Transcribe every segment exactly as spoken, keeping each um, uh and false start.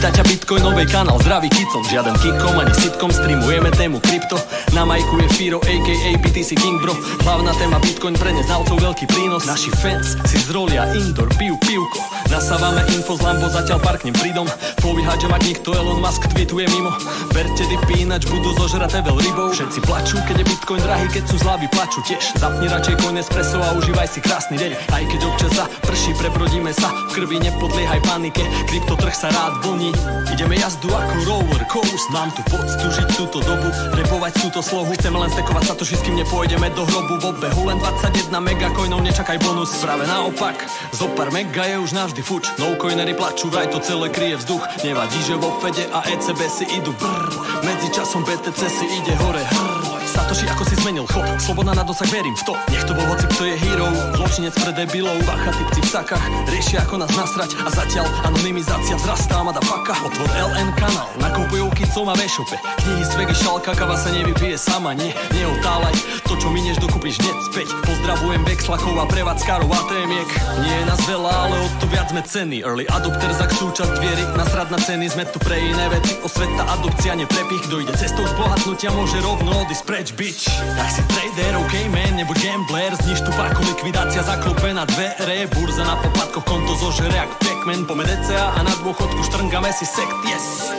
Víta ťa Bitcoinovej kanál, zdravý kicom, žiaden kikom ani sitcom, streamujeme tému krypto. Na majku je Firo aka bé té cé King bro. Hlavná téma Bitcoin pre neznalcov veľký prínos. Naši fans si zrolia indoor, pijú pivko. Nasávame info z Lambo, zatiaľ parknem pridom. Povíhať, že mať nikto Elon Musk tweetuje mimo. Berte dipy, ináč budú zožraté veľ rybou. Všetci plačú, keď je Bitcoin drahý, keď sú zľavy plačú tiež. Zapni radšej Coin Espresso a užívaj si krásny deň. Aj keď občas sa prší, prebrodíme sa. V krvi nepodliehaj panike, kryptotrh sa rád vlní. Ideme jazdu ako roller coaster. Mám tu poctu žiť túto dobu, repovať túto slohu. Chceme len stekovať sa to, kým nepôjdeme do hrobu. V obehu len dvadsaťjeden megacoinov, nečakaj bonus. Práve naopak, zo pár mega je už navždy fuč. No coinery plačú, vraj to celé kryje vzduch. Nevadí, že vo Fede a é cé bé si idú brr. Medzi časom bé té cé si ide hore hrr. Satoshi, ako si zmenil chod, slobodná na dosah, verím v to. Nech to bol hoci, kto je hero, zločinec pre debilov. Bacha, typci v sakách, riešia ako nás nasrať. A zatiaľ anonymizácia vzrastá, mada paka. Otvor el en kanál, nakupujú kicom a v-shope. Knihy z vegy, šalka, kava sa nevypije sama. Nie, neotálaj, to čo minieš dokúpiš hneď späť. Pozdravujem Vexlakov a prevádzkarov á té emiek. Nie je nás veľa, ale o to viac sme ceny. Early adopter za súčasť viery, nasrad na ceny. Sme tu pre iné veci, osveta, adopcia, neprepich. Kto ide cestou zbohatnutia, môže rovno odísť preč, bitch. Tak si trader, ok man, nebuď gambler. Zniž tu parku, likvidácia, zaklope na dvere. Burza na popadkoch, konto zožere jak Pac-Man. Pome dé cé á a na dôchodku štrngame si sekt, yes.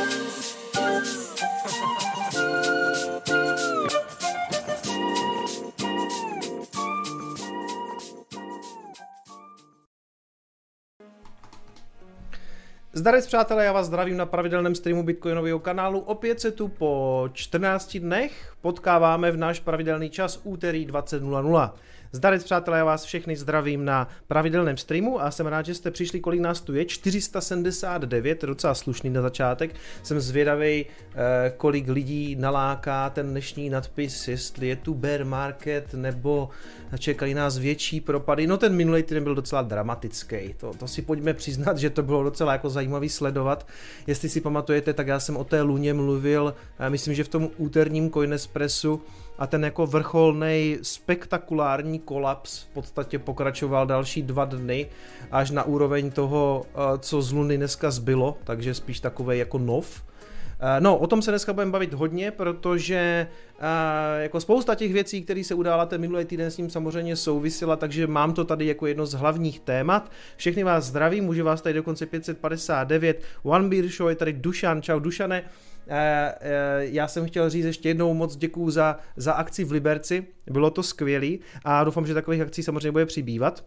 Zdarec přátelé, já vás zdravím na pravidelném streamu Bitcoinového kanálu. Opět se tu po čtrnácti dnech potkáváme v náš pravidelný čas úterý dvacet nula nula. Zdarec přátelé, já vás všechny zdravím na pravidelném streamu a jsem rád, že jste přišli, kolik nás tu je, čtyři sta sedmdesát devět, docela slušný na začátek. Jsem zvědavej, kolik lidí naláká ten dnešní nadpis, jestli je tu bear market nebo čekají nás větší propady. No ten minulý týden byl docela dramatický, to, to si pojďme přiznat, že to bylo docela jako zajímavý sledovat. Jestli si pamatujete, tak já jsem o té luně mluvil, myslím, že v tom úterním Coin Espressu, a ten jako vrcholnej spektakulární kolaps v podstatě pokračoval další dva dny až na úroveň toho, co z Luny dneska zbylo, takže spíš takovej jako nov. No, o tom se dneska budeme bavit hodně, protože uh, jako spousta těch věcí, které se udála ten minulý týden, s ním samozřejmě souvisela, takže mám to tady jako jedno z hlavních témat. Všechny vás zdravím, může vás tady dokonce pět set padesát devět, One Beer Show, je tady Dušan, čau Dušane. Uh, uh, já jsem chtěl říct ještě jednou moc děkuju za, za akci v Liberci, bylo to skvělý a doufám, že takových akcí samozřejmě bude přibývat.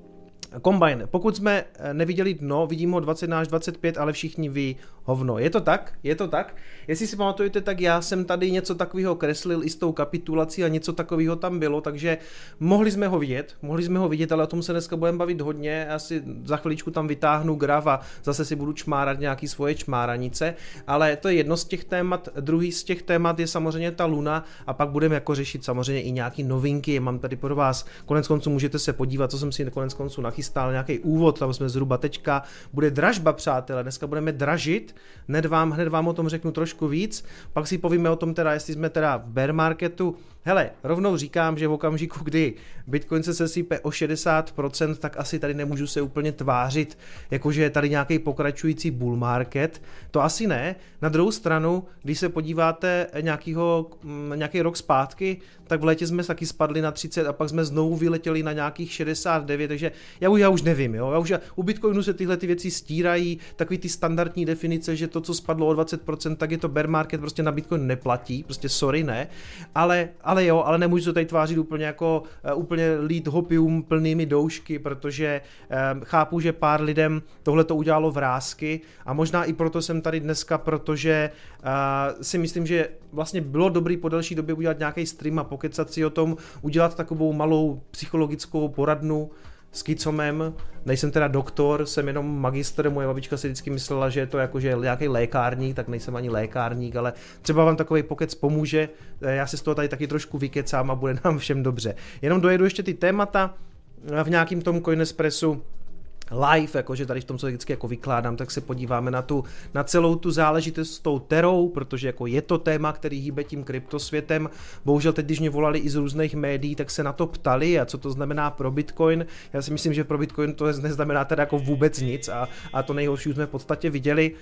Combine, pokud jsme neviděli dno, vidím ho dvacet až dvacet pět, ale všichni ví hovno. Je to tak? Je to tak? Jestli si pamatujete, tak já jsem tady něco takového kreslil i s tou kapitulací a něco takového tam bylo, takže mohli jsme ho vidět, mohli jsme ho vidět, ale o tom se dneska budeme bavit hodně, asi za chviličku tam vytáhnu graf a zase si budu čmárat nějaký svoje čmáranice, ale to je jedno z těch témat, druhý z těch témat je samozřejmě ta Luna a pak budeme jako řešit samozřejmě i nějaký novinky, mám tady pro vás, konec konců můžete se podívat, co jsem si konec konců nachystal, nějaký úvod, tam jsme zhruba teďka, bude dražba, přátelé, dneska budeme dražit, hned vám, hned vám o tom řeknu trošku víc, pak si povíme o tom teda, jestli jsme teda v bear marketu. Hele, rovnou říkám, že v okamžiku, kdy Bitcoin se sesýpe o šedesát procent, tak asi tady nemůžu se úplně tvářit, jakože je tady nějaký pokračující bull market, to asi ne. Na druhou stranu, když se podíváte nějakýho, nějaký rok zpátky, tak v létě jsme taky spadli na třicet a pak jsme znovu vyletěli na nějakých šedesát devět, takže já už, já už nevím, jo, já už, u Bitcoinu se tyhle ty věci stírají, takový ty standardní definice, že to, co spadlo o dvacet procent, tak je to bear market, prostě na Bitcoin neplatí, prostě sorry, ne, ale, ale jo, ale nemůžu se tady tvářit úplně jako uh, úplně lít hopium plnými doušky, protože um, chápu, že pár lidem tohle to udělalo vrásky a možná i proto jsem tady dneska, protože uh, si myslím, že vlastně bylo dobrý po delší době udělat nějaký stream a pokecat si o tom, udělat takovou malou psychologickou poradnu s kicomem. Nejsem teda doktor, jsem jenom magistr, moje babička si vždycky myslela, že je to jako, že je nějaký lékárník, tak nejsem ani lékárník, ale třeba vám takový pokec pomůže, já se z toho tady taky trošku vykecám a bude nám všem dobře. Jenom dojedu ještě ty témata v nějakým tom Coin Espressu live, jakože tady v tom, co vždycky jako vykládám, tak se podíváme na tu, na celou tu záležitost s tou terou, protože jako je to téma, který hýbe tím kryptosvětem. Bohužel teď, když mě volali i z různých médií, tak se na to ptali, a co to znamená pro Bitcoin. Já si myslím, že pro Bitcoin to neznamená teda jako vůbec nic a, a to nejhorší už jsme v podstatě viděli.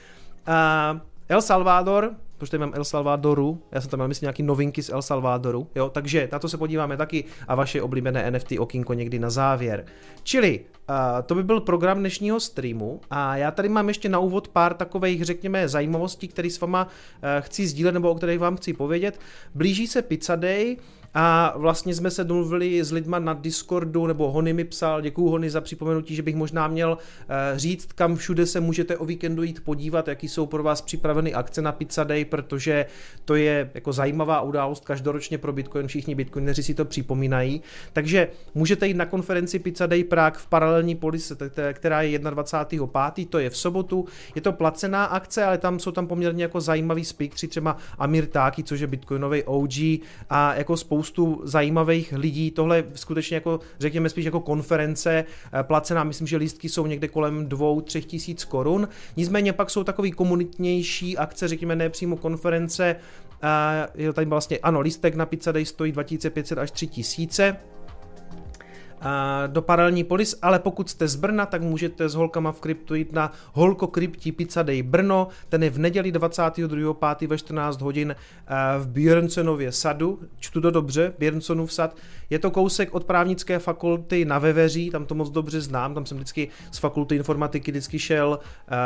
Uh, El Salvador, protože tady mám El Salvadoru, já jsem tam měl myslím nějaký novinky z El Salvadoru, jo, takže na to se podíváme taky a vaše oblíbené N F T okýnko někdy na závěr. Čili uh, to by byl program dnešního streamu a já tady mám ještě na úvod pár takových, řekněme, zajímavostí, které s váma uh, chci sdílet nebo o kterých vám chci povědět. Blíží se Pizza Day, a vlastně jsme se domluvili s lidma na Discordu, nebo Hony mi psal, děkuju Hony za připomenutí, že bych možná měl uh, říct, kam všude se můžete o víkendu jít podívat, jaký jsou pro vás připraveny akce na Pizza Day, protože to je jako zajímavá událost každoročně pro Bitcoin, všichni bitcoineři si to připomínají. Takže můžete jít na konferenci Pizza Day Prague v paralelní polise, která je dvacátého pátého to je v sobotu. Je to placená akce, ale tam jsou tam poměrně jako zajímavý speakeři, třeba Amir Taki, což je bitcoinový O G a jako spoustu spoustu zajímavých lidí, tohle skutečně jako, řekněme spíš jako konference placená, myslím, že lístky jsou někde kolem dvou, třech tisíc korun, nicméně pak jsou takový komunitnější akce, řekněme ne přímo konference, je tady vlastně, ano, lístek na Pizza Day stojí dva tisíce pět set až tři tisíce, do paralelní polis, ale pokud jste z Brna, tak můžete s holkama v kryptu jít na Holko Kryptí Pizza Day Brno, ten je v neděli dvacátého druhého pátého ve čtrnáct hodin v Björnsonově sadu, čtu to dobře, Björnsonův sad, je to kousek od právnické fakulty na Veveří, tam to moc dobře znám, tam jsem vždycky z fakulty informatiky vždycky šel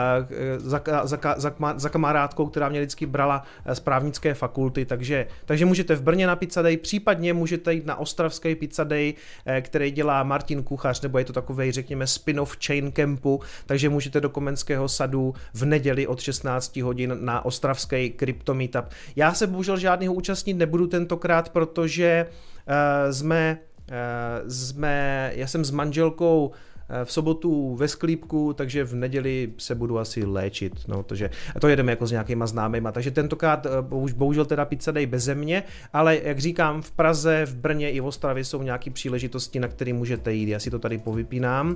za, za, za, za kamarádkou, která mě vždycky brala z právnické fakulty, takže, takže můžete v Brně na Pizza Day, případně můžete jít na ostravský Pizza Day, který dělá Martin Kuchař, nebo je to takovej, řekněme, spin-off chain campu, takže můžete do Komenského sadu v neděli od šestnáct hodin na ostravský Crypto Meetup. Já se bohužel žádného účastnit nebudu tentokrát, protože uh, jsme, uh, jsme, já jsem s manželkou uh, v sobotu ve sklípku, takže v neděli se budu asi léčit, no, takže to jedeme jako s nějakýma známýma, takže tentokrát uh, bohužel teda Pizza Day beze mě, ale jak říkám, v Praze, v Brně i v Ostravě jsou nějaké příležitosti, na které můžete jít, já si to tady povypínám. Uh,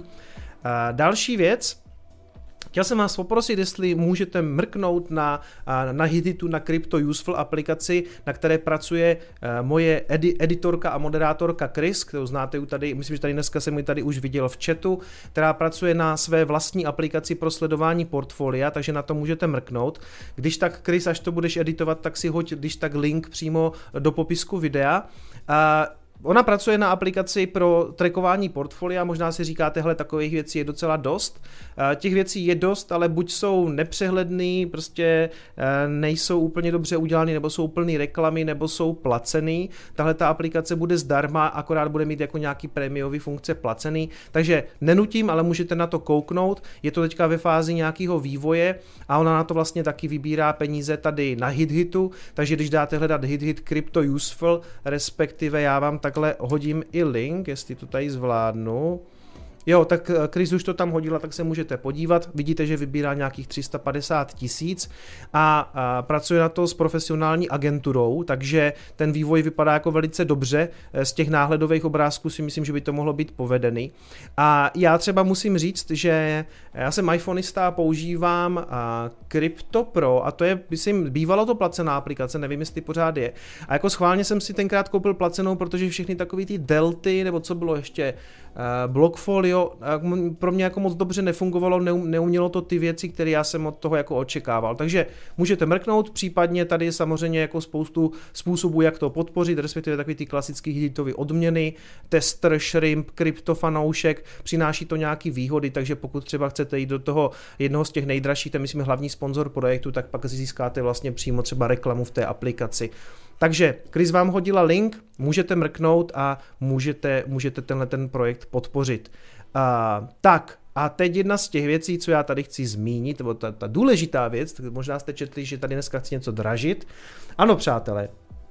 další věc, chtěl jsem vás poprosit, jestli můžete mrknout na, na Hititu, na Crypto Useful aplikaci, na které pracuje moje edi, editorka a moderátorka Chris, kterou znáte ju tady, myslím, že tady dneska jsem ji tady už viděl v chatu, která pracuje na své vlastní aplikaci pro sledování portfolia, takže na to můžete mrknout. Když tak, Chris, až to budeš editovat, tak si hoď, když tak link přímo do popisku videa. A ona pracuje na aplikaci pro trackování portfolia, možná si říkáte, hele, takových věcí je docela dost. Těch věcí je dost, ale buď jsou nepřehledný, prostě nejsou úplně dobře udělaný, nebo jsou plný reklamy, nebo jsou placený. Tahle ta aplikace bude zdarma, akorát bude mít jako nějaký prémiový funkce placený, takže nenutím, ale můžete na to kouknout. Je to teďka ve fázi nějakého vývoje a ona na to vlastně taky vybírá peníze tady na HitHitu, takže když dáte hledat HitHit Crypto Useful, respektive já vám takhle hodím i link, jestli to tady zvládnu. Jo, tak Chris už to tam hodila, tak se můžete podívat. Vidíte, že vybírá nějakých tři sta padesát tisíc a, a pracuje na to s profesionální agenturou, takže ten vývoj vypadá jako velice dobře. Z těch náhledových obrázků si myslím, že by to mohlo být povedený. A já třeba musím říct, že já jsem iPhoneista a používám a Crypto Pro a to je, myslím, bývalo to placená aplikace, nevím, jestli pořád je. A jako schválně jsem si tenkrát koupil placenou, protože všechny takový ty delty, nebo co bylo ještě, uh, Blockfolio, pro mě jako moc dobře nefungovalo, neumělo to ty věci, které já jsem od toho jako očekával. Takže můžete mrknout, případně tady je samozřejmě jako spoustu způsobů, jak to podpořit, respektive takový ty klasické hitový odměny, tester, shrimp, kryptofanoušek, přináší to nějaký výhody, takže pokud třeba chcete jít do toho jednoho z těch nejdražších, to myslím hlavní sponzor projektu, tak pak získáte vlastně přímo třeba reklamu v té aplikaci. Takže Chris vám hodila link, můžete mrknout a můžete, můžete tenhle ten projekt podpořit. Uh, tak a teď jedna z těch věcí, co já tady chci zmínit, nebo ta, ta důležitá věc, možná jste četli, že tady dneska chci něco dražit. Ano, přátelé,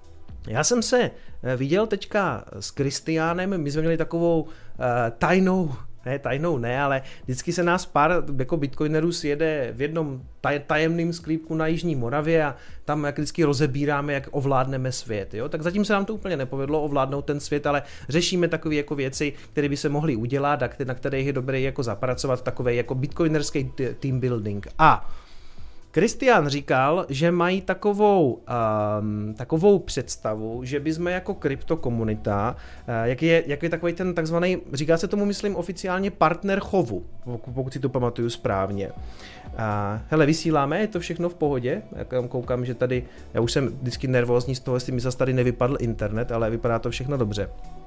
já jsem se viděl teďka s Kristiánem, my jsme měli takovou uh, tajnou, ne tajnou ne, ale vždycky se nás pár jako bitcoinerů sjede v jednom taj, tajemným sklípku na Jižní Moravě a tam jak vždycky rozebíráme, jak ovládneme svět. Jo? Tak zatím se nám to úplně nepovedlo ovládnout ten svět, ale řešíme takové jako věci, které by se mohly udělat a na kterých je dobré jako zapracovat, takový jako bitcoinerský team building. A Kristián říkal, že mají takovou, um, takovou představu, že bychom jako kryptokomunita, uh, jak, je, jak je takový ten takzvaný, říká se tomu, myslím, oficiálně partner chovu, pokud si to pamatuju správně. Uh, hele, vysíláme, je to všechno v pohodě, já koukám, že tady, já už jsem vždycky nervózní z toho, jestli mi zase tady nevypadl internet, ale vypadá to všechno dobře.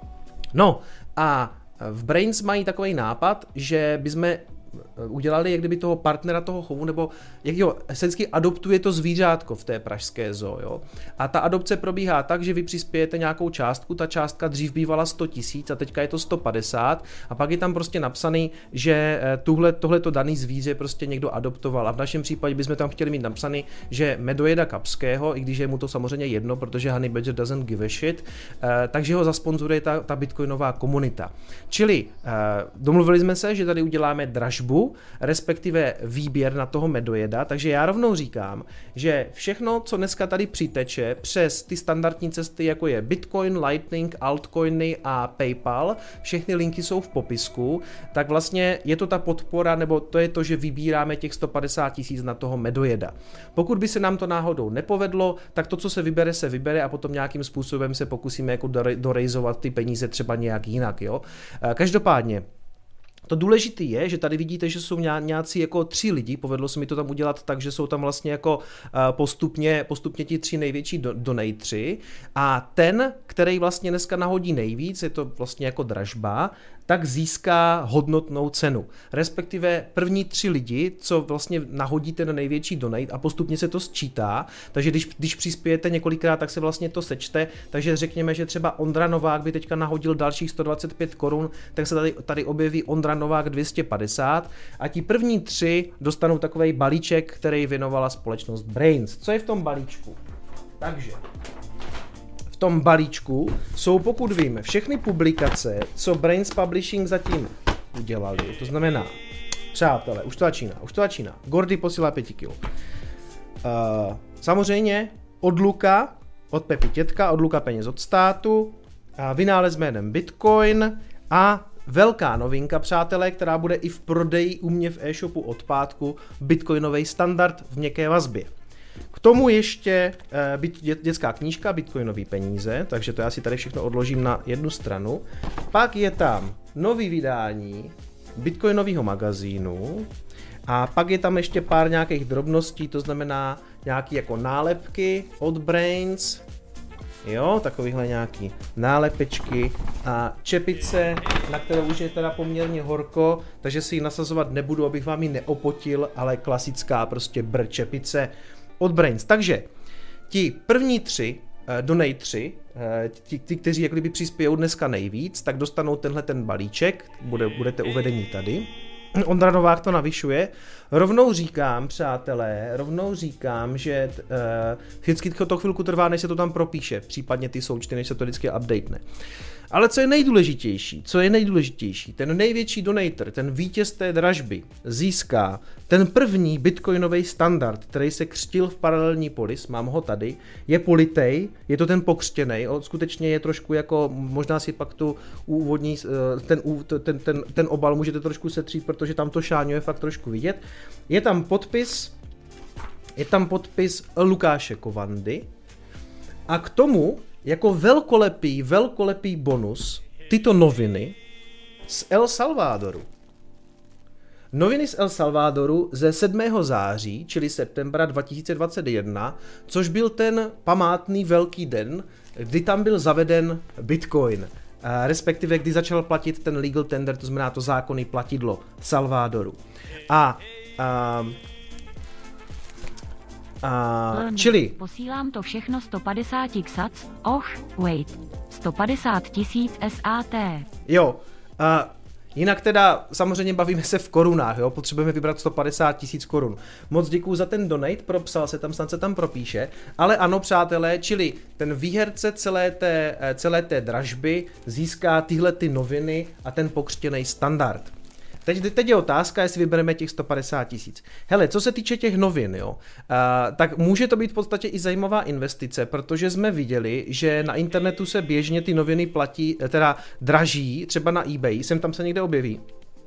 No a v Brains mají takový nápad, že bychom udělali jak kdyby toho partnera toho chovu, nebo jak jo, esensky adoptuje to zvířátko v té pražské zoo, jo. A ta adopce probíhá tak, že vy přispějete nějakou částku, ta částka dřív bývala sto tisíc a teďka je to sto padesát a pak je tam prostě napsaný, že tuhle, tohleto daný zvíře prostě někdo adoptoval a v našem případě bychom tam chtěli mít napsaný, že medojeda Kapského, i když je mu to samozřejmě jedno, protože Honey Badger doesn't give a shit, takže ho zasponzoruje ta, ta bitcoinová komunita. Čili domluvili jsme se, že tady uděláme dražbu, respektive výběr na toho medojeda, takže já rovnou říkám, že všechno, co dneska tady přiteče přes ty standardní cesty, jako je Bitcoin, Lightning, altcoiny a PayPal, všechny linky jsou v popisku, tak vlastně je to ta podpora, nebo to je to, že vybíráme těch sto padesát tisíc na toho medojeda. Pokud by se nám to náhodou nepovedlo, tak to, co se vybere, se vybere a potom nějakým způsobem se pokusíme jako dorejzovat ty peníze třeba nějak jinak, jo. Každopádně, to důležité je, že tady vidíte, že jsou nějací jako tři lidi, povedlo se mi to tam udělat tak, že jsou tam vlastně jako postupně, postupně ti tři největší donatři a ten, který vlastně dneska nahodí nejvíc, je to vlastně jako dražba, tak získá hodnotnou cenu. Respektive první tři lidi, co vlastně nahodíte na největší donate a postupně se to sčítá, takže když, když přispějete několikrát, tak se vlastně to sečte, takže řekněme, že třeba Ondra Novák by teďka nahodil dalších sto dvacet pět korun, tak se tady, tady objeví Ondra Novák dvě stě padesát a ti první tři dostanou takovej balíček, který věnovala společnost Brains. Co je v tom balíčku? Takže v tom balíčku jsou, pokud vím, všechny publikace, co Brains Publishing zatím udělali. To znamená, přátelé, už to začíná, už to začíná. Gordy posílá pět kilo. Uh, samozřejmě od Luka, od Pepi Tětka, od Luka peněz od státu, uh, vynález jménem Bitcoin a velká novinka, přátelé, která bude i v prodeji u mě v e-shopu od pátku, bitcoinový standard v měkké vazbě. K tomu ještě e, byt, dě, dětská knížka, bitcoinové peníze, takže to já si tady všechno odložím na jednu stranu. Pak je tam nový vydání bitcoinového magazínu a pak je tam ještě pár nějakých drobností, to znamená nějaký jako nálepky od Brains, jo, takovýhle nějaký nálepečky a čepice, na kterou už je teda poměrně horko, takže si ji nasazovat nebudu, abych vám ji neopotil, ale klasická prostě brr čepice od Brains. Takže ti první tři uh, donatři, uh, ti, ti, kteří jak kdyby přispějou dneska nejvíc, tak dostanou tenhle ten balíček, bude, budete uvedení tady. Ondra Novák to navyšuje. Rovnou říkám, přátelé, rovnou říkám, že uh, vždycky to chvilku trvá, než se to tam propíše, případně ty součty, než se to vždycky updatene. Ale co je nejdůležitější, co je nejdůležitější, ten největší donator, ten vítěz té dražby získá ten první bitcoinový standard, který se křtil v paralelní polis, mám ho tady, je politej, je to ten pokřtěnej, skutečně je trošku jako, možná si pak tu úvodní, ten, ten, ten, ten obal můžete trošku setřít, protože tam to šáňo je fakt trošku vidět. Je tam podpis, je tam podpis Lukáše Kovandy a k tomu jako velkolepý, velkolepý bonus tyto noviny z El Salvadoru. Noviny z El Salvadoru ze sedmého září, čili septembra dva tisíce dvacet jedna, což byl ten památný velký den, kdy tam byl zaveden Bitcoin, respektive kdy začal platit ten legal tender, to znamená to zákonné platidlo Salvadoru. A, a A, čili posílám to všechno sto padesát ksat, och, wait, sto padesát tisíc S A T. Jo, a jinak teda samozřejmě bavíme se v korunách, jo, potřebujeme vybrat sto padesát tisíc korun. Moc děkuju za ten donate, propsal se tam, snad se tam propíše, ale ano, přátelé, čili ten výherce celé té, celé té dražby získá tyhle ty noviny a ten pokřtěný standard. Teď, teď je otázka, jestli vybereme těch sto padesát tisíc. Hele, co se týče těch novin, jo, uh, tak může to být v podstatě i zajímavá investice, protože jsme viděli, že na internetu se běžně ty noviny platí, teda draží, třeba na eBay, sem tam se někde objeví.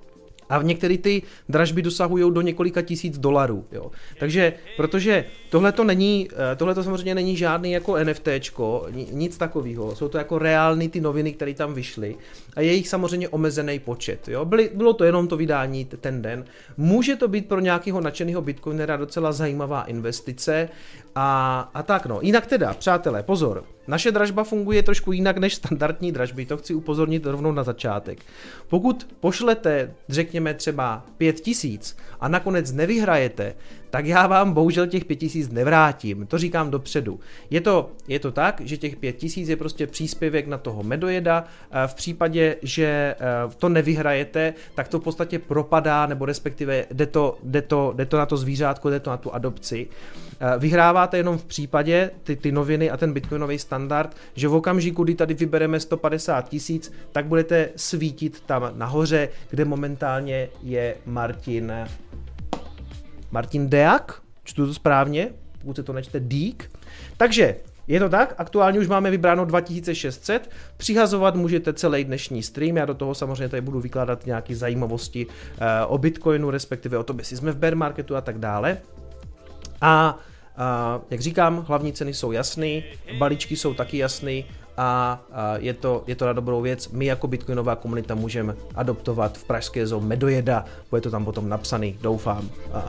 A v některé ty dražby dosahují do několika tisíc dolarů. Jo. Takže, protože tohle to není, tohle to samozřejmě není žádný jako NFTčko, nic takového. Jsou to jako reální ty noviny, které tam vyšly a je jich samozřejmě omezený počet. Jo. Byly, bylo to jenom to vydání ten den. Může to být pro nějakého nadšeného bitcoinera docela zajímavá investice a, a tak no. Jinak teda, přátelé, pozor. Naše dražba funguje trošku jinak než standardní dražby, to chci upozornit rovnou na začátek. Pokud pošlete, řekněme třeba pět tisíc a nakonec nevyhrajete, tak já vám bohužel těch pět tisíc nevrátím, to říkám dopředu. Je to, je to tak, že těch pět tisíc je prostě příspěvek na toho medojeda, v případě, že to nevyhrajete, tak to v podstatě propadá, nebo respektive jde to, jde to, jde to na to zvířátko, jde to na tu adopci. Vyhráváte jenom v případě, ty, ty noviny a ten bitcoinový standard, že v okamžiku, kdy tady vybereme sto padesát tisíc, tak budete svítit tam nahoře, kde momentálně je Martin Martin Deák, čtu to správně, pokud se to nečte Dík. Takže je to tak, aktuálně už máme vybráno dva tisíce šest set, přihazovat můžete celý dnešní stream, já do toho samozřejmě tady budu vykládat nějaké zajímavosti uh, o Bitcoinu, respektive o tom, jestli jsme v bear marketu a tak dále. A uh, jak říkám, hlavní ceny jsou jasný, balíčky jsou taky jasný a uh, je, to, je to na dobrou věc. My jako bitcoinová komunita můžeme adoptovat v pražské zoo medojeda, bude to tam potom napsaný, doufám. Uh.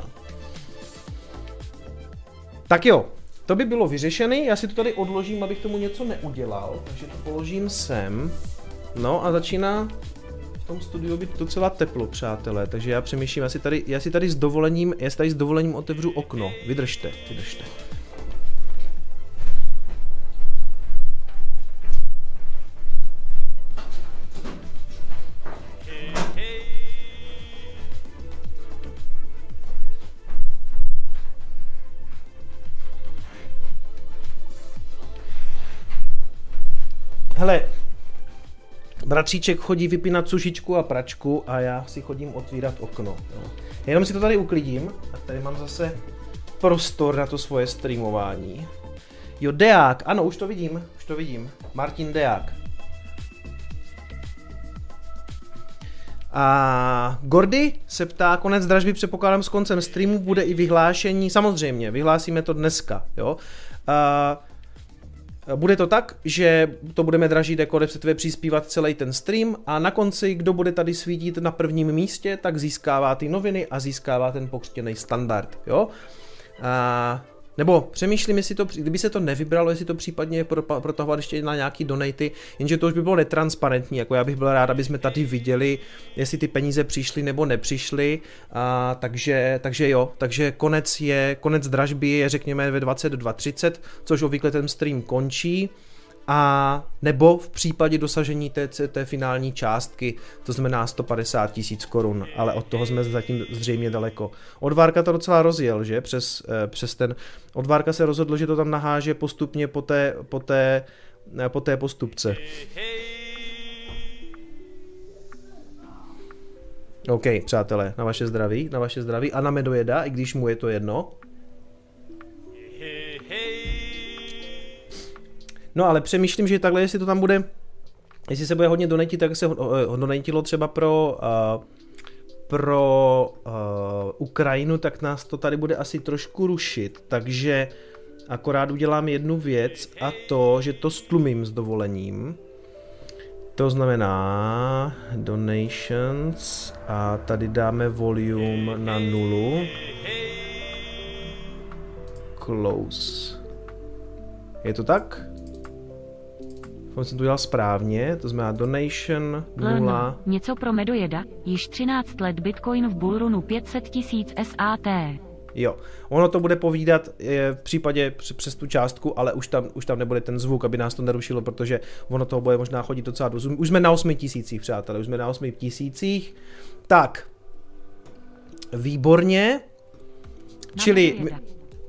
Tak jo, to by bylo vyřešené, já si to tady odložím, abych tomu něco neudělal, takže to položím sem. No a začíná v tom studiu být docela teplo, přátelé, takže já přemýšlím, já si tady, já si tady s dovolením, já si tady s dovolením otevřu okno, vydržte, vydržte. Hele, bratříček chodí vypínat sušičku a pračku a já si chodím otvírat okno. Jo. Jenom si to tady uklidím a tady mám zase prostor na to svoje streamování. Jo, Deák, ano, už to vidím, už to vidím. Martin Deák. A Gordy se ptá, konec dražby předpokládám s koncem streamu, bude i vyhlášení, samozřejmě, vyhlásíme to dneska, jo. A bude to tak, že to budeme dražit, jako respektive přispívat celý ten stream a na konci, kdo bude tady svítit na prvním místě, tak získává ty noviny a získává ten pokřtěný standard, jo. A, nebo přemýšlím, jestli to, kdyby se to nevybralo, jestli to případně protahovat ještě na nějaký donaty, jenže to už by bylo netransparentní, jako já bych byl rád, aby jsme tady viděli, jestli ty peníze přišly nebo nepřišly, a, takže, takže jo, takže konec je, konec dražby je řekněme ve dvacet dva třicet, což obvykle ten stream končí, a nebo v případě dosažení té, té finální částky, to znamená sto padesát tisíc korun, ale od toho jsme zatím zřejmě daleko. Odvárka to docela rozjel, že? Přes, přes ten... Odvárka se rozhodl, že to tam naháže postupně po té, po té, po té postupce. OK, přátelé, na vaše zdraví, na vaše zdraví a na medojeda, i když mu je to jedno. No ale přemýšlím, že takhle, jestli to tam bude, jestli se bude hodně donatit, tak se donatilo třeba pro, uh, pro uh, Ukrajinu, tak nás to tady bude asi trošku rušit, takže akorát udělám jednu věc a to, že to stlumím s dovolením. To znamená donations a tady dáme volume na nulu. Close. Je to tak? Jsem to udělal správně, to znamená donation nula. Něco pro medojeda, již třináct let Bitcoin v bullrunu pět set tisíc S A T. Jo, ono to bude povídat v případě přes tu částku, ale už tam, už tam nebude ten zvuk, aby nás to nerušilo, protože ono toho bude možná chodit docela dost. Už jsme na osmi tisících, přátelé, už jsme na osmi tisících. Tak, výborně, na čili... Medojeda.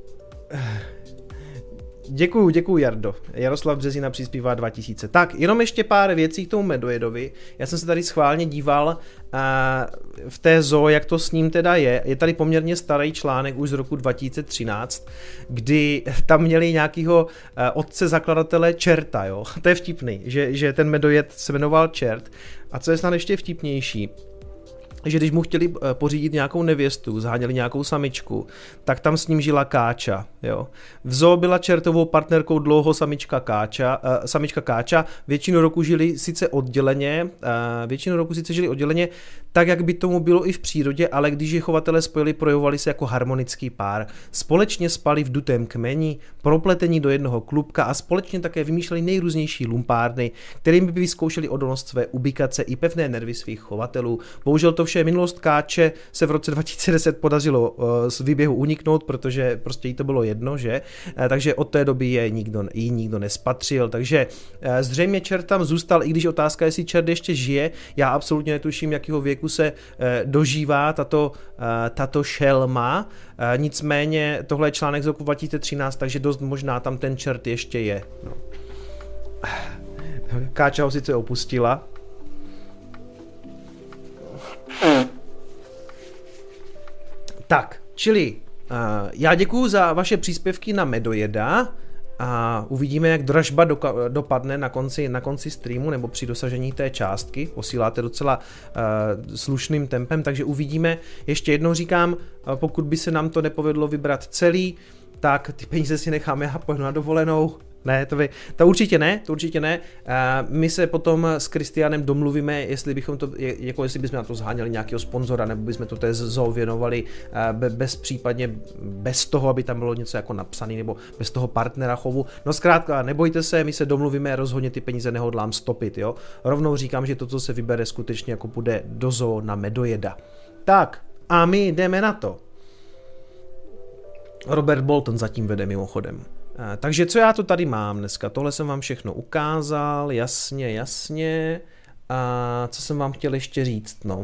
Děkuju, děkuju Jardo. Jaroslav Březina přispívá dva tisíce. Tak, jenom ještě pár věcí k tomu medojedovi. Já jsem se tady schválně díval uh, v té zoo, jak to s ním teda je. Je tady poměrně starý článek už z roku dva tisíce třináct, kdy tam měli nějakýho uh, otce zakladatele Čerta, jo. To je vtipný, že, že ten medojed se jmenoval Čert. A co je snad ještě vtipnější, že když mu chtěli pořídit nějakou nevěstu, zháněli nějakou samičku, tak tam s ním žila Káča. Jo. V zoo byla čertovou partnerkou dlouho samička Káča, uh, samička Káča, většinu roku žili sice odděleně, uh, většinu roku sice žili odděleně, tak jak by tomu bylo i v přírodě, ale když je chovatelé spojili, projevovali se jako harmonický pár. Společně spali v dutém kmeni, propletení do jednoho klubka a společně také vymýšleli nejrůznější lumpárny, kterými by vyzkoušeli odolnost své ubikace i pevné nervy svých chovatelů. Bohužel to vše minulost Káče se v roce dva tisíce deset podařilo z výběhu uniknout, protože prostě jí to bylo jedno, že? Takže od té doby je nikdo, jí nikdo nespatřil, takže zřejmě čert tam zůstal, i když otázka, jestli čert ještě žije, já absolutně netuším, jakého věku se dožívá tato, tato šelma, nicméně tohle je článek z roku dva tisíce třináct, takže dost možná tam ten čert ještě je. No. Káča ho sice opustila. Tak, čili uh, já děkuju za vaše příspěvky na Medojeda a uvidíme, jak dražba doka- dopadne na konci, na konci streamu nebo při dosažení té částky. Posíláte docela uh, slušným tempem, takže uvidíme. Ještě jednou říkám, uh, pokud by se nám to nepovedlo vybrat celý, tak ty peníze si necháme, já pojdu na dovolenou. Ne, to, by, to určitě ne, to určitě ne. My se potom s Kristianem domluvíme, jestli bychom to, jako jestli bychom na to zháněli nějakého sponzora, nebo bychom to té zoo věnovali bez případně bez toho, aby tam bylo něco jako napsané, nebo bez toho partnera chovu. No zkrátka, nebojte se, my se domluvíme, rozhodně ty peníze nehodlám stopit, jo. Rovnou říkám, že to, co se vybere, skutečně jako půjde do zoo na Medojeda. Tak, a my jdeme na to. Robert Bolton zatím vede mimochodem. Takže co já to tady mám dneska? Tohle jsem vám všechno ukázal, jasně, jasně. A co jsem vám chtěl ještě říct, no.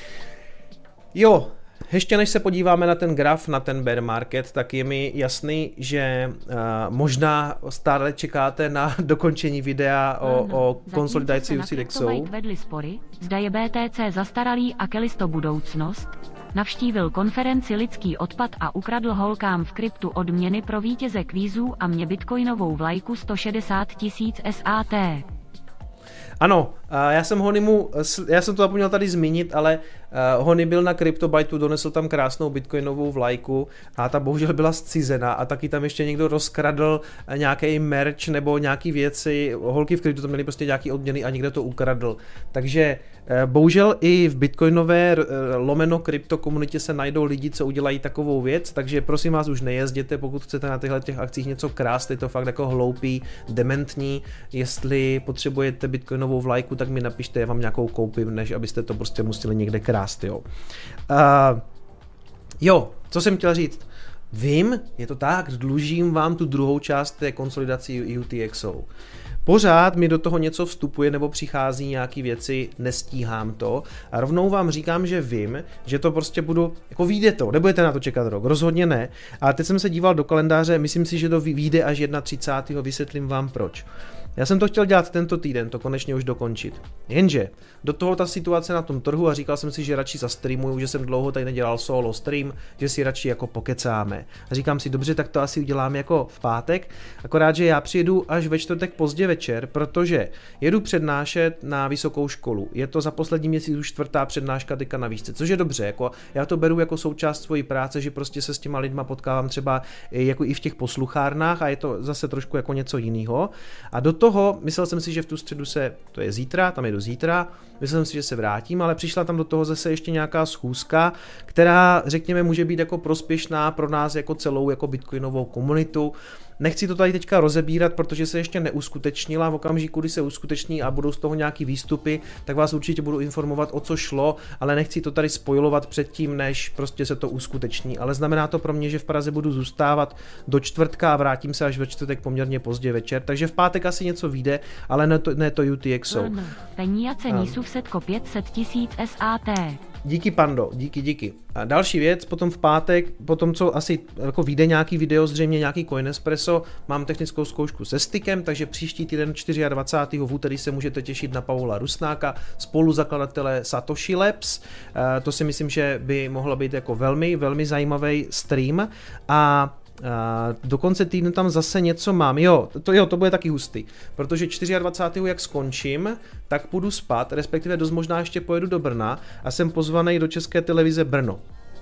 Jo, ještě než se podíváme na ten graf, na ten bear market, tak je mi jasný, že uh, možná stále čekáte na dokončení videa o, o konsolidaci U C D X U. Vedli spory, zda je B T C zastaralý a Kelisto budoucnost. Navštívil konferenci Lidský odpad a ukradl holkám v kryptu odměny pro vítěze kvízů a mě bitcoinovou vlajku sto šedesát tisíc S A T. Ano, já jsem Honymu, já jsem to zapomněl tady zmínit, ale Hony byl na CryptoBytu, donesl tam krásnou bitcoinovou vlajku a ta bohužel byla zcizena a taky tam ještě někdo rozkradl nějaký merch nebo nějaký věci, holky v kryptu to měly prostě nějaký odměny a někdo to ukradl. Takže bohužel i v bitcoinové lomeno krypto komunitě se najdou lidi, co udělají takovou věc, takže prosím vás už nejezděte, pokud chcete na těchto těch akcích něco krást, je to fakt jako hloupý, dementní, jestli potřebujete bitcoinovou vlajku, tak mi napište, já vám nějakou koupím, než abyste to prostě museli někde krást, jo. Uh, jo, co jsem chtěl říct? Vím, je to tak, dlužím vám tu druhou část té konsolidaci U T X O. Pořád mi do toho něco vstupuje nebo přichází nějaký věci, nestíhám to a rovnou vám říkám, že vím, že to prostě budu, jako vyjde to, nebudete na to čekat rok, rozhodně ne, ale teď jsem se díval do kalendáře, myslím si, že to vyjde až třicátého prvního vysvětlím vám proč. Já jsem to chtěl dělat tento týden, to konečně už dokončit. Jenže do toho ta situace na tom trhu a říkal jsem si, že radši zastreamuju, že jsem dlouho tady nedělal solo stream, že si radši jako pokecáme. A říkám si, dobře, tak to asi uděláme jako v pátek, akorát, že já přijedu až ve čtvrtek pozdě večer, protože jedu přednášet na vysokou školu. Je to za poslední měsíc už čtvrtá přednáška teďka na výšce, což je dobře, jako já to beru jako součást svojí práce, že prostě se s těma lidma potkávám třeba jako i v těch posluchárnách a je to zase trošku jako něco jiného. A do toho, myslel jsem si, že v tu středu se, to je zítra, tam jedu zítra, myslel jsem si, že se vrátím, ale přišla tam do toho zase ještě nějaká schůzka, která, řekněme, může být jako prospěšná pro nás jako celou jako bitcoinovou komunitu. Nechci to tady teďka rozebírat, protože se ještě neuskutečnila. V okamžiku, kdy se uskuteční a budou z toho nějaký výstupy, tak vás určitě budu informovat, o co šlo, ale nechci to tady spojovat předtím, než prostě se to uskuteční. Ale znamená to pro mě, že v Praze budu zůstávat do čtvrtka a vrátím se až ve čtvrtek poměrně pozdě večer, takže v pátek asi něco vyjde, ale ne to, ne to U T X O. Peníze nísu vsetko pět set tisíc S A T. Díky Pando, díky, díky. A další věc, potom v pátek, potom co asi jako vyjde nějaký video, zřejmě nějaký Coinespresso, mám technickou zkoušku se stykem, takže příští týden dvacátého čtvrtého v úterý se můžete těšit na Pavla Rusnáka, spoluzakladatele Satoshi Labs. E, to si myslím, že by mohlo být jako velmi, velmi zajímavý stream. A A do konce týdne tam zase něco mám. Jo, to, jo, to bude taky hustý, protože dvacátého čtvrtého jak skončím, tak půjdu spát, respektive dost možná ještě pojedu do Brna a jsem pozvaný do České televize Brno.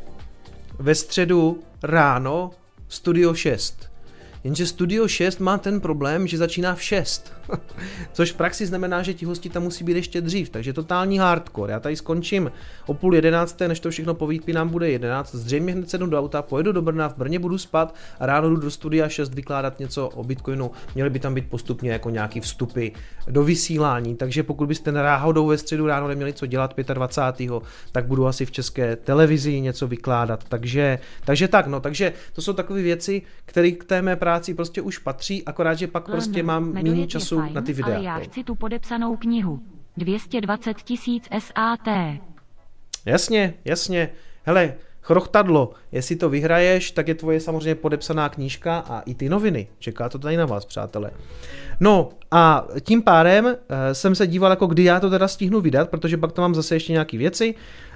Ve středu ráno Studio šest. Jenže Studio šest má ten problém, že začíná v šest. Což v praxi znamená, že ti hosti tam musí být ještě dřív, takže totální hardcore. Já tady skončím o půl jedenácté, než to všechno povypínám, bude jedenáct. Zřejmě hned sednu do auta, pojedu do Brna, v Brně budu spát a ráno jdu do Studia šest vykládat něco o Bitcoinu. Měly by tam být postupně jako nějaký vstupy do vysílání, takže pokud byste náhodou ve středu ráno neměli co dělat dvacátého pátého tak budu asi v České televizi něco vykládat. Takže, takže tak, no, takže to jsou takové věci, které k té mé práci prostě už patří, akorát, že pak prostě mám méně času na ty videa. Ale já chci tu podepsanou knihu. dvě stě dvacet tisíc S A T. Jasně, jasně. Hele, chrochtadlo, jestli to vyhraješ, tak je tvoje samozřejmě podepsaná knížka a i ty noviny. Čeká to tady na vás, přátelé. No a tím pádem uh, jsem se díval, jako kdy já to teda stihnu vydat, protože pak to mám zase ještě nějaký věci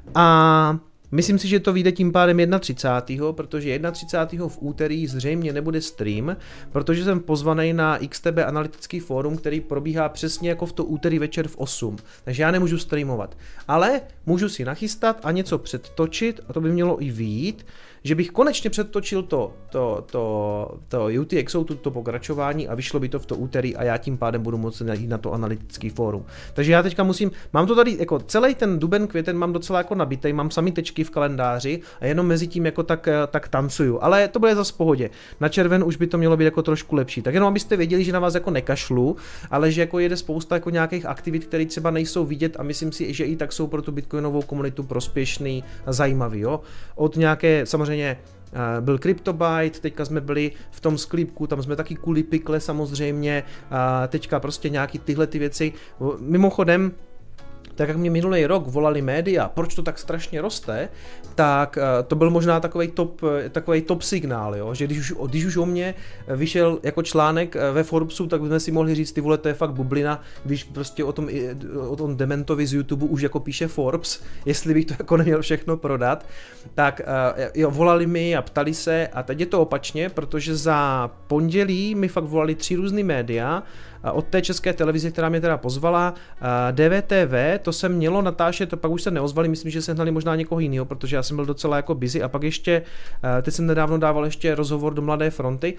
a myslím si, že to vyjde tím pádem třicátého prvního protože třicátého prvního v úterý zřejmě nebude stream, protože jsem pozvaný na X T B analytický fórum, který probíhá přesně jako v to úterý večer v osm. Takže já nemůžu streamovat. Ale můžu si nachystat a něco předtočit, a to by mělo i vyjít, že bych konečně předtočil to, to, to, to U T X O, to, to pokračování a vyšlo by to v to úterý a já tím pádem budu moci jít na to analytický fórum. Takže já teďka musím, mám to tady, jako celý ten duben, květen mám docela jako nabitej, mám samý tečky v kalendáři a jenom mezi tím jako tak, tak tancuju, ale to bude zase v pohodě. Na červen už by to mělo být jako trošku lepší. Tak jenom abyste věděli, že na vás jako nekašlu, ale že jako jede spousta jako nějakých aktivit, které třeba nejsou vidět a myslím si, že i tak jsou pro tu bitcoinovou komunitu prospěšný a zajímavý, jo. Od nějaké samozřejmě byl CryptoByte, teďka jsme byli v tom sklípku, tam jsme taky kvůli pikle samozřejmě, a teďka prostě nějaký tyhle ty věci. Mimochodem, tak jak mě minulý rok volali média, proč to tak strašně roste, tak to byl možná takovej top, takovej top signál, jo? Že když už, když už o mě vyšel jako článek ve Forbesu, tak bychom si mohli říct, ty vole, to je fakt bublina, když prostě o tom, o tom dementovi z YouTube už jako píše Forbes, jestli bych to jako neměl všechno prodat, tak jo, volali mi a ptali se a teď je to opačně, protože za pondělí mi fakt volali tři různý média, od té České televize, která mě teda pozvala, D V T V, to jsem mělo natáčet, to pak už se neozvali, myslím, že se hnali možná někoho jiného, protože já jsem byl docela jako busy a pak ještě, teď jsem nedávno dával ještě rozhovor do Mladé fronty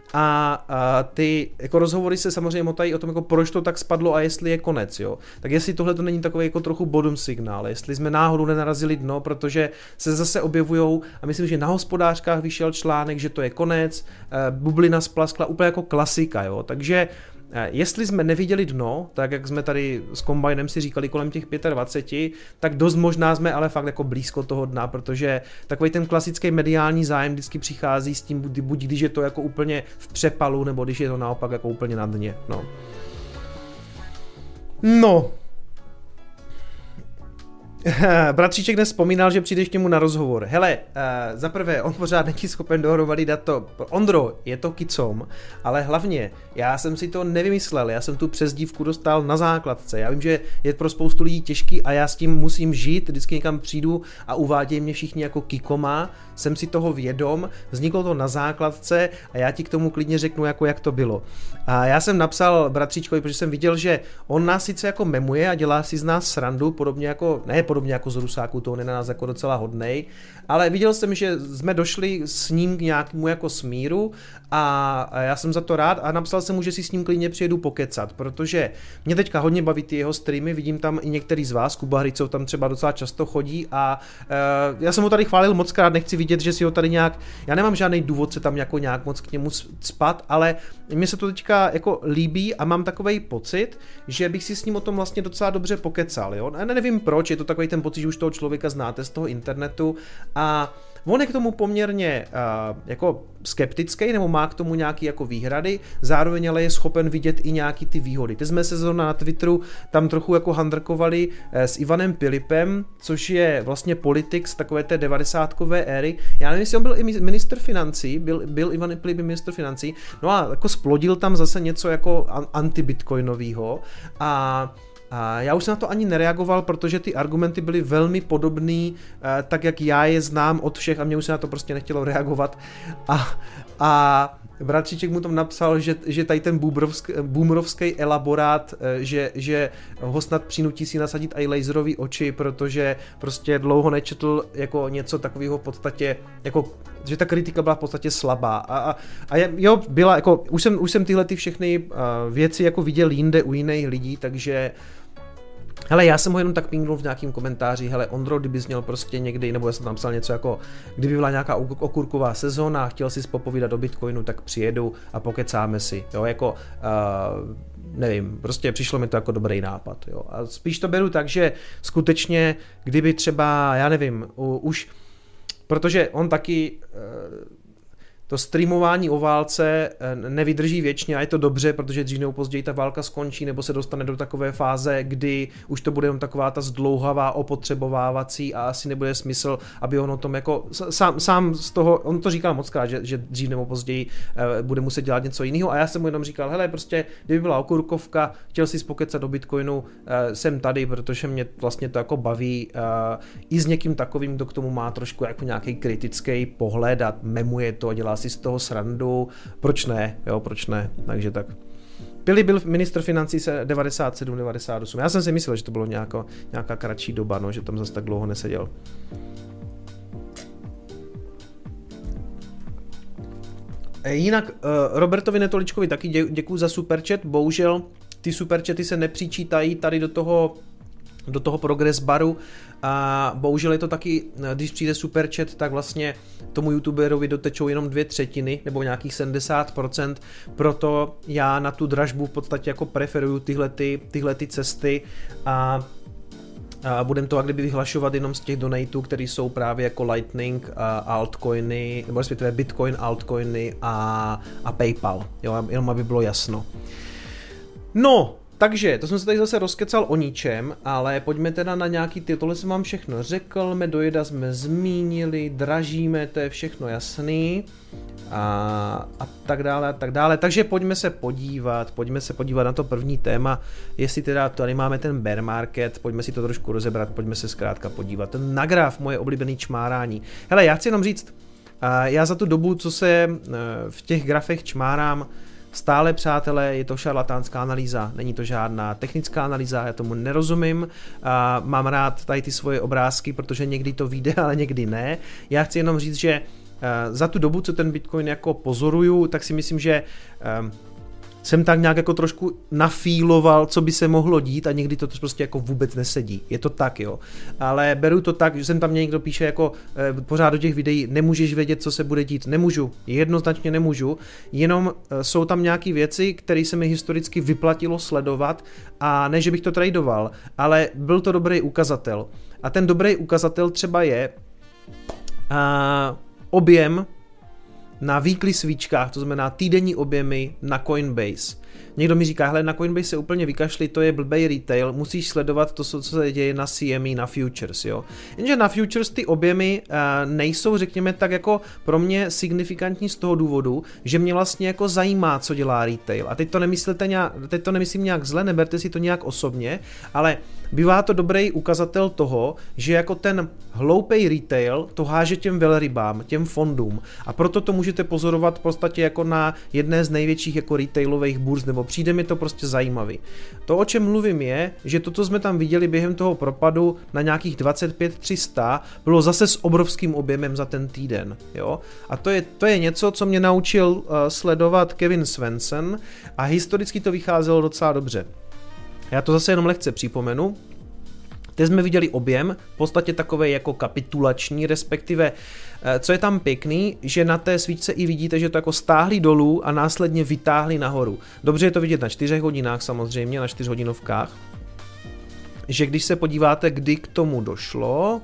a, a ty jako rozhovory se samozřejmě motají o tom, jako proč to tak spadlo a jestli je konec, jo. Tak jestli tohle to není takový jako trochu bottom signál, jestli jsme náhodou nenarazili dno, protože se zase objevujou a myslím, že na Hospodářkách vyšel článek, že to je konec, bublina splaskla, úplně jako klasika, jo. Takže jestli jsme neviděli dno, tak jak jsme tady s Combinem si říkali kolem těch dvacet pět, tak dost možná jsme ale fakt jako blízko toho dna, protože takový ten klasický mediální zájem vždycky přichází s tím, buď když je to jako úplně v přepalu, nebo když je to naopak jako úplně na dně, no. No. Bratříček dnes vzpomínal, že přijdeš k němu na rozhovor. Hele, uh, za prvé, on pořád není schopen dohromady dát to. Ondro, je to kicom, ale hlavně, já jsem si to nevymyslel, já jsem tu přezdívku dostal na základce. Já vím, že je pro spoustu lidí těžký a já s tím musím žít, vždycky někam přijdu a uvádějí mě všichni jako kikoma, jsem si toho vědom, vzniklo to na základce a já ti k tomu klidně řeknu, jako jak to bylo. A já jsem napsal bratříčkovi, protože jsem viděl, že on nás sice jako memuje a dělá si z nás srandu, podobně jako, ne podobně jako z Rusáku, to on je na nás jako docela hodnej, ale viděl jsem, že jsme došli s ním k nějakému jako smíru a já jsem za to rád a napsal jsem mu, že si s ním klidně přijedu pokecat, protože mě teďka hodně baví ty jeho streamy, vidím tam i některý z vás, Kuba Hrycov tam třeba docela často chodí a uh, já jsem ho tady chválil mockrát, nechci vidět, že si ho tady nějak, já nemám žádný důvod se tam jako nějak moc k němu spat, ale mně se to teďka jako líbí a mám takovej pocit, že bych si s ním o tom vlastně docela dobře pokecal, jo, a nevím proč, je to takový ten pocit, že už toho člověka znáte z toho internetu a on je k tomu poměrně uh, jako skeptický, nebo má k tomu nějaký jako výhrady, zároveň ale je schopen vidět i nějaký ty výhody. Teď jsme se zrovna na Twitteru tam trochu jako handrkovali eh, s Ivanem Pilipem, což je vlastně politik z takové té devadesátkové éry. Já nevím, jestli on byl i ministr financí, byl, byl Ivan Pilip ministr financí, no a jako splodil tam zase něco jako antibitcoinového a A já už jsem na to ani nereagoval, protože ty argumenty byly velmi podobný, tak jak já je znám od všech a mě už se na to prostě nechtělo reagovat. A, a bratříček mu tam napsal, že, že tady ten boomerovský elaborát, že, že ho snad přinutí si nasadit i laserový oči, protože prostě dlouho nečetl jako něco takového v podstatě, jako, že ta kritika byla v podstatě slabá. A, a, a jo, byla, jako, už jsem, už jsem tyhle ty všechny věci jako viděl jinde u jiných lidí, takže hele, já jsem ho jenom tak pingnul v nějakým komentáři, hele Ondro, kdybys měl prostě někdy, nebo já jsem tam psal něco jako, kdyby byla nějaká okurková sezóna a chtěl si popovídat o Bitcoinu, tak přijedu a pokecáme si, jo, jako, uh, nevím, prostě přišlo mi to jako dobrý nápad, jo, a spíš to beru tak, že skutečně, kdyby třeba, já nevím, u, už, protože on taky, uh, to streamování o válce nevydrží věčně a je to dobře, protože dřív nebo později ta válka skončí nebo se dostane do takové fáze, kdy už to bude jen taková ta zdlouhavá opotřebovávací a asi nebude smysl, aby on o tom jako sám, sám z toho, on to říkal mockrát, že, že dřív nebo později bude muset dělat něco jiného a já jsem mu jenom říkal, hele prostě, kdyby byla okurkovka, chtěl si spokecat do Bitcoinu, jsem tady, protože mě vlastně to jako baví i s někým takovým, kdo k tomu má trošku jako nějaký kritický pohled a memuje to, dělá si z toho srandu, proč ne, jo, proč ne, takže tak. Pili byl ministr financí se devadesát sedm devadesát osm, já jsem si myslel, že to bylo nějaká, nějaká kratší doba, no, že tam zase tak dlouho neseděl. Jinak Robertovi Netoličkovi taky dě, děkuju za superchat, bohužel ty superchaty se nepřičítají tady do toho do toho progress baru a bohužel je to taky, když přijde superchat, tak vlastně tomu youtuberovi dotečou jenom dvě třetiny nebo nějakých sedmdesát procent, proto já na tu dražbu v podstatě jako preferuju tyhle, ty, tyhle ty cesty a a budem to jak kdyby vyhlašovat jenom z těch donatů, které jsou právě jako Lightning, a altcoiny, nebo respektive Bitcoin, altcoiny a, a PayPal, jo, jenom aby bylo jasno. No, takže, to jsem se tady zase rozkecal o ničem, ale pojďme teda na nějaký ty, tohle jsem vám všechno řekl, Medojeda jsme zmínili, dražíme, to je všechno jasný a, a tak dále a tak dále, takže pojďme se podívat, pojďme se podívat na to první téma, jestli teda tady máme ten bear market, pojďme si to trošku rozebrat, pojďme se zkrátka podívat, ten na graf, moje oblíbený čmárání. Hele, já chci jenom říct, já za tu dobu, co se v těch grafech čmárám, stále, přátelé, je to šarlatánská analýza, není to žádná technická analýza, já tomu nerozumím, a mám rád tady ty svoje obrázky, protože někdy to vyjde, ale někdy ne. Já chci jenom říct, že za tu dobu, co ten Bitcoin jako pozoruju, tak si myslím, že jsem tak nějak jako trošku nafíloval, co by se mohlo dít a někdy to prostě jako vůbec nesedí. Je to tak, jo. Ale beru to tak, že jsem tam někdo píše jako e, pořád do těch videí, nemůžeš vědět, co se bude dít. Nemůžu, jednoznačně nemůžu, jenom e, jsou tam nějaké věci, které se mi historicky vyplatilo sledovat a ne, že bych to tradoval, ale byl to dobrý ukazatel. A ten dobrý ukazatel třeba je a, objem na weekly svíčkách, to znamená týdenní objemy na Coinbase. Někdo mi říká, hele, na Coinbase se úplně vykašli, to je blbej retail, musíš sledovat to, co se děje na C M E, na futures, jo. Jenže na futures ty objemy uh, nejsou, řekněme, tak jako pro mě signifikantní z toho důvodu, že mě vlastně jako zajímá, co dělá retail. A teď to nemyslíte nějak, teď to nemyslím nějak zle, neberte si to nějak osobně, ale bývá to dobrý ukazatel toho, že jako ten hloupej retail to háže těm velrybám, těm fondům a proto to můžete pozorovat v podstatě jako na jedné z největších jako retailových burz, nebo přijde mi to prostě zajímavý. To, o čem mluvím, je, že to, co jsme tam viděli během toho propadu na nějakých dvacet pět tři sta, bylo zase s obrovským objemem za ten týden, jo? A to je, to je něco, co mě naučil uh, sledovat Kevin Svensson a historicky to vycházelo docela dobře. Já to zase jenom lehce připomenu. Teď jsme viděli objem, v podstatě takové jako kapitulační, respektive, co je tam pěkný, že na té svíčce i vidíte, že to jako stáhli dolů a následně vytáhli nahoru. Dobře je to vidět na čtyřech hodinách samozřejmě, na čtyřhodinovkách. Že když se podíváte, kdy k tomu došlo,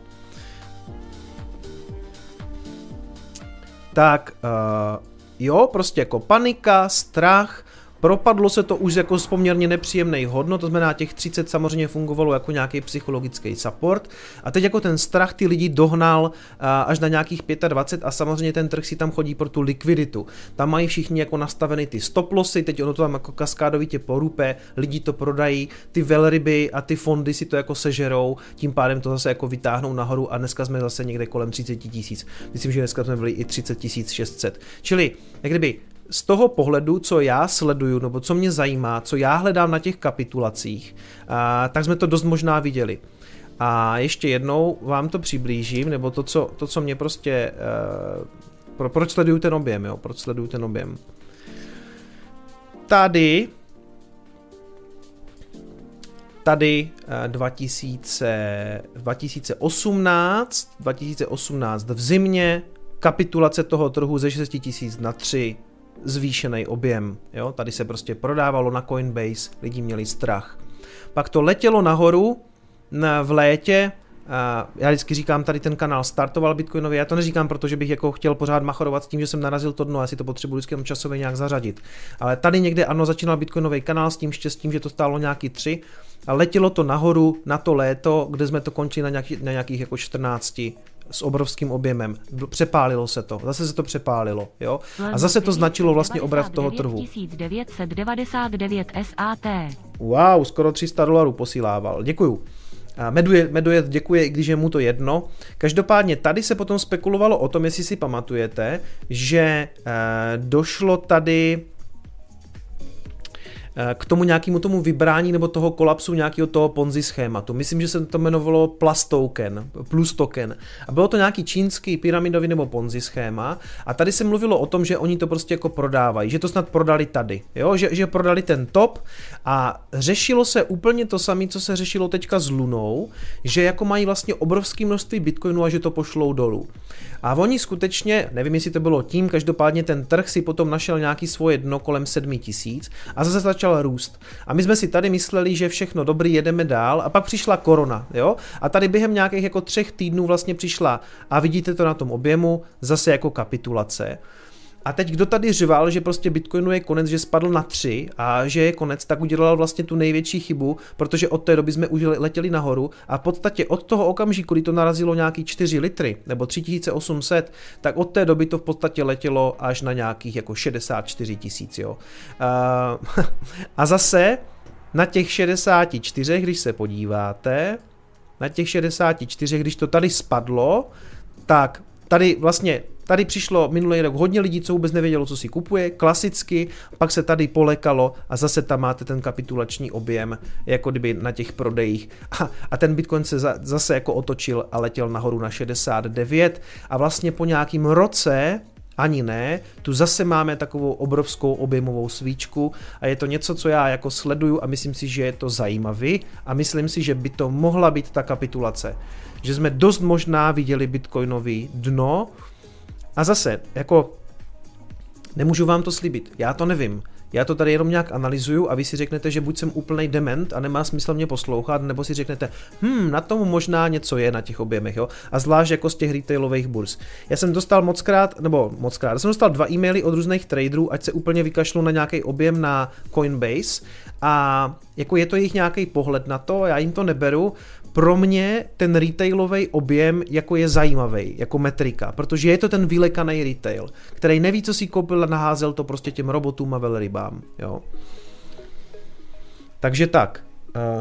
tak uh, jo, prostě jako panika, strach, propadlo se to už jako z poměrně nepříjemných hodnot, to znamená těch třicet samozřejmě fungovalo jako nějaký psychologický support a teď jako ten strach ty lidi dohnal až na nějakých dvacet pět a samozřejmě ten trh si tam chodí pro tu likviditu. Tam mají všichni jako nastavený ty stop lossy, teď ono to tam jako kaskádovitě porupe, lidi to prodají, ty velryby a ty fondy si to jako sežerou, tím pádem to zase jako vytáhnou nahoru a dneska jsme zase někde kolem třicet tisíc. Myslím, že dneska jsme byli i třicet tisíc šest set. Čili jak kdyby z toho pohledu, co já sleduju, nebo co mě zajímá, co já hledám na těch kapitulacích, a, tak jsme to dost možná viděli. A ještě jednou vám to přiblížím, nebo to, co, to, co mě prostě... Uh, pro, proč sleduju ten objem, jo? Proč sleduju ten objem? Tady... Tady uh, dva tisíce osmnáct, dva tisíce osmnáct v zimě, kapitulace toho trhu ze šest tisíc na tři, zvýšený objem, jo? Tady se prostě prodávalo na Coinbase, lidi měli strach. Pak to letělo nahoru na, v létě, a já vždycky říkám, tady ten kanál startoval bitcoinově, já to neříkám, protože bych jako chtěl pořád machrovat s tím, že jsem narazil to dno, já si to potřebuji vždycky jenom časově nějak zařadit. Ale tady někde ano, začínal bitcoinový kanál s tím štěstím, že to stálo nějaký tři a letělo to nahoru na to léto, kde jsme to končili na, nějaký, na nějakých jako čtrnácti s obrovským objemem. Přepálilo se to, zase se to přepálilo, jo? A zase to značilo vlastně obrat toho trhu. devět set devadesát devět S A T. Wow, skoro tři sta dolarů posílával. Děkuju. Meduje, Meduje děkuje, i když je mu to jedno. Každopádně tady se potom spekulovalo o tom, jestli si pamatujete, že eh, došlo tady k tomu nějakému tomu vybrání nebo toho kolapsu nějakého toho Ponzi schématu. Myslím, že se to jmenovalo Plus Token, Plus Token. A bylo to nějaký čínský pyramidový nebo Ponzi schéma a tady se mluvilo o tom, že oni to prostě jako prodávají, že to snad prodali tady, jo? Že, že prodali ten top a řešilo se úplně to samé, co se řešilo teďka s Lunou, že jako mají vlastně obrovské množství bitcoinů a že to pošlou dolů. A oni skutečně, nevím, jestli to bylo tím, každopádně ten trh si potom našel nějaký svoje dno kolem sedm tisíc a zase začal růst. A my jsme si tady mysleli, že všechno dobrý, jedeme dál a pak přišla korona, jo? A tady během nějakých jako třech týdnů vlastně přišla a vidíte to na tom objemu, zase jako kapitulace. A teď kdo tady řval, že prostě Bitcoinu je konec, že spadl na tři a že je konec, tak udělal vlastně tu největší chybu, protože od té doby jsme už letěli nahoru a v podstatě od toho okamžiku, kdy to narazilo nějaký čtyři litry nebo tři tisíce osm set, tak od té doby to v podstatě letělo až na nějakých jako šedesát čtyři tisíc, jo. Uh, a zase na těch šedesáti čtyřech, když se podíváte, na těch šedesáti čtyřech, když to tady spadlo, tak tady vlastně Tady přišlo minulý rok hodně lidí, co vůbec nevědělo, co si kupuje, klasicky, pak se tady polekalo a zase tam máte ten kapitulační objem, jako kdyby na těch prodejích. A, a ten Bitcoin se za, zase jako otočil a letěl nahoru na šedesát devět a vlastně po nějakým roce, ani ne, tu zase máme takovou obrovskou objemovou svíčku a je to něco, co já jako sleduju a myslím si, že je to zajímavý a myslím si, že by to mohla být ta kapitulace. Že jsme dost možná viděli bitcoinový dno. A zase, jako, nemůžu vám to slíbit, já to nevím, já to tady jenom nějak analyzuju a vy si řeknete, že buď jsem úplnej dement a nemá smysl mě poslouchat, nebo si řeknete, hm, na tom možná něco je na těch objemech, jo, a zvlášť jako z těch retailových burz. Já jsem dostal mockrát, nebo mockrát, já jsem dostal dva e-maily od různých traderů, ať se úplně vykašlu na nějaký objem na Coinbase a jako je to jejich nějaký pohled na to, já jim to neberu. Pro mě ten retailový objem jako je zajímavý, jako metrika, protože je to ten vylekaný retail, který neví, co si koupil a naházel to prostě těm robotům a velrybám, jo. Takže tak. Uh,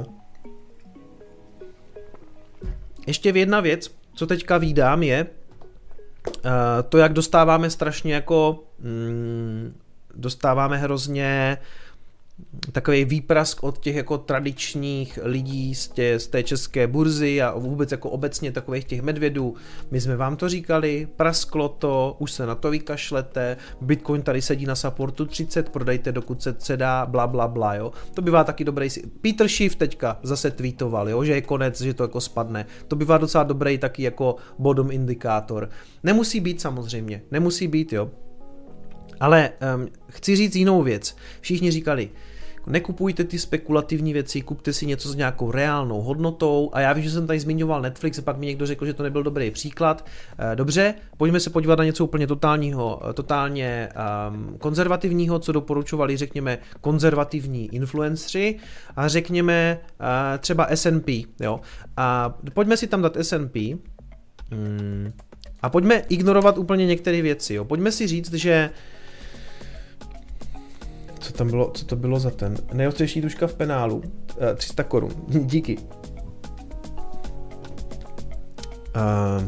ještě jedna věc, co teďka vídám, je uh, to, jak dostáváme strašně jako mm, dostáváme hrozně takový výprask od těch jako tradičních lidí z, tě, z té české burzy a vůbec jako obecně takových těch medvědů. My jsme vám to říkali, prasklo to, už se na to vykašlete, Bitcoin tady sedí na supportu třicet, prodejte dokud se, se dá, bla bla bla, jo. To bývá taky dobrý, Peter Schiff teďka zase tweetoval, jo, že je konec, že to jako spadne. To bývá docela dobrý taky jako bottom indikátor. Nemusí být samozřejmě, nemusí být, jo. Ale um, chci říct jinou věc. Všichni říkali, nekupujte ty spekulativní věci, kupte si něco s nějakou reálnou hodnotou a já vím, že jsem tady zmiňoval Netflix a pak mi někdo řekl, že to nebyl dobrý příklad. Dobře, pojďme se podívat na něco úplně totálního, totálně um, konzervativního, co doporučovali, řekněme, konzervativní influenceri a řekněme uh, třeba S and P, jo. A pojďme si tam dát S and P hmm. a pojďme ignorovat úplně některé věci, jo. Pojďme si říct, že Co tam bylo, co to bylo za ten? Nejostřejší tuška v penálu. Uh, tři sta korun. Díky. Uh,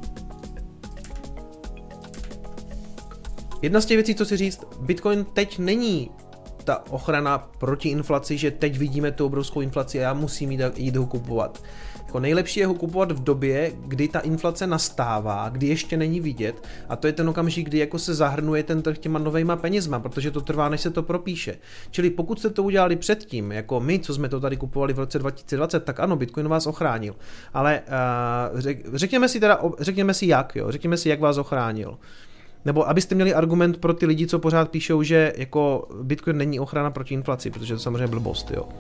jedna z těch věcí, co si říct, Bitcoin teď není ta ochrana proti inflaci, že teď vidíme tu obrovskou inflaci a já musím jít, jít ho kupovat. Jako nejlepší je ho kupovat v době, kdy ta inflace nastává, kdy ještě není vidět a to je ten okamžik, kdy jako se zahrnuje ten trh těma novejma penězma, protože to trvá, než se to propíše. Čili pokud jste to udělali předtím, jako my, co jsme to tady kupovali v roce dva tisíce dvacet, tak ano, Bitcoin vás ochránil. Ale uh, řek, řekněme si teda, řekněme si jak, jo, řekněme si, jak vás ochránil. Nebo abyste měli argument pro ty lidi, co pořád píšou, že jako Bitcoin není ochrana proti inflaci, protože to samozřejmě blbost, jo.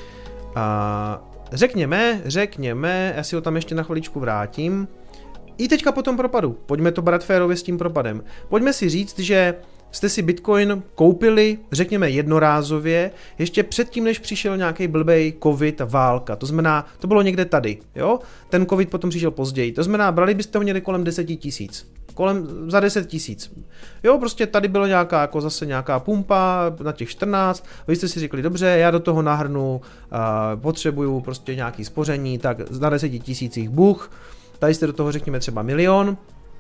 A řekněme, řekněme, já si ho tam ještě na chviličku vrátím. I teďka po tom propadu. Pojďme to brát férově s tím propadem. Pojďme si říct, že jste si Bitcoin koupili, řekněme jednorázově, ještě předtím, než přišel nějaký blbej covid a válka. To znamená, to bylo někde tady, jo? Ten covid potom přišel později. To znamená, brali byste ho někde kolem deset tisíc. Kolem za deset tisíc. Jo, prostě tady byla nějaká, jako zase nějaká pumpa na těch čtrnáct, vy jste si řekli, dobře, já do toho nahrnu, uh, potřebuju prostě nějaký spoření, tak na deseti tisících buch, tady jste do toho řekněme třeba milion,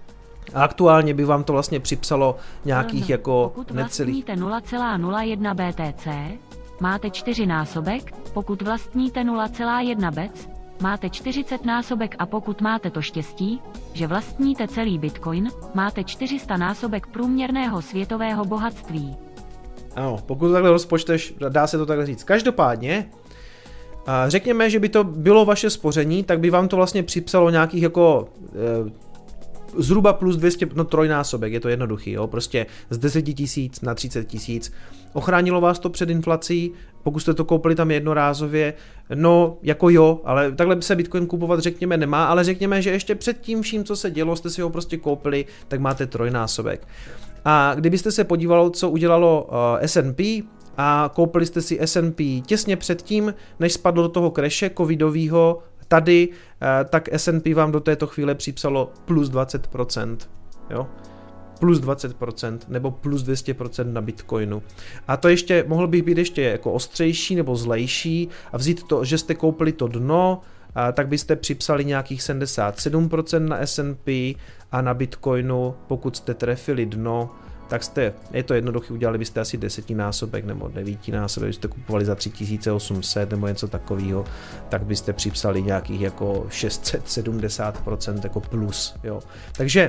a aktuálně by vám to vlastně připsalo nějakých no, jako pokud necelých. Pokud vlastníte nula celá nula jedna B T C, máte čtyři násobek, pokud vlastníte nula celá jedna B E C, máte čtyřicet násobek a pokud máte to štěstí, že vlastníte celý Bitcoin, máte čtyři sta násobek průměrného světového bohatství. Ano, pokud to takhle rozpočteš, dá se to takhle říct. Každopádně, řekněme, že by to bylo vaše spoření, tak by vám to vlastně připsalo nějakých jako e, zhruba plus dvě stě, no trojnásobek, je to jednoduchý, jo, prostě z deset tisíc na třicet tisíc. Ochránilo vás to před inflací, pokud jste to koupili tam jednorázově, no jako jo, ale takhle by se Bitcoin kupovat řekněme nemá, ale řekněme, že ještě před tím vším, co se dělo, jste si ho prostě koupili, tak máte trojnásobek. A kdybyste se podívalo, co udělalo uh, S and P a koupili jste si S and P těsně před tím, než spadlo do toho crashe covidového, tady, uh, tak S and P vám do této chvíle připsalo plus dvacet procent, jo. Plus dvacet procent nebo plus dvě stě procent na Bitcoinu. A to ještě, mohl bych být ještě jako ostřejší nebo zlejší a vzít to, že jste koupili to dno, a tak byste připsali nějakých sedmdesát sedm procent na S and P a na Bitcoinu, pokud jste trefili dno, tak jste, je to jednoduché, udělali byste asi desetinásobek nebo devítinásobek, byste kupovali za tři tisíce osm set nebo něco takového, tak byste připsali nějakých jako šest set sedmdesát procent jako plus, jo. Takže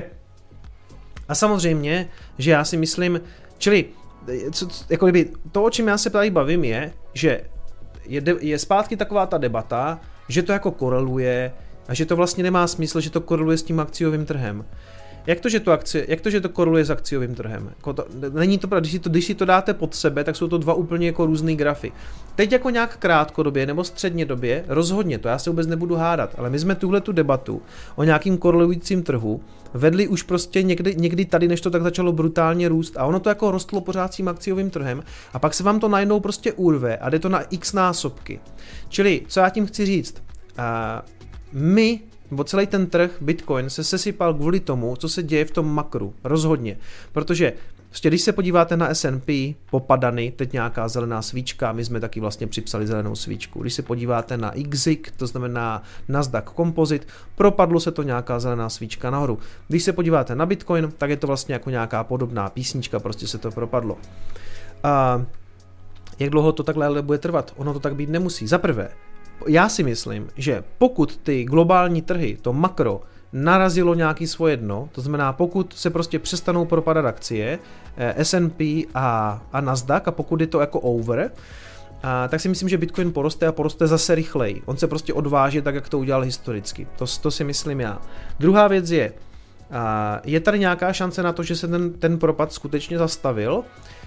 a samozřejmě, že já si myslím, čili co, jako kdyby, to, o čem já se tady bavím, je, že je, de, je zpátky taková ta debata, že to jako koreluje a že to vlastně nemá smysl, že to koreluje s tím akciovým trhem. Jak to, že to, akci, jak to, že to koreluje s akciovým trhem? Jako to, není to pravda, když si to, když si to dáte pod sebe, tak jsou to dva úplně jako různý grafy. Teď jako nějak krátkodobě nebo středně době, rozhodně, to já se vůbec nebudu hádat, ale my jsme tuhle tu debatu o nějakým korelujícím trhu vedli už prostě někdy, někdy tady, než to tak začalo brutálně růst a ono to jako rostlo pořád s tím akciovým trhem a pak se vám to najednou prostě urve a jde to na x násobky. Čili, co já tím chci říct? Uh, my nebo celý ten trh Bitcoin se sesypal kvůli tomu, co se děje v tom makru. Rozhodně. Protože prostě, když se podíváte na S and P, popadany, teď nějaká zelená svíčka, my jsme taky vlastně připsali zelenou svíčku. Když se podíváte na X Y, to znamená Nasdaq Composite, propadlo se to nějaká zelená svíčka nahoru. Když se podíváte na Bitcoin, tak je to vlastně jako nějaká podobná písnička, prostě se to propadlo. A jak dlouho to takhle bude trvat? Ono to tak být nemusí. Za prvé, já si myslím, že pokud ty globální trhy, to makro, narazilo nějaký svoje dno, to znamená pokud se prostě přestanou propadat akcie, S and P a, a Nasdaq a pokud je to jako over, a, tak si myslím, že Bitcoin poroste a poroste zase rychleji. On se prostě odváží tak, jak to udělal historicky. To, to si myslím já. Druhá věc je, a, je tady nějaká šance na to, že se ten, ten propad skutečně zastavil.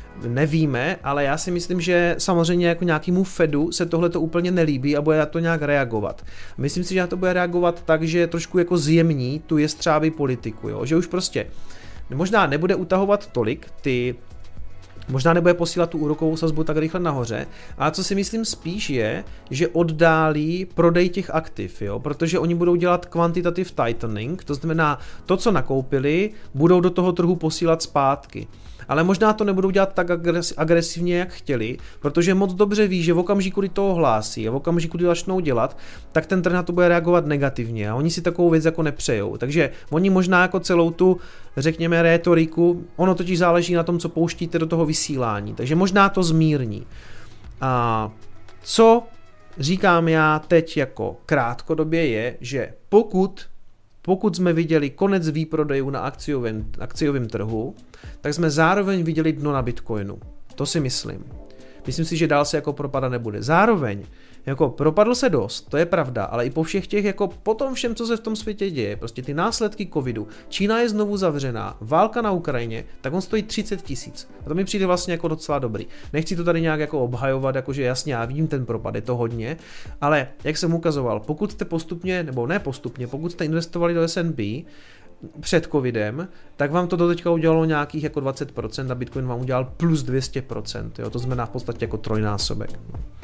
nevíme, ale já si myslím, že samozřejmě jako nějakému Fedu se tohle to úplně nelíbí a bude na to nějak reagovat. Myslím si, že na to bude reagovat tak, že trošku jako zjemní tu jestřábí politiku, jo? Že už prostě možná nebude utahovat tolik ty, možná nebude posílat tu úrokovou sazbu tak rychle nahoře, ale co si myslím spíš je, že oddálí prodej těch aktiv, jo? Protože oni budou dělat quantitative tightening, to znamená to, co nakoupili, budou do toho trhu posílat zpátky. Ale možná to nebudou dělat tak agresivně, jak chtěli, protože moc dobře ví, že v okamžiku, kdy to ohlásí a v okamžiku, kdy začnou dělat, tak ten trh na to bude reagovat negativně a oni si takovou věc jako nepřejou. Takže oni možná jako celou tu, řekněme, rétoriku, ono totiž záleží na tom, co pouštíte do toho vysílání, takže možná to zmírní. A co říkám já teď jako krátkodobě je, že pokud Pokud jsme viděli konec výprodejů na akciovém, akciovém trhu, tak jsme zároveň viděli dno na Bitcoinu. To si myslím. Myslím si, že dál se jako propadat nebude. Zároveň, jako propadl se dost, to je pravda, ale i po všech těch, jako po tom všem, co se v tom světě děje, prostě ty následky covidu, Čína je znovu zavřená, válka na Ukrajině, tak on stojí třicet tisíc. A to mi přijde vlastně jako docela dobrý. Nechci to tady nějak jako obhajovat, jakože jasně, já vidím ten propad, je to hodně, ale jak jsem ukazoval, pokud jste postupně, nebo ne postupně, pokud jste investovali do S and P, před covidem, tak vám to do teďka udělalo nějakých jako dvacet procent a Bitcoin vám udělal plus dvě stě procent, jo? To znamená v podstatě jako trojnásobek.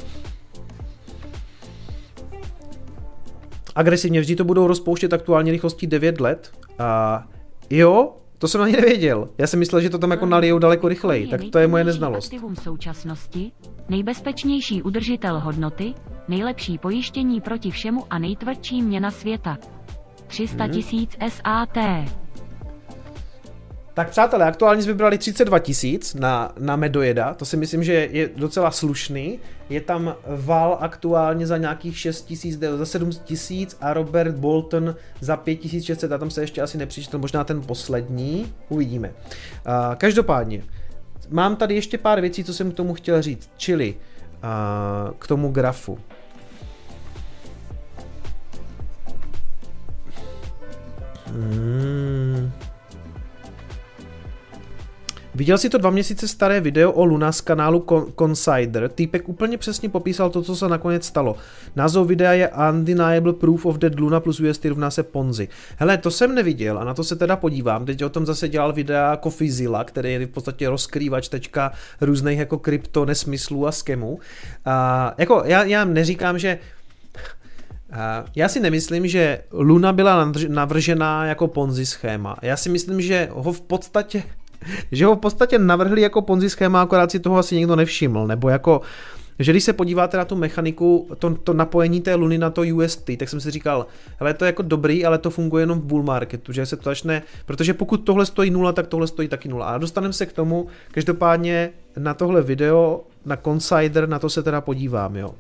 Agresivně vždy to budou rozpouštět aktuální rychlostí devět let a jo, to jsem ani nevěděl. Já jsem myslel, že to tam jako nalijou daleko rychleji, tak to je moje neznalost. Aktivum současnosti, nejbezpečnější udržitel hodnoty, nejlepší pojištění proti všemu a nejtvrdší měna světa. tři sta tisíc S A T. Tak přátelé, aktuálně jsme vybrali třicet dva tisíc na, na Medojeda, to si myslím, že je docela slušný. Je tam Val aktuálně za nějakých šest tisíc, za sedm tisíc a Robert Bolton za pět tisíc šest set a tam se ještě asi nepřičetl, možná ten poslední, uvidíme. Uh, každopádně, mám tady ještě pár věcí, co jsem k tomu chtěl říct, čili uh, k tomu grafu. Hmm. Viděl si to dva měsíce staré video o Luna z kanálu Consider. Týpek úplně přesně popísal to, co se nakonec stalo. Název videa je Undeniable Proof of That Luna plus U S D rovná se Ponzi. Hele, to jsem neviděl a na to se teda podívám. Teď o tom zase dělal videa CoffeeZilla, který je v podstatě rozkrývač tečka různých jako krypto nesmyslů a skemů. A jako já, já neříkám, že já si nemyslím, že Luna byla navržená jako Ponzi schéma. Já si myslím, že ho v podstatě že ho v podstatě navrhli jako Ponzi schéma, akorát si toho asi nikdo nevšiml, nebo jako, že když se podíváte na tu mechaniku, to, to napojení té Luny na to U S D, tak jsem si říkal, hele, to je jako dobrý, ale to funguje jenom v bull marketu, že se to začne, protože pokud tohle stojí nula, tak tohle stojí taky nula. A dostaneme se k tomu, každopádně na tohle video, na Consider, na to se teda podívám, jo.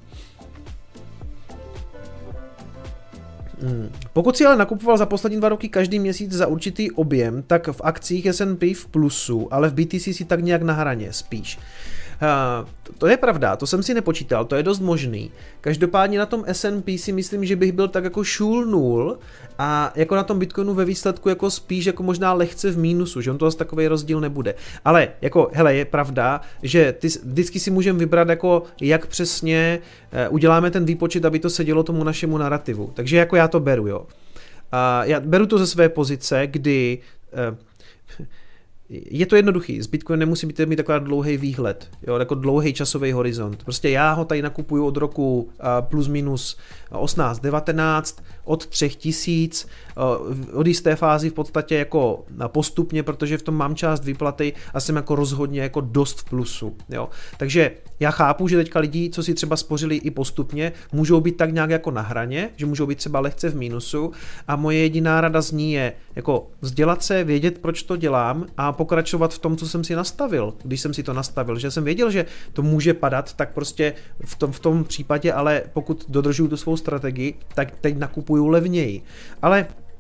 Hmm. Pokud si ale nakupoval za poslední dva roky každý měsíc za určitý objem, tak v akcích S and P v plusu, ale v B T C si tak nějak na hraně spíš. Uh, to je pravda, to jsem si nepočítal, to je dost možný. Každopádně na tom S and P si myslím, že bych byl tak jako šůl nul a jako na tom Bitcoinu ve výsledku jako spíš jako možná lehce v mínusu, že on to asi takový rozdíl nebude. Ale jako hele, je pravda, že ty, vždycky si můžeme vybrat jako jak přesně uh, uděláme ten výpočet, aby to sedělo tomu našemu narrativu. Takže jako já to beru, jo. Uh, já beru to ze své pozice, kdy uh, je to jednoduchý, s Bitcoinem nemusí být mít takový dlouhý výhled, jo, jako dlouhý časový horizont. Prostě já ho tady nakupuju od roku uh, plus minus osmnáct devatenáct, od třech tisíc, uh, od jisté fázi v podstatě jako postupně, protože v tom mám část výplaty a jsem jako rozhodně jako dost v plusu, jo. Takže já chápu, že teďka lidi, co si třeba spořili i postupně, můžou být tak nějak jako na hraně, že můžou být třeba lehce v mínusu a moje jediná rada z ní je jako vzdělat se, vědět, proč to dělám a pokračovat v tom, co jsem si nastavil, když jsem si to nastavil, že jsem věděl, že to může padat, tak prostě v tom, v tom případě, ale pokud dodržuju tu svou strategii, tak teď nakupuju levněji. Ale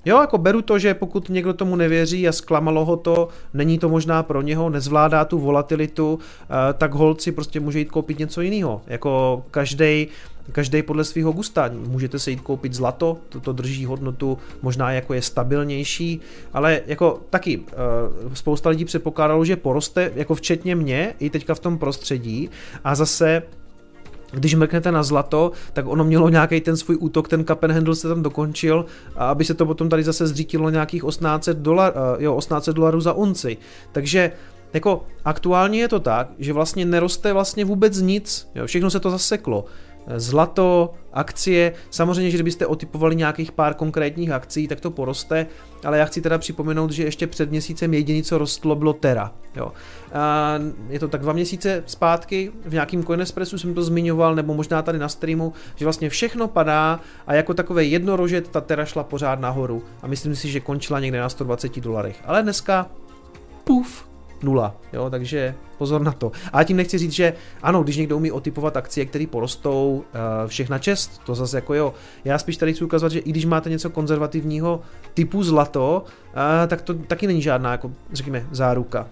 Jo, jako beru to, že pokud někdo tomu nevěří a zklamalo ho to, není to možná pro něho, nezvládá tu volatilitu, tak holt si prostě může jít koupit něco jiného. Jako každej, každej podle svého gusta. Můžete se jít koupit zlato, to, to drží hodnotu, možná jako je stabilnější, ale jako taky spousta lidí předpokládalo, že poroste, jako včetně mě, i teďka v tom prostředí a zase když mrknete na zlato, tak ono mělo nějaký ten svůj útok, ten cup and handle se tam dokončil a aby se to potom tady zase zřítilo nějakých osmnáct set dolarů, jo, osmnáct set dolarů za unci. Takže jako aktuálně je to tak, že vlastně neroste vlastně vůbec nic, jo, všechno se to zaseklo. Zlato, akcie, samozřejmě, že kdybyste otypovali nějakých pár konkrétních akcí, tak to poroste, ale já chci teda připomenout, že ještě před měsícem jediné, co rostlo, bylo Terra. Jo. A je to tak dva měsíce zpátky, v nějakým Coinespressu jsem to zmiňoval, nebo možná tady na streamu, že vlastně všechno padá a jako takové jednorožet ta Terra šla pořád nahoru a myslím si, že končila někde na sto dvacet dolarech. Ale dneska, puf, nula, jo, takže pozor na to. A tím nechci říct, že ano, když někdo umí otypovat akcie, které porostou, všechna čest, to zase jako jo. Já spíš tady chci ukazovat, že i když máte něco konzervativního typu zlato, tak to taky není žádná, jako řekněme, záruka.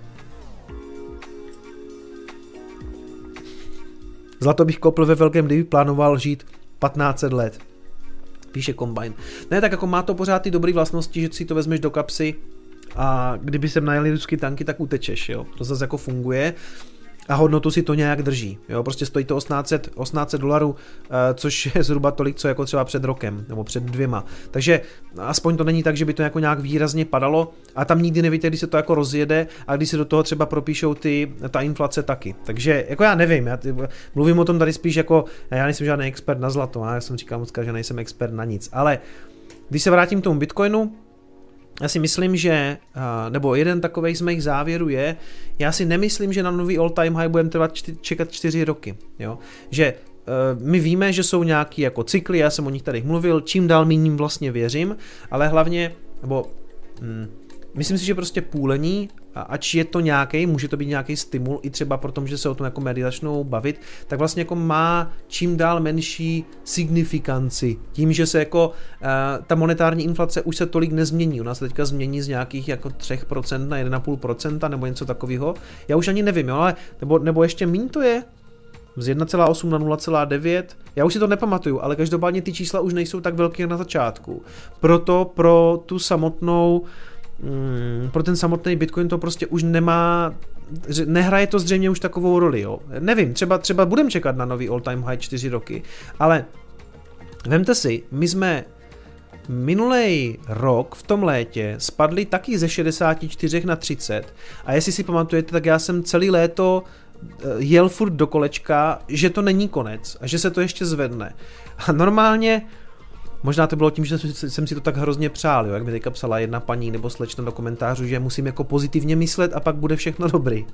Zlato bych koupil ve velkém, kdyby plánoval žít patnáct set let. Píše Combine. Ne, tak jako má to pořád ty dobré vlastnosti, že si to vezmeš do kapsy a kdyby sem najeli ruský tanky, tak utečeš, jo. To zase jako funguje a hodnotu si to nějak drží, jo. Prostě stojí to osmnáct set dolarů, což je zhruba tolik, co jako třeba před rokem, nebo před dvěma. Takže aspoň to není tak, že by to jako nějak výrazně padalo a tam nikdy nevíte, když se to jako rozjede a když se do toho třeba propíšou ty, ta inflace taky. Takže jako já nevím, já ty, mluvím o tom tady spíš jako, já nejsem žádný expert na zlato, já jsem říkal moc, že nejsem expert na nic, ale když se vrátím k tomu Bitcoinu, já si myslím, že, nebo jeden takovej z mých závěrů je, já si nemyslím, že na nový all time high budeme trvat čty, čekat čtyři roky, jo? Že my víme, že jsou nějaký jako cykly, já jsem o nich tady mluvil, čím dál míním vlastně věřím, ale hlavně, nebo hm, myslím si, že prostě půlení, ač je to nějaký, může to být nějaký stimul, i třeba proto, že se o tom jako média začnou bavit, tak vlastně jako má čím dál menší signifikanci. Tím, že se jako uh, ta monetární inflace už se tolik nezmění. U nás se teďka změní z nějakých jako tři procenta na jedna celá pět procenta nebo něco takového. Já už ani nevím, jo, ale nebo, nebo ještě míň to je z jedna celá osm na nula celá devět. Já už si to nepamatuju, ale každopádně ty čísla už nejsou tak velké na začátku. Proto pro tu samotnou Mm, pro ten samotný Bitcoin to prostě už nemá, nehraje to zřejmě už takovou roli, jo. Nevím, třeba, třeba budeme čekat na nový all time high čtyři roky, ale vemte si, my jsme minulej rok v tom létě spadli taky ze šedesát čtyři na třicet a jestli si pamatujete, tak já jsem celý léto jel furt do kolečka, že to není konec a že se to ještě zvedne. A normálně možná to bylo tím, že jsem si to tak hrozně přál, jo? Jak mi teďka psala jedna paní nebo slečna do komentářů, že musím jako pozitivně myslet a pak bude všechno dobrý.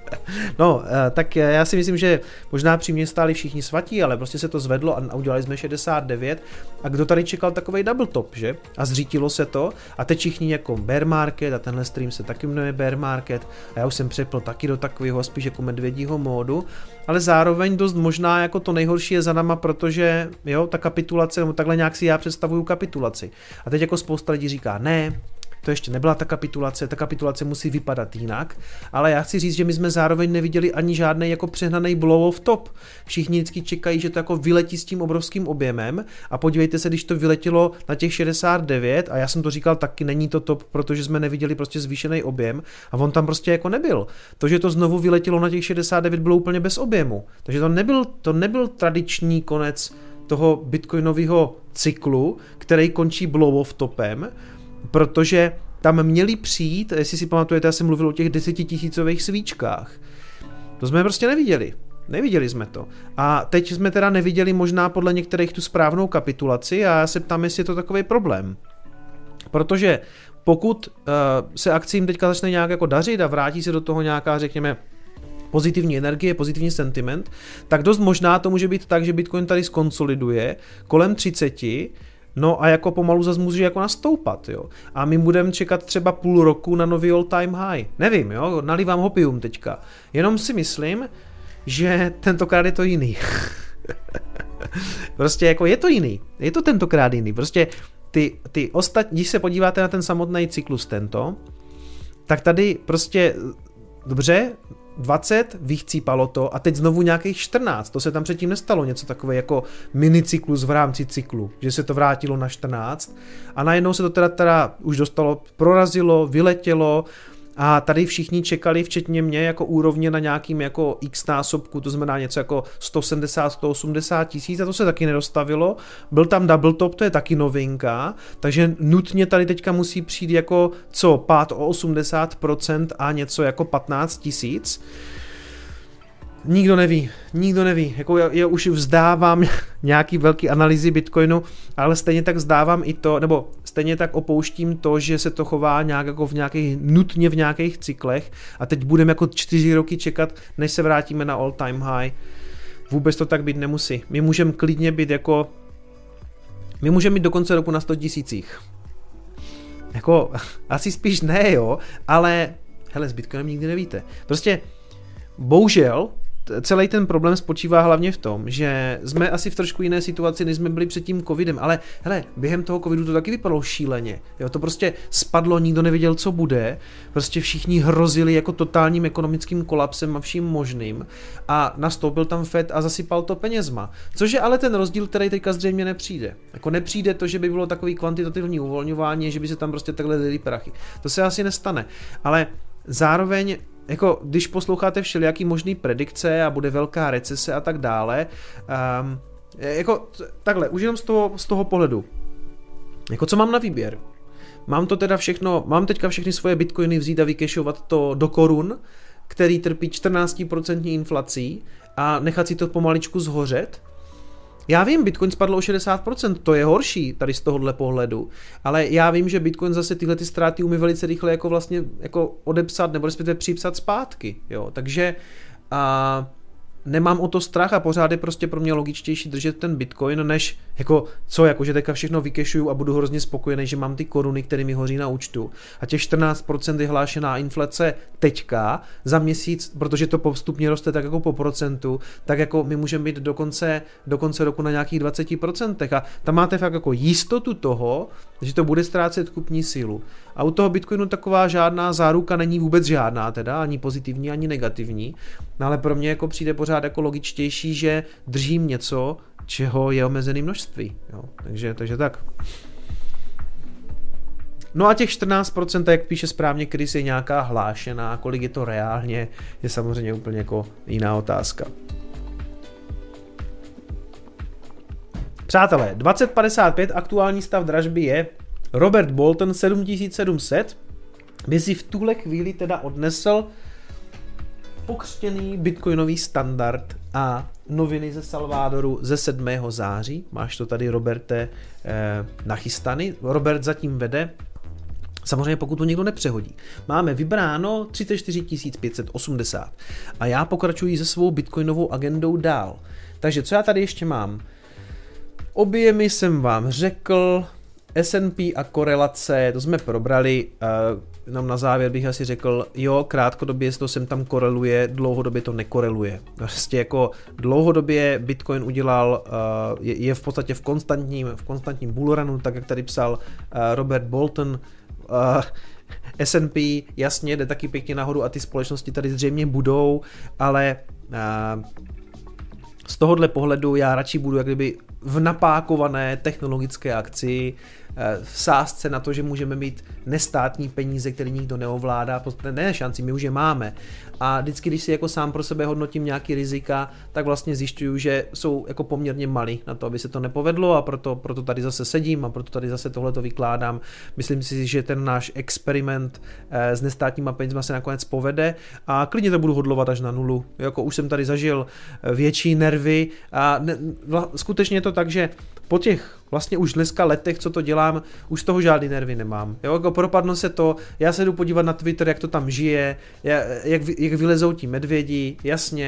No, tak já si myslím, že možná při mě stáli všichni svatí, ale prostě se to zvedlo a udělali jsme šedesát devět a kdo tady čekal takovej double top, že? A zřítilo se to a teď všichni jako bear market a tenhle stream se taky jmenuje bear market a já už jsem přepl taky do takového spíš jako medvědího módu, ale zároveň dost možná jako to nejhorší je za náma, protože jo, ta kapitulace, nebo takhle nějak si já představuju kapitulaci. A teď jako spousta lidí říká, ne, to ještě nebyla ta kapitulace, ta kapitulace musí vypadat jinak, ale já chci říct, že my jsme zároveň neviděli ani žádný jako přehnaný blow of top. Všichni vždycky čekají, že to jako vyletí s tím obrovským objemem a podívejte se, když to vyletělo na těch šedesát devět a já jsem to říkal taky, není to top, protože jsme neviděli prostě zvýšený objem a on tam prostě jako nebyl. To, že to znovu vyletělo na těch šedesát devět bylo úplně bez objemu. Takže to nebyl, to nebyl tradiční konec toho bitcoinového cyklu, který končí blow of topem, protože tam měli přijít, jestli si pamatujete, já jsem mluvil o těch desetitisícových svíčkách. To jsme prostě neviděli. Neviděli jsme to. A teď jsme teda neviděli možná podle některých tu správnou kapitulaci a já se ptám, jestli je to takový problém. Protože pokud uh, se akcím teďka začne nějak jako dařit a vrátí se do toho nějaká, řekněme, pozitivní energie, pozitivní sentiment, tak dost možná to může být tak, že Bitcoin tady skonsoliduje kolem třicet. No a jako pomalu zase může jako nastoupat, jo. A my budeme čekat třeba půl roku na nový all time high. Nevím, jo, nalívám hopium teďka. Jenom si myslím, že tentokrát je to jiný. Prostě jako je to jiný. Je to tentokrát jiný. Prostě ty, ty ostatní, když se podíváte na ten samotný cyklus tento, tak tady prostě, dobře, dvacet, vychcípalo to a teď znovu nějakých čtrnáct, to se tam předtím nestalo, něco takové jako minicyklus v rámci cyklu, že se to vrátilo na čtrnáct a najednou se to teda, teda už dostalo, prorazilo, vyletělo a tady všichni čekali, včetně mě, jako úrovně na nějakým jako x násobku, to znamená něco jako sto sedmdesát, sto osmdesát tisíc a to se taky nedostavilo. Byl tam double top, to je taky novinka, takže nutně tady teďka musí přijít jako co, pád o osmdesát procent a něco jako patnáct tisíc. Nikdo neví, nikdo neví, jako já, já už vzdávám nějaký velký analýzy Bitcoinu, ale stejně tak vzdávám i to, nebo stejně tak opouštím to, že se to chová nějak jako v nějakých, nutně v nějakých cyklech a teď budeme jako čtyři roky čekat, než se vrátíme na all time high. Vůbec to tak být nemusí. My můžeme klidně být jako, my můžeme být do konce roku na sto tisících. Jako, asi spíš ne, jo, ale hele, s Bitcoinem nikdy nevíte. Prostě, bohužel, celý ten problém spočívá hlavně v tom, že jsme asi v trošku jiné situaci, než jsme byli před tím covidem, ale hele, během toho covidu to taky vypadalo šíleně, jo, to prostě spadlo, nikdo nevěděl, co bude, prostě všichni hrozili jako totálním ekonomickým kolapsem a vším možným a nastoupil tam Fed a zasypal to penězma, což je ale ten rozdíl, který teďka zřejmě nepřijde, jako nepřijde to, že by bylo takový kvantitativní uvolňování, že by se tam prostě takhle lili prachy, to se asi nestane, ale zároveň jako když posloucháte všelijaký možný predikce a bude velká recese a tak dále, um, jako takhle, už jenom z toho, z toho pohledu, jako co mám na výběr? Mám to teda všechno, mám teďka všechny svoje bitcoiny vzít a vykešovat to do korun, který trpí čtrnáct procent inflací a nechat si to pomaličku zhořet? Já vím, Bitcoin spadl o šedesát procent, to je horší tady z tohohle pohledu, ale já vím, že Bitcoin zase tyhle ty ztráty umí velice rychle jako vlastně jako odepsat nebo respektive připsat zpátky, jo, takže a nemám o to strach a pořád je prostě pro mě logičtější držet ten Bitcoin, než jako co, jako že teďka všechno vykešuju a budu hrozně spokojený, že mám ty koruny, které mi hoří na účtu. A těch čtrnáct procent je hlášená inflace teďka za měsíc, protože to postupně roste tak jako po procentu, tak jako my můžeme být do konce, do konce roku na nějakých dvacet procent a tam máte fakt jako jistotu toho, že to bude ztrácet kupní sílu. A u toho Bitcoinu taková žádná záruka není vůbec žádná, teda ani pozitivní, ani negativní, no ale pro mě jako přijde pořád jako logičtější, že držím něco, čeho je omezené množství. Jo. Takže, takže tak. No a těch čtrnáct procent, jak píše správně Chris, je nějaká hlášená, kolik je to reálně, je samozřejmě úplně jako jiná otázka. Přátelé, dvacet padesát pět aktuální stav dražby je Robert Bolton sedm tisíc sedm set, by si v tuhle chvíli teda odnesl pokřtěný bitcoinový standard a noviny ze Salvadoru ze sedmého září. Máš to tady, Roberte, eh, nachystaný. Robert zatím vede. Samozřejmě pokud to někdo nepřehodí. Máme vybráno třicet čtyři tisíc pět set osmdesát a já pokračuji se svou bitcoinovou agendou dál. Takže co já tady ještě mám? Objemy jsem vám řekl, S and P a korelace, to jsme probrali, uh, jenom na závěr bych asi řekl, jo, krátkodobě to sem tam koreluje, dlouhodobě to nekoreluje. Prostě jako dlouhodobě Bitcoin udělal, uh, je, je v podstatě v konstantním, v konstantním bullrunu, tak jak tady psal uh, Robert Bolton, uh, S and P jasně jde taky pěkně nahoru a ty společnosti tady zřejmě budou, ale uh, z tohohle pohledu já radši budu jak kdyby v napákované technologické akci, v sázce na to, že můžeme mít nestátní peníze, které nikdo neovládá, ne šanci, my už je máme. A vždycky, když si jako sám pro sebe hodnotím nějaký rizika, tak vlastně zjišťuju, že jsou jako poměrně malý na to, aby se to nepovedlo a proto, proto tady zase sedím a proto tady zase tohleto vykládám. Myslím si, že ten náš experiment s nestátníma penězma se nakonec povede a klidně to budu hodlovat až na nulu. Jako už jsem tady zažil větší nervy a ne, skutečně je to tak, že po těch vlastně už dneska letech, co to dělám, už z toho žádný nervy nemám. Jo, jako propadlo se to, já se jdu podívat na Twitter, jak to tam žije, jak, jak vylezou ti medvědi, jasně,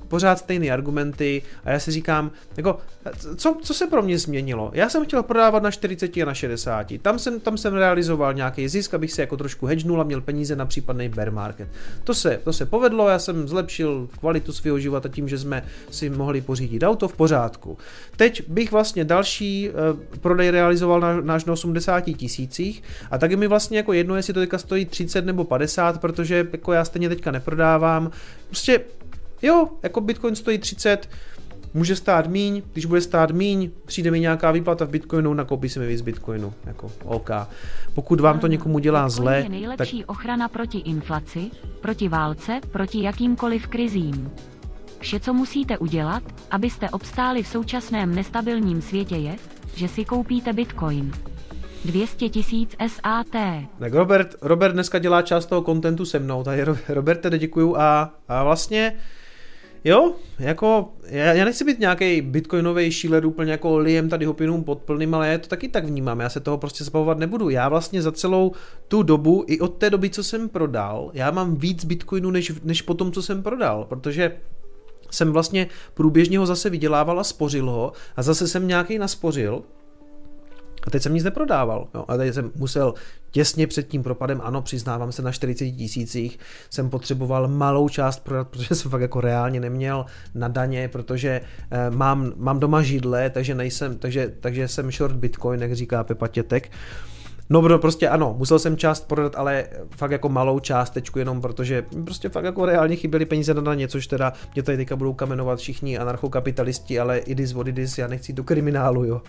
pořád stejné argumenty a já si říkám, jako, co, co se pro mě změnilo? Já jsem chtěl prodávat na čtyřicet a na šedesát. Tam jsem, tam jsem realizoval nějaký zisk, abych se jako trošku hedžnul a měl peníze na případný bear market. To se, to se povedlo, já jsem zlepšil kvalitu svého života tím, že jsme si mohli pořídit auto, v pořádku. Teď bych vlastně další uh, prodej realizoval na, na, na osmdesáti tisících a tak je mi vlastně jako jedno, jestli to teďka stojí třicet nebo padesát, protože jako já stejně teďka neprodávám. Prostě jo, jako Bitcoin stojí třicet, může stát míň, když bude stát míň, přijde mi nějaká výplata v Bitcoinu, nakoupí si mi víc Bitcoinu, jako OK. Pokud vám to někomu dělá Bitcoin zle, je nejlepší tak... ochrana proti inflaci, proti válce, proti jakýmkoliv krizím. Vše, co musíte udělat, abyste obstáli v současném nestabilním světě je, že si koupíte Bitcoin. dvě stě tisíc S A T. Tak Robert, Robert dneska dělá část toho kontentu se mnou, tady Roberte, děkuju a, a vlastně jo, jako já, já nechci být nějaký bitcoinový šíler úplně jako lijem tady hopinům pod plným, ale já to taky tak vnímám, já se toho prostě zbavovat nebudu. Já vlastně za celou tu dobu, i od té doby, co jsem prodal, já mám víc bitcoinu než, než po tom, co jsem prodal, protože jsem vlastně průběžně ho zase vydělával a spořil ho a zase jsem nějaký naspořil a teď jsem nic neprodával. Jo. A teď jsem musel těsně před tím propadem, ano, přiznávám se, na čtyřiceti tisících jsem potřeboval malou část prodat, protože jsem fakt jako reálně neměl na daně, protože eh, mám, mám doma židle, takže nejsem, takže, takže jsem short Bitcoin, jak říká Pepa Tětek. No, no prostě ano, musel jsem část prodat, ale fakt jako malou částečku jenom, protože prostě fakt jako reálně chyběly peníze na daně, což teda mě tady teďka budou kamenovat všichni anarchokapitalisti, ale it is what it is, já nechci do kriminálu, jo.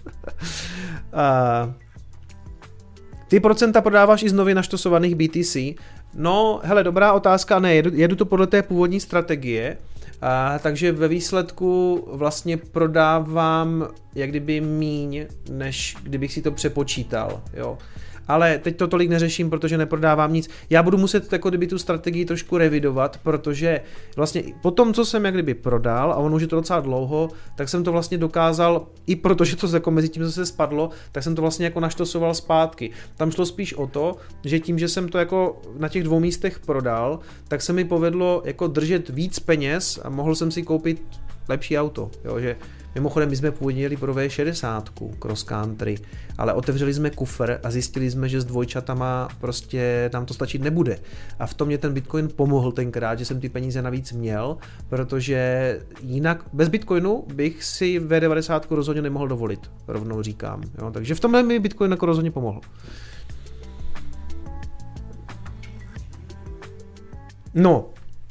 A ty procenta prodáváš i z nově naštosovaných B T C? No, hele, dobrá otázka, ne, jedu, jedu to podle té původní strategie, a, takže ve výsledku vlastně prodávám jak kdyby míň, než kdybych si to přepočítal, jo. Ale teď to tolik neřeším, protože neprodávám nic. Já budu muset jako kdyby tu strategii trošku revidovat, protože vlastně po tom, co jsem jak kdyby prodal, a ono už je to docela dlouho, tak jsem to vlastně dokázal, i protože to jako mezi tím zase spadlo, tak jsem to vlastně jako naštosoval zpátky. Tam šlo spíš o to, že tím, že jsem to jako na těch dvou místech prodal, tak se mi povedlo jako držet víc peněz a mohl jsem si koupit lepší auto, jo, že mimochodem my jsme původně jeli pro V šedesát cross country, ale otevřeli jsme kufr a zjistili jsme, že s dvojčatama prostě nám to stačit nebude. A v tom mě ten Bitcoin pomohl tenkrát, že jsem ty peníze navíc měl, protože jinak bez Bitcoinu bych si V devadesát rozhodně nemohl dovolit, rovnou říkám. Jo? Takže v tomhle mi Bitcoin jako rozhodně pomohl. No,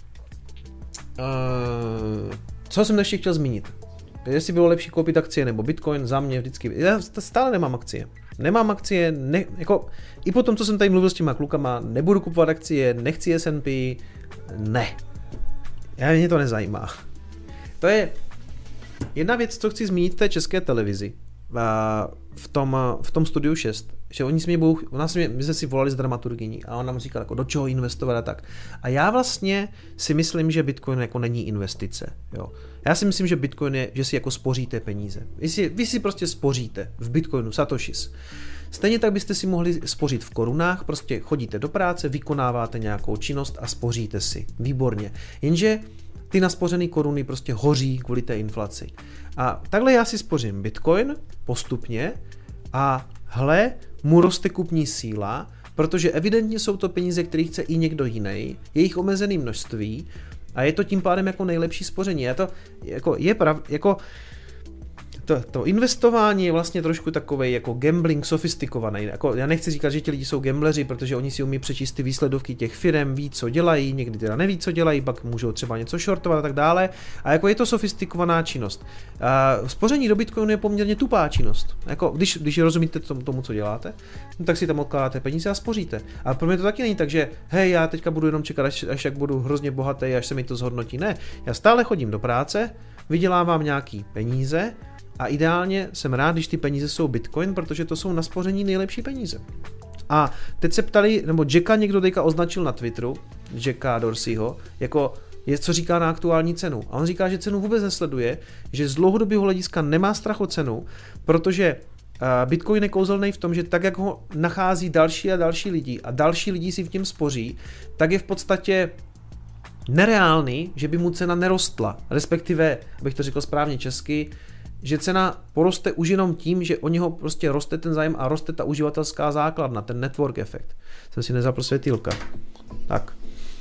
uh, co jsem ještě chtěl zmínit? Jestli bylo lepší koupit akcie nebo Bitcoin, za mě vždycky, já stále nemám akcie. Nemám akcie, ne, jako, i po tom, co jsem tady mluvil s těma klukama, nebudu kupovat akcie, nechci S and P, ne. Já, mě to nezajímá. To je jedna věc, co chci zmínit v té České televizi, v tom, v tom Studiu šest, že oni jsme budou, ona jsme, my jsme si volali s dramaturgyní a ona nám říkala, jako do čeho investovat a tak. A já vlastně si myslím, že Bitcoin jako není investice. Jo. Já si myslím, že Bitcoin je, že si jako spoříte peníze. Vy si, vy si prostě spoříte v Bitcoinu, satoshis. Stejně tak byste si mohli spořit v korunách, prostě chodíte do práce, vykonáváte nějakou činnost a spoříte si. Výborně. Jenže ty naspořené koruny prostě hoří kvůli té inflaci. A takhle já si spořím Bitcoin postupně a hle, mu roste kupní síla, protože evidentně jsou to peníze, které chce i někdo jiný, je jich omezené množství a je to tím pádem jako nejlepší spoření. Je to jako, je prav, jako to, to investování je vlastně trošku takovej jako gambling sofistikovaný. Jako, já nechci říkat, že ti lidi jsou gambleři, protože oni si umí přečíst ty výsledovky těch firem, ví, co dělají, někdy teda neví, co dělají, pak můžou třeba něco shortovat a tak dále. A jako je to sofistikovaná činnost. A spoření do Bitcoinu je poměrně tupá činnost. Jako, když, když rozumíte tomu, tomu, co děláte, no, tak si tam odkládáte peníze a spoříte. A pro mě to taky není tak, že hej, já teďka budu jenom čekat, až, až jak budu hrozně bohatý, až se mi to zhodnotí. Ne, já stále chodím do práce, vydělávám nějaký peníze. A ideálně jsem rád, když ty peníze jsou Bitcoin, protože to jsou na spoření nejlepší peníze. A teď se ptali, nebo Jacka někdo teďka označil na Twitteru, Jacka Dorseyho, jako je, co říká na aktuální cenu. A on říká, že cenu vůbec nesleduje, že z dlouhodobého hlediska nemá strach o cenu, protože Bitcoin je kouzelný v tom, že tak, jak ho nachází další a další lidi a další lidi si v tím spoří, tak je v podstatě nereálný, že by mu cena nerostla, respektive, abych to řekl správně česky, že cena poroste už jenom tím, že o něho prostě roste ten zájem a roste ta uživatelská základna, ten network efekt. Jsem si nezapl světýlka. Tak.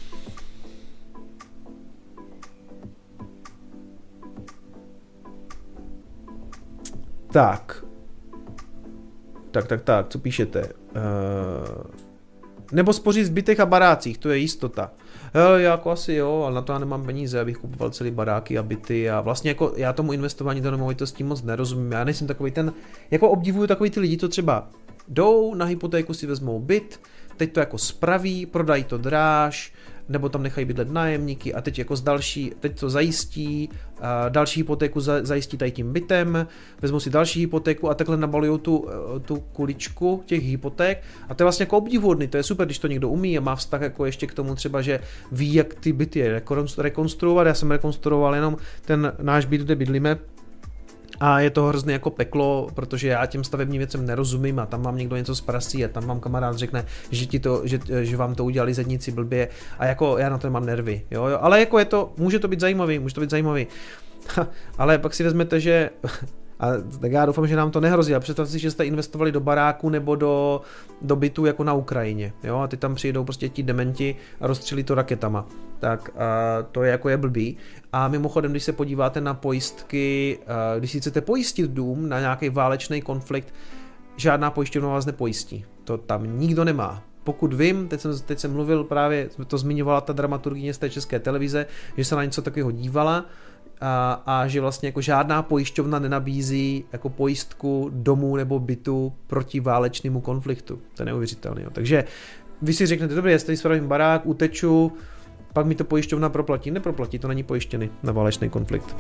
Tak. Tak, tak, tak, co píšete? Uh... Nebo spořit v zbytech a barácích, to je jistota. Hele, jako asi jo, ale na to já nemám peníze, abych kupoval celý baráky a byty a vlastně jako já tomu investování do nemovitostí moc nerozumím. Já nejsem takový ten, jako obdivuju takový ty lidi, co třeba jdou na hypotéku, si vezmou byt, teď to jako spraví, prodají to dráž, nebo tam nechají bydlet nájemníky a teď jako z další, teď to zajistí, a další hypotéku zajistí tady tím bytem, vezmou si další hypotéku a takhle nabalují tu, tu kuličku těch hypoték a to je vlastně jako obdivuhodný, to je super, když to někdo umí a má vztah jako ještě k tomu třeba, že ví, jak ty byty rekonstruovat, já jsem rekonstruoval jenom ten náš byt, kde bydlíme, a je to hrozně jako peklo, protože já těm stavebním věcem nerozumím a tam mám někdo něco zprasí a tam vám kamarád řekne, že, ti to, že, že vám to udělali zedníci blbě a jako já na to nemám nervy, jo, jo. Ale jako je to, může to být zajímavý, může to být zajímavý, ale pak si vezmete, že a tak já doufám, že nám to nehrozí. A představte si, že jste investovali do baráku nebo do, do bytu jako na Ukrajině. Jo? A ty tam přijdou prostě ti dementi a rozstřelí to raketama. Tak a to je jako je blbý. A mimochodem, když se podíváte na pojistky, když si chcete pojistit dům na nějaký válečný konflikt, žádná pojišťovna vás nepojistí. To tam nikdo nemá. Pokud vím, teď jsem, teď jsem mluvil právě, to zmiňovala ta dramaturgyně z té České televize, že se na něco takového dívala, A, a že vlastně jako žádná pojišťovna nenabízí jako pojistku domu nebo bytu proti válečnému konfliktu. To je neuvěřitelné. Jo. Takže vy si řeknete, dobré, jestli spravím barák, uteču, pak mi to pojišťovna proplatí. Neproplatí, to není pojištěný na válečný konflikt.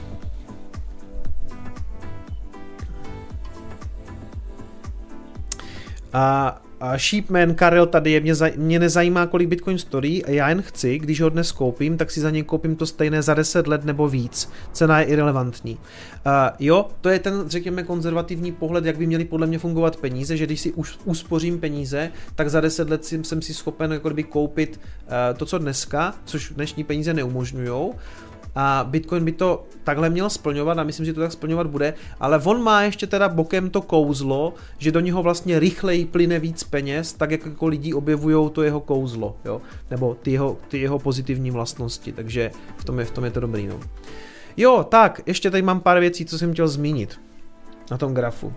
A A Sheepman Karel tady je, mě, zaj- mě nezajímá, kolik Bitcoin stojí a já jen chci, když ho dnes koupím, tak si za něj koupím to stejné za deset let nebo víc. Cena je irelevantní. Uh, jo, to je ten, řekněme, konzervativní pohled, jak by měly podle mě fungovat peníze, že když si už uspořím peníze, tak za deset let jsem si schopen jako kdyby koupit uh, to, co dneska, což dnešní peníze neumožňujou. A Bitcoin by to takhle měl splňovat a myslím, že to tak splňovat bude, ale on má ještě teda bokem to kouzlo, že do něho vlastně rychleji plyne víc peněz, tak jak jako lidi objevujou to jeho kouzlo, jo? Nebo ty jeho, ty jeho pozitivní vlastnosti, takže v tom je, v tom je to dobrý. No. Jo, tak, ještě tady mám pár věcí, co jsem chtěl zmínit na tom grafu.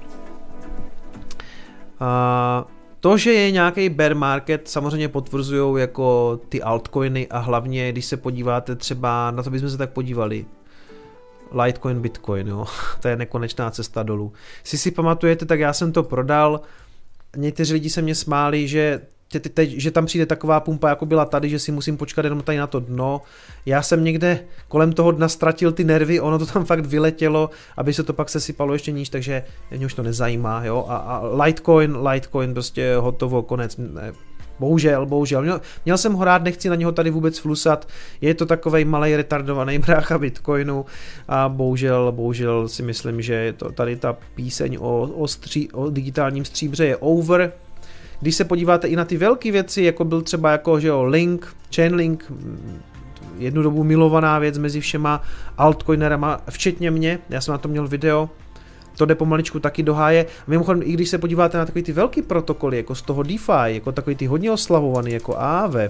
A to, že je nějaký bear market, samozřejmě potvrzují jako ty altcoiny a hlavně, když se podíváte třeba, na to bychom se tak podívali, Litecoin, Bitcoin, jo, to je nekonečná cesta dolů. Jestli si pamatujete, tak já jsem to prodal, někteří lidi se mě smáli, že Teď, teď, že tam přijde taková pumpa, jako byla tady, že si musím počkat jenom tady na to dno. Já jsem někde kolem toho dna ztratil ty nervy, ono to tam fakt vyletělo, aby se to pak sesypalo ještě níž, takže mě už to nezajímá, jo. A, a Litecoin, Litecoin prostě hotovo, konec. Ne. Bohužel, bohužel. Měl, měl jsem ho rád, nechci na něho tady vůbec flusat. Je to takovej malej retardovaný brácha Bitcoinu a bohužel, bohužel si myslím, že to, tady ta píseň o, o, stří, o digitálním stříbře je over. Když se podíváte i na ty velké věci, jako byl třeba jako, že jo, Link, Chainlink, jednu dobu milovaná věc mezi všema altcoinerama, včetně mě, já jsem na to měl video, to jde pomaličku taky do háje. Mimochodem, i když se podíváte na takový ty velký protokoly, jako z toho DeFi, jako takový ty hodně oslavovaný, jako A V,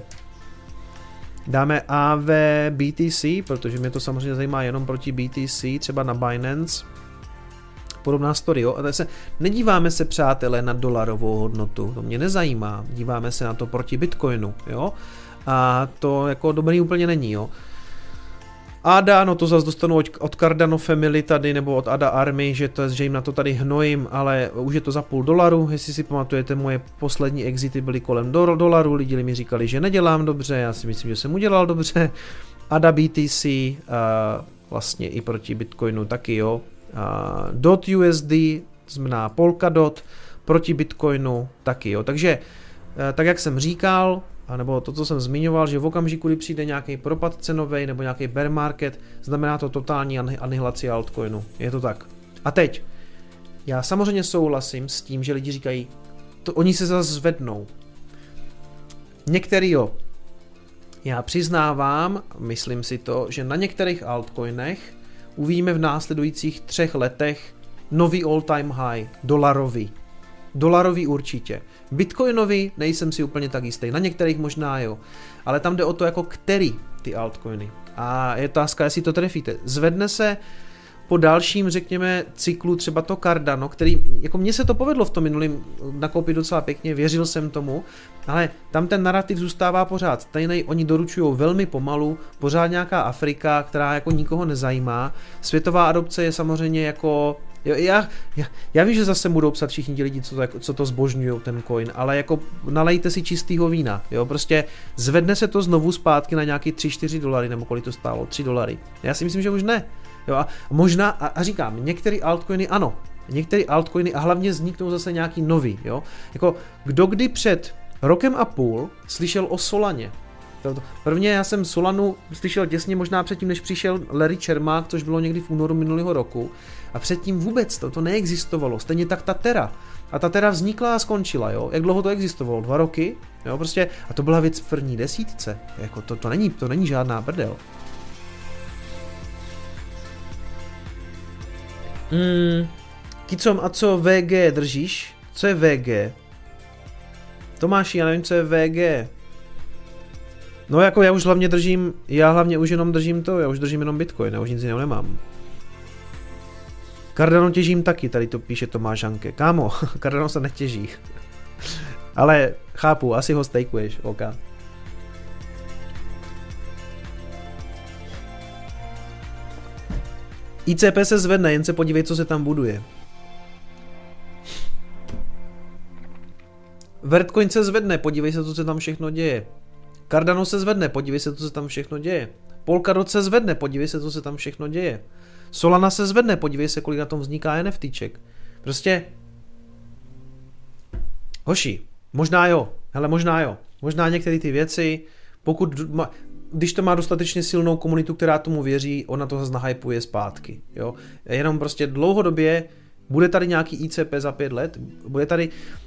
dáme A V B T C, protože mě to samozřejmě zajímá jenom proti B T C, třeba na Binance, podobná story, jo. A se, nedíváme se, přátelé, na dolarovou hodnotu, to mě nezajímá, díváme se na to proti Bitcoinu, jo. A to jako dobrý úplně není, jo. Ada, no to zase dostanu od, od Cardano Family tady, nebo od Ada Army, že, to, že jim na to tady hnojím, ale už je to za půl dolaru, jestli si pamatujete, moje poslední exity byly kolem do, dolaru, lidi mi říkali, že nedělám dobře, já si myslím, že jsem udělal dobře. Ada B T C, uh, vlastně i proti Bitcoinu taky, jo. Uh, dot U S D, to znamená Polkadot, proti Bitcoinu taky, jo. Takže, uh, tak jak jsem říkal, a nebo to, co jsem zmiňoval, že v okamžiku, kdy přijde nějaký propad cenový nebo nějaký bear market, znamená to totální anihilaci altcoinu. Je to tak. A teď, já samozřejmě souhlasím s tím, že lidi říkají, to oni se zase zvednou. Některý jo. Já přiznávám, myslím si to, že na některých altcoinech uvidíme v následujících třech letech nový all-time high, dolarový. Dolarový určitě. Bitcoinový nejsem si úplně tak jistý, na některých možná jo, ale tam jde o to, jako který ty altcoiny. A je otázka, jestli to trefíte. Zvedne se po dalším, řekněme, cyklu třeba to Cardano, který, jako mně se to povedlo v tom minulém nakoupit docela pěkně, věřil jsem tomu, ale tam ten narrativ zůstává pořád stejný, oni doručují velmi pomalu, pořád nějaká Afrika, která jako nikoho nezajímá, světová adopce je samozřejmě jako, já, já, já vím, že zase budou psat všichni ti lidi, co to, co to zbožňují ten coin, ale jako nalejte si čistýho vína, jo, prostě zvedne se to znovu zpátky na nějaký tři čtyři dolary, nebo kolik to stálo, tři dolary, já si myslím, že už ne. Jo, a možná, a, a říkám, některé altcoiny ano, některé altcoiny a hlavně vzniknou zase nějaký nový, jo. Jako kdo kdy před rokem a půl slyšel o Solaně. Prvně já jsem Solanu slyšel těsně možná předtím, než přišel Larry Čermák, což bylo někdy v únoru minulého roku. A předtím vůbec to, to neexistovalo, stejně tak ta Terra. A ta Terra vznikla a skončila, jo. Jak dlouho to existovalo? Dva roky? Jo, prostě, a to byla věc v první desítce. Jako to, to, není, to není žádná prdel. Hmm, Kicom, a co V G držíš? Co je V G? Tomáši, já nevím, co je V G. No jako já už hlavně držím, já hlavně už jenom držím to, já už držím jenom Bitcoin, já už nic jiného nemám. Cardano těžím taky, tady to píše Tomáš Hanke. Kámo, Cardano se netěží. Ale chápu, asi ho stejkuješ, OK. I C P se zvedne, jen se podívej, co se tam buduje. Vertcoin se zvedne, podívej se, co se tam všechno děje. Cardano se zvedne, podívej se, co se tam všechno děje. Polkadot se zvedne, podívej se, co se tam všechno děje. Solana se zvedne, podívej se, kolik na tom vzniká NFTček. Prostě... Hoši, možná jo, hele, možná jo. Možná některé ty věci, pokud... Když to má dostatečně silnou komunitu, která tomu věří, ona to zase nahypuje zpátky. Jo? Jenom prostě dlouhodobě bude tady nějaký I C P za pět let, bude tady...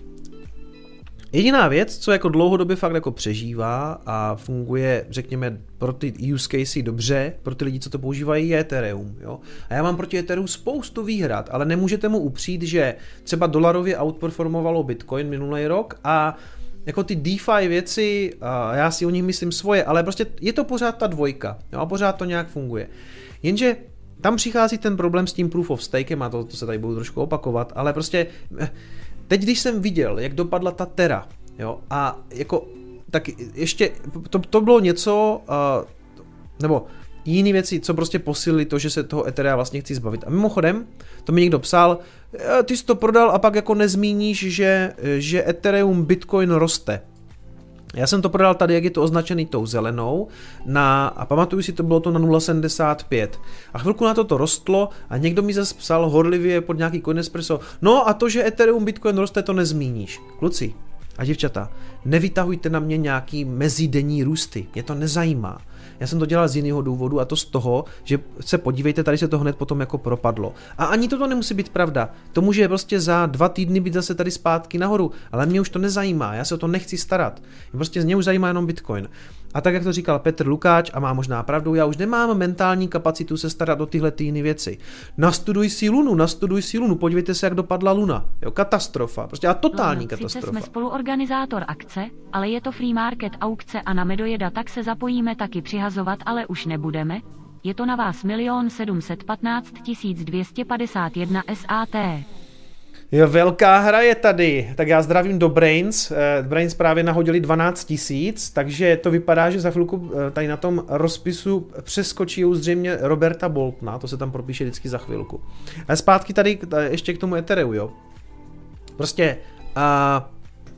Jediná věc, co jako dlouhodobě fakt jako přežívá a funguje, řekněme, pro ty use casey dobře, pro ty lidi, co to používají, je Ethereum. Jo? A já mám proti Ethereum spoustu výhrad, ale nemůžete mu upřít, že třeba dolarově outperformovalo Bitcoin minulý rok a jako ty DeFi věci, a já si o nich myslím svoje, ale prostě je to pořád ta dvojka, jo, a pořád to nějak funguje. Jenže tam přichází ten problém s tím proof of stakem, a to, to se tady budu trošku opakovat, ale prostě teď, když jsem viděl, jak dopadla ta Terra, jo, a jako, tak ještě, to, to bylo něco, uh, nebo jiné věci, co prostě posílili to, že se toho Etherea vlastně chci zbavit. A mimochodem, to mi někdo psal, ty jsi to prodal a pak jako nezmíníš, že, že Ethereum Bitcoin roste. Já jsem to prodal tady, jak je to označený tou zelenou, na, a pamatuju si, to bylo to na nula celá sedmdesát pět. A chvilku na to to rostlo a někdo mi zase psal horlivě pod nějaký Coinespresso, no a to, že Ethereum Bitcoin roste, to nezmíníš. Kluci a děvčata, nevytahujte na mě nějaký mezidenní růsty, mě to nezajímá. Já jsem to dělal z jiného důvodu, a to z toho, že se podívejte, tady se to hned potom jako propadlo. A ani toto nemusí být pravda. To může prostě za dva týdny být zase tady zpátky nahoru, ale mě už to nezajímá, já se o to nechci starat. Prostě mě už zajímá jenom Bitcoin. A tak, jak to říkal Petr Lukáč, a má možná pravdu, já už nemám mentální kapacitu se starat o tyhle jiné věci. Nastuduj si Lunu, nastuduj si Lunu, podívejte se, jak dopadla Luna. Jo, katastrofa, prostě a totální no, katastrofa. Sice jsme spoluorganizátor akce, ale je to free market aukce a na Medojeda tak se zapojíme taky přihazovat, ale už nebudeme. Je to na vás milion sedm set patnáct tisíc dvě stě padesát jedna S A T. Jo, velká hra je tady, tak já zdravím do Brains, Brains právě nahodili dvanáct tisíc, takže to vypadá, že za chvilku tady na tom rozpisu přeskočí zřejmě Roberta Boltona, to se tam propíše vždycky za chvilku. A zpátky tady ještě k tomu Ethereu, jo. Prostě, a,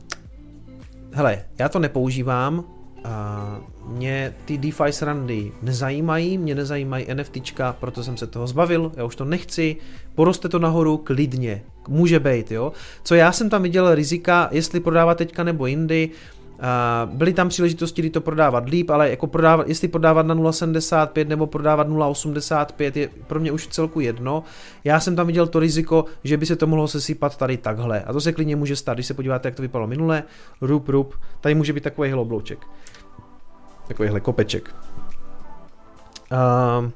hele, já to nepoužívám, a mě ty DeFi srandy nezajímají, mě nezajímají NFTčka, proto jsem se toho zbavil, já už to nechci, poroste to nahoru klidně, může být, jo. Co já jsem tam viděl rizika, jestli prodávat teďka nebo jindy, byly tam příležitosti, kdy to prodávat líp, ale jako prodávat, jestli prodávat na nula celá sedmdesát pět nebo prodávat nula celá osmdesát pět je pro mě už v celku jedno. Já jsem tam viděl to riziko, že by se to mohlo sesypat tady takhle. A to se klidně může stát, když se podíváte, jak to vypadalo minule. Rup, rup, tady může být takový holoblouček. Takovýhle kopeček. Uh,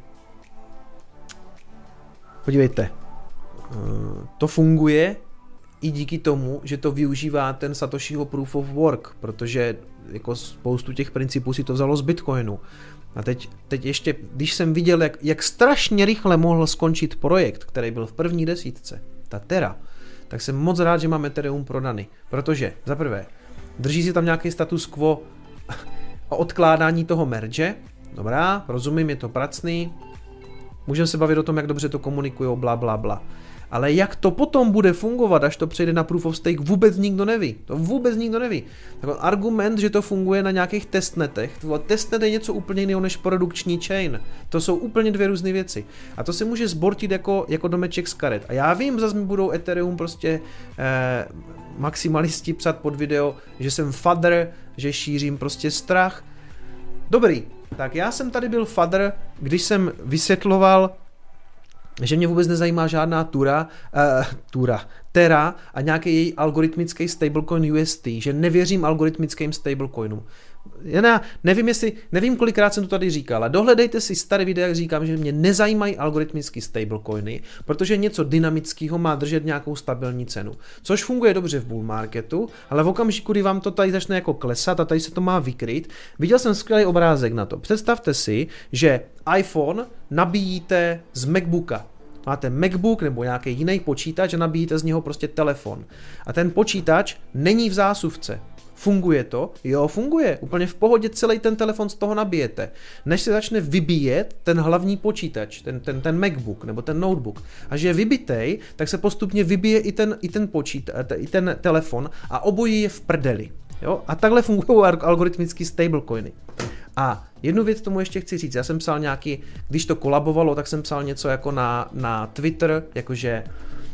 podívejte, uh, to funguje i díky tomu, že to využívá ten Satoshiho Proof of Work, protože jako spoustu těch principů si to vzalo z Bitcoinu. A teď, teď ještě, když jsem viděl, jak, jak strašně rychle mohl skončit projekt, který byl v první desítce, ta Terra, tak jsem moc rád, že mám Ethereum prodaný. Protože, za prvé, drží si tam nějaký status quo o odkládání toho merge. Dobrá, rozumím, je to pracný. Můžeme se bavit o tom, jak dobře to komunikujou, bla, bla, bla. Ale jak to potom bude fungovat, až to přejde na Proof of Stake, vůbec nikdo neví. To vůbec nikdo neví. Takový argument, že to funguje na nějakých testnetech. Testnet je něco úplně jiného než produkční chain. To jsou úplně dvě různé věci. A to se může zbortit jako, jako domeček z karet. A já vím, zase mi budou Ethereum prostě eh, maximalisti psat pod video, že jsem fadr, že šířím prostě strach. Dobrý, tak já jsem tady byl fadr, když jsem vysvětloval, že mě vůbec nezajímá žádná Tura, uh, Tura, Terra a nějaký její algoritmický stablecoin U S T, že nevěřím algoritmickým stablecoinům. Já ne, nevím, jestli, nevím, kolikrát jsem to tady říkal, ale dohledejte si staré videa, jak říkám, že mě nezajímají algoritmický stablecoiny, protože něco dynamického má držet nějakou stabilní cenu. Což funguje dobře v bull marketu, ale v okamžiku, kdy vám to tady začne jako klesat a tady se to má vykryt, viděl jsem skvělý obrázek na to. Představte si, že iPhone nabíjíte z MacBooka. Máte MacBook nebo nějaký jiný počítač a nabíjíte z něho prostě telefon. A ten počítač není v zásuvce. Funguje to? Jo, funguje. Úplně v pohodě celý ten telefon z toho nabijete. Než se začne vybíjet ten hlavní počítač, ten, ten, ten MacBook nebo ten notebook. A že je vybitej, tak se postupně vybije i ten, i ten počítač, i ten telefon a obojí je v prdeli. Jo? A takhle fungují algoritmický stablecoiny. A jednu věc tomu ještě chci říct. Já jsem psal nějaký, když to kolabovalo, tak jsem psal něco jako na, na Twitter, jakože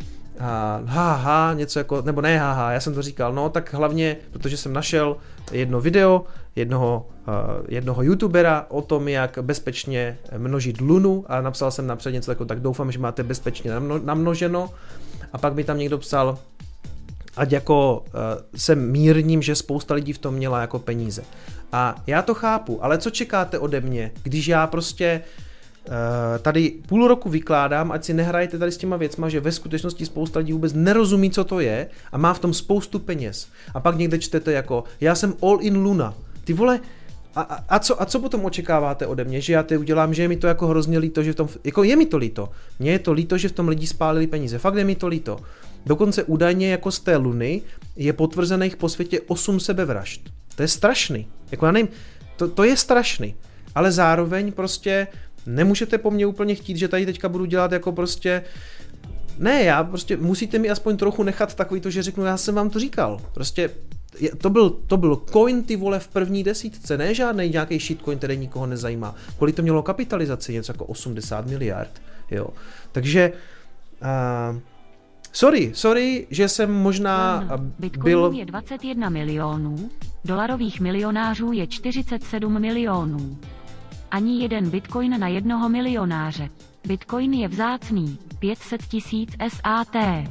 haha, něco jako, nebo ne haha, já jsem to říkal, no tak hlavně, protože jsem našel jedno video jednoho, uh, jednoho youtubera o tom, jak bezpečně množit Lunu a napsal jsem napřed něco jako, tak doufám, že máte bezpečně namno, namnoženo a pak mi tam někdo psal, ať jako uh, jsem mírním, že spousta lidí v tom měla jako peníze. A já to chápu, ale co čekáte ode mě, když já prostě tady půl roku vykládám, ať si nehrajete tady s těma věcma, že ve skutečnosti spousta lidí vůbec nerozumí, co to je a má v tom spoustu peněz. A pak někde čtete jako, já jsem all in Luna. Ty vole, a, a, a, co, a co potom očekáváte ode mě, že já ty udělám, že je mi to jako hrozně líto, že v tom, jako je mi to líto. Mně je to líto, že v tom lidi spálili peníze. Fakt je mi to líto. Dokonce údajně jako z té Luny je potvrzených po světě osm sebevražd. To je strašný. Jako já nevím, to, to je strašný. Ale zároveň prostě nemůžete po mně úplně chtít, že tady teďka budu dělat jako prostě, ne, já prostě musíte mi aspoň trochu nechat takový to, že řeknu, já jsem vám to říkal, prostě to byl, to byl coin, ty vole, v první desítce, ne žádný nějaký shitcoin, který nikoho nezajímá, kolik to mělo kapitalizaci, něco jako osmdesát miliard, jo, takže uh, sorry, sorry, že jsem možná Bitcoinů byl... je dvacet jedna milionů, dolarových milionářů je čtyřicet sedm milionů. Ani jeden bitcoin na jednoho milionáře. Bitcoin je vzácný, pět set tisíc S A T.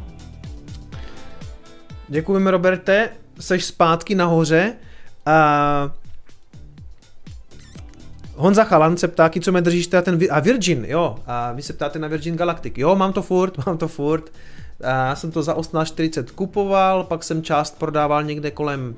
Děkujeme, Roberte, seš zpátky nahoře. A Honza Chalan se ptá, co mě držíš teda ten... A Virgin, jo, a vy se ptáte na Virgin Galactic. Jo, mám to furt, mám to furt. A já jsem to za osmnáct čtyřicet kupoval, pak jsem část prodával někde kolem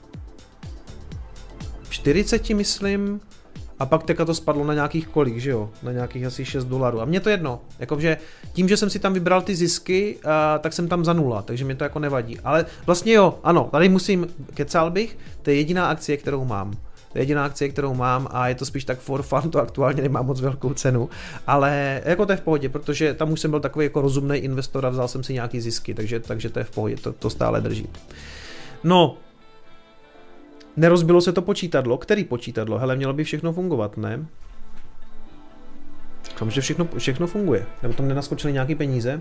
čtyřicet, myslím. A pak teďka to spadlo na nějakých kolik, že jo? Na nějakých asi šest dolarů. A mně to jedno. Jakože tím, že jsem si tam vybral ty zisky, uh, tak jsem tam za nula, takže mi to jako nevadí. Ale vlastně jo, ano, tady musím, kecal bych, to je jediná akcie, kterou mám. To je jediná akcie, kterou mám a je to spíš tak for fun, to aktuálně nemá moc velkou cenu. Ale jako to je v pohodě, protože tam už jsem byl takový jako rozumný investor a vzal jsem si nějaký zisky, takže, takže to je v pohodě, to, to stále drží. No, nerozbilo se to počítadlo? Který počítadlo? Hele, mělo by všechno fungovat, ne? Doufám, že všechno, všechno funguje. Nebo tam nenaskočily nějaký peníze?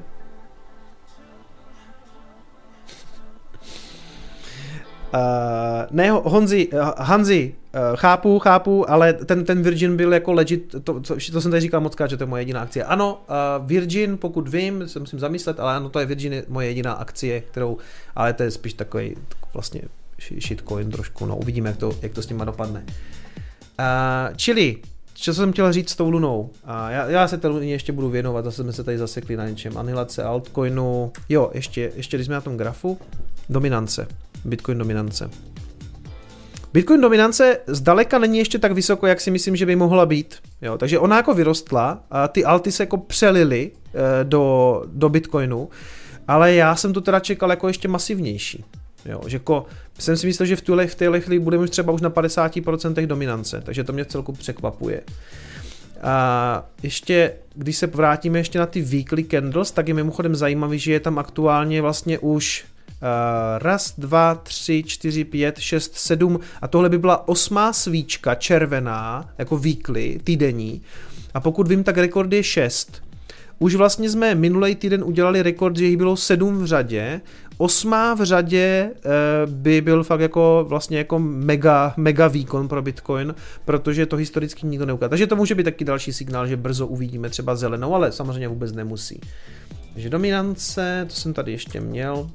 Uh, ne, Honzi, uh, Hanzi, uh, chápu, chápu, ale ten, ten Virgin byl jako legit, to, to, to jsem tady říkal moc krát, že to je moje jediná akcie. Ano, uh, Virgin, pokud vím, se musím zamyslet, ale ano, to je Virgin moje jediná akcie, kterou, ale to je spíš takový vlastně shitcoin trošku, no uvidíme, jak to, jak to s nima dopadne. čili, co jsem chtěl říct s tou lunou? A já, já se té luně ještě budu věnovat, zase jsme se tady zasekli na něčem. Anihilace altcoinu, jo, ještě, ještě když jsme na tom grafu, dominance, Bitcoin dominance. Bitcoin dominance zdaleka není ještě tak vysoko, jak si myslím, že by mohla být. Jo, takže ona jako vyrostla a ty alty se jako přelily e, do, do Bitcoinu, ale já jsem to teda čekal jako ještě masivnější. Jo, že jako jsem si myslel, že v téhle v téhle chvíli budeme třeba už na padesát procent dominance, takže to mě v celku překvapuje. A ještě, když se vrátíme ještě na ty weekly candles, tak je mimochodem zajímavý, že je tam aktuálně vlastně už Uh, raz, dva, tři, čtyři, pět, šest, sedm a tohle by byla osmá svíčka červená, jako weekly, týdenní. A pokud vím, tak rekord je šest. Už vlastně jsme minulý týden udělali rekord, že jich bylo sedm v řadě. Osmá v řadě uh, by byl fakt jako vlastně jako mega, mega výkon pro Bitcoin, protože to historicky nikdo neukázal. Takže to může být taky další signál, že brzo uvidíme třeba zelenou, ale samozřejmě vůbec nemusí. Takže dominance, to jsem tady ještě měl.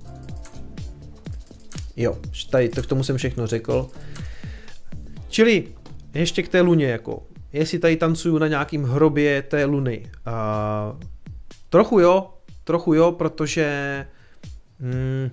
Jo, tady to k tomu jsem všechno řekl. Čili ještě k té luně, jako, jestli tady tancuju na nějakým hrobě té luny. Uh, trochu jo, trochu jo, protože hmm,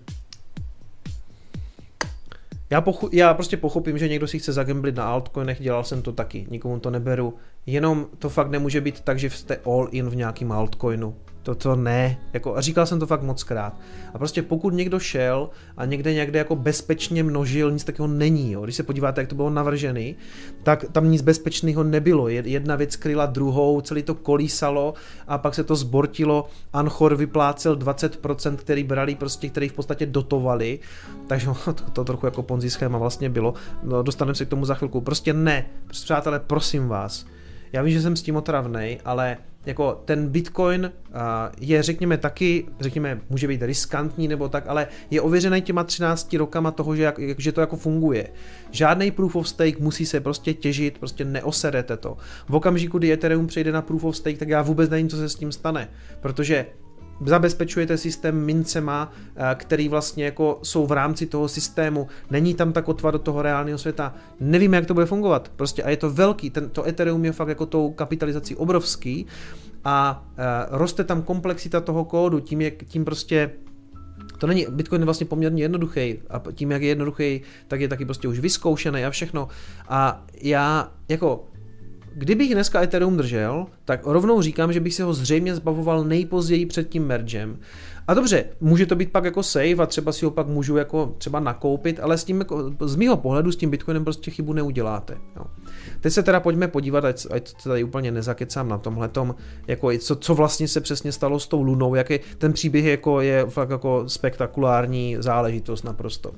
já, pochu- já prostě pochopím, že někdo si chce zagamblit na altcoinech, dělal jsem to taky, nikomu to neberu. Jenom to fakt nemůže být tak, že jste all in v nějakým altcoinu. To, to ne, jako, a říkal jsem to fakt moc krát. A prostě pokud někdo šel a někde někde jako bezpečně množil, nic takového není, jo. Když se podíváte, jak to bylo navržený, tak tam nic bezpečného nebylo. Jedna věc kryla druhou, celý to kolísalo a pak se to zbortilo. Anchor vyplácel dvacet procent, který brali prostě, který v podstatě dotovali, takže to, to trochu jako ponzi schéma vlastně bylo. No, dostaneme se k tomu za chvilku. Prostě ne, přátelé, prosím vás. Já vím, že jsem s tím otravnej, ale jako ten Bitcoin uh, je, řekněme, taky, řekněme, může být riskantní nebo tak, ale je ověřený těma třinácti rokama toho, že, jak, že to jako funguje. Žádný proof of stake musí se prostě těžit, prostě neoserete to. V okamžiku, kdy Ethereum přejde na proof of stake, tak já vůbec nevím, co se s tím stane, protože zabezpečujete systém mincema, který vlastně jako jsou v rámci toho systému, není tam ta kotva do toho reálného světa, nevím, jak to bude fungovat, prostě a je to velký, ten, to Ethereum je fakt jako tou kapitalizací obrovský a uh, roste tam komplexita toho kódu, tím, jak, tím prostě to není, Bitcoin je vlastně poměrně jednoduchý a tím, jak je jednoduchý, tak je taky prostě už vyzkoušený a všechno a já jako kdybych dneska Ethereum držel, tak rovnou říkám, že bych se ho zřejmě zbavoval nejpozději před tím mergem. A dobře, může to být pak jako save a třeba si ho pak můžu jako třeba nakoupit, ale s tím jako, z mýho pohledu s tím Bitcoinem prostě chybu neuděláte. Jo. Teď se teda pojďme podívat, ať, ať to tady úplně nezakecám na tomhletom, jako co, co vlastně se přesně stalo s tou lunou, jaký ten příběh jako je fakt jako spektakulární záležitost naprosto.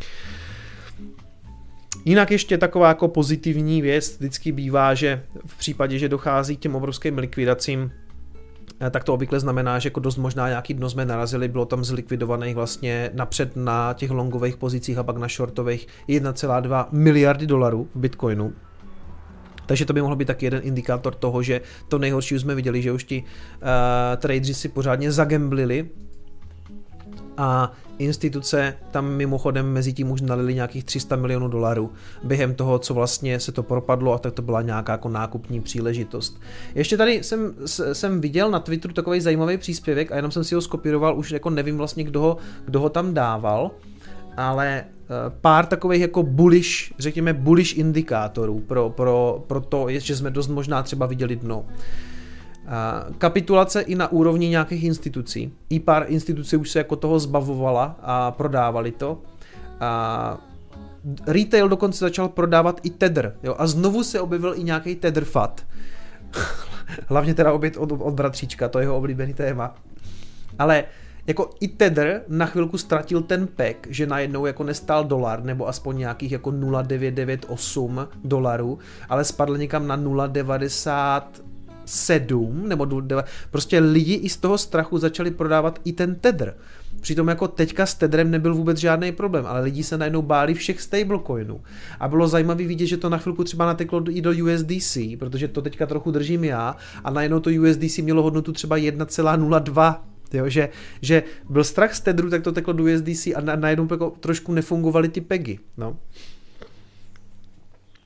Jinak ještě taková jako pozitivní věc vždycky bývá, že v případě, že dochází k těm obrovským likvidacím, tak to obvykle znamená, že jako dost možná nějaký dno jsme narazili, bylo tam zlikvidovaných vlastně napřed na těch longových pozicích a pak na shortových jedna celá dva miliardy dolarů v Bitcoinu. Takže to by mohlo být taky jeden indikátor toho, že to nejhorší už jsme viděli, že už ti uh, tradeři si pořádně zagamblili a instituce tam mimochodem mezi tím už nalili nějakých tři sta milionů dolarů během toho, co vlastně se to propadlo a tak to byla nějaká jako nákupní příležitost. Ještě tady jsem, jsem viděl na Twitteru takový zajímavý příspěvek a jenom jsem si ho skopíroval, už jako nevím vlastně, kdo ho, kdo ho tam dával, ale pár takových jako bullish, řekněme bullish indikátorů pro, pro, pro to, že jsme dost možná třeba viděli dno. Kapitulace i na úrovni nějakých institucí. I pár institucí už se jako toho zbavovala a prodávali to. A retail dokonce začal prodávat i Tether. Jo? A znovu se objevil i nějaký Tether F A T. Hlavně teda obět od, od bratříčka, to je jeho oblíbený téma. Ale jako i Tether na chvilku ztratil ten pek, že najednou jako nestál dolar, nebo aspoň nějakých jako nula celá devět devět osm dolarů, ale spadl někam na nula celá devadesát sedm, nebo prostě lidi i z toho strachu začali prodávat i ten Tether. Přitom jako teďka s Tetherem nebyl vůbec žádný problém, ale lidi se najednou báli všech stablecoinů. A bylo zajímavé vidět, že to na chvilku třeba nateklo i do U S D C, protože to teďka trochu držím já, a najednou to U S D C mělo hodnotu třeba jedna celá nula dva. Jo, že, že byl strach z Tetheru, tak to teklo do U S D C a na, najednou jako trošku nefungovaly ty pegy. No.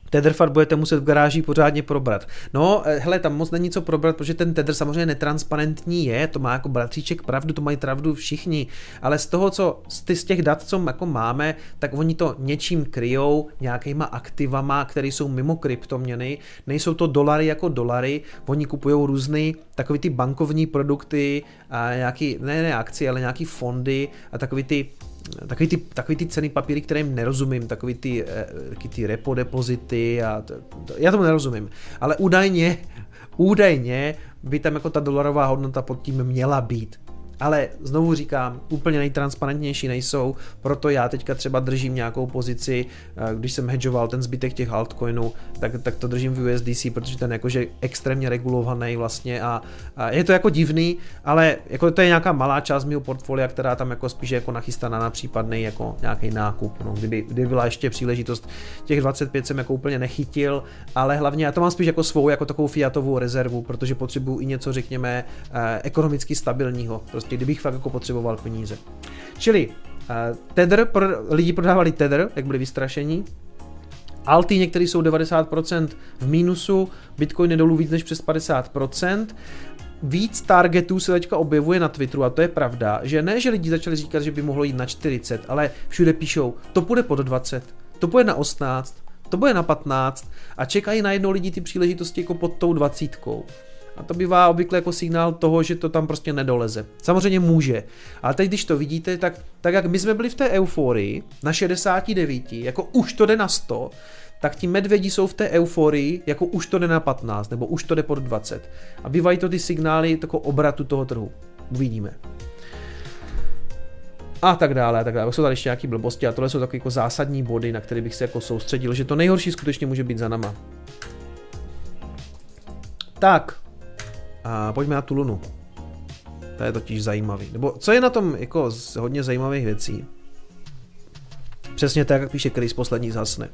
Tetherfund budete muset v garáži pořádně probrat. No, hele, tam moc není co probrat, protože ten Tether samozřejmě netransparentní je, to má jako bratříček pravdu, to mají pravdu všichni, ale z toho, co z těch dat, co jako máme, tak oni to něčím kryjou, nějakýma aktivama, které jsou mimo kryptoměny, nejsou to dolary jako dolary, oni kupují různé takový ty bankovní produkty, a nějaký, ne, ne akcie, ale nějaký fondy a takový ty Takový ty, takový ty ceny papíry, které jim nerozumím, takový ty, ty repo depozity a to, to, já tomu nerozumím, ale údajně, údajně by tam jako ta dolarová hodnota pod tím měla být. Ale znovu říkám, úplně nejtransparentnější nejsou, proto já teďka třeba držím nějakou pozici, když jsem hedžoval ten zbytek těch altcoinů, tak, tak to držím v U S D C, protože ten jakože extrémně regulovaný vlastně a, a je to jako divný, ale jako to je nějaká malá část mého portfolia, která tam jako spíš jako nachystaná na případný jako nějaký nákup, no, kdyby, kdyby byla ještě příležitost, těch dvacet pět jsem jako úplně nechytil, ale hlavně já to mám spíš jako svou, jako takovou fiatovou rezervu, protože potřebuju i něco, řekněme, ekonomicky stabilního. Prostě kdybych fakt jako potřeboval peníze. Čili uh, Tether, pro, lidi prodávali Tether, jak byli vystrašení. Alty některý jsou devadesát procent v mínusu, Bitcoin je dolů víc než přes padesát procent. Víc targetů se teďka objevuje na Twitteru a to je pravda, že ne, že lidi začali říkat, že by mohlo jít na čtyřicet, ale všude píšou, to půjde pod dvacet, to půjde na osmnáct, to bude na patnáct a čekají najednou lidi ty příležitosti jako pod tou dvacítkou. A to bývá obvykle jako signál toho, že to tam prostě nedoleze. Samozřejmě může. Ale teď, když to vidíte, tak, tak jak my jsme byli v té euforii na šedesát devět, jako už to jde na sto, tak ti medvědi jsou v té euforii, jako už to jde na patnáct, nebo už to jde pod dvacet. A bývají to ty signály takového obratu toho trhu. Uvidíme. A tak dále, a tak dále. Jsou tady ještě nějaký blbosti a tohle jsou takové jako zásadní body, na které bych se jako soustředil, že to nejhorší skutečně může být za náma. Tak. A pojďme na tu Lunu. To je totiž zajímavý. Nebo co je na tom jako z hodně zajímavých věcí? Přesně tak, jak píše Chris, poslední zhasne.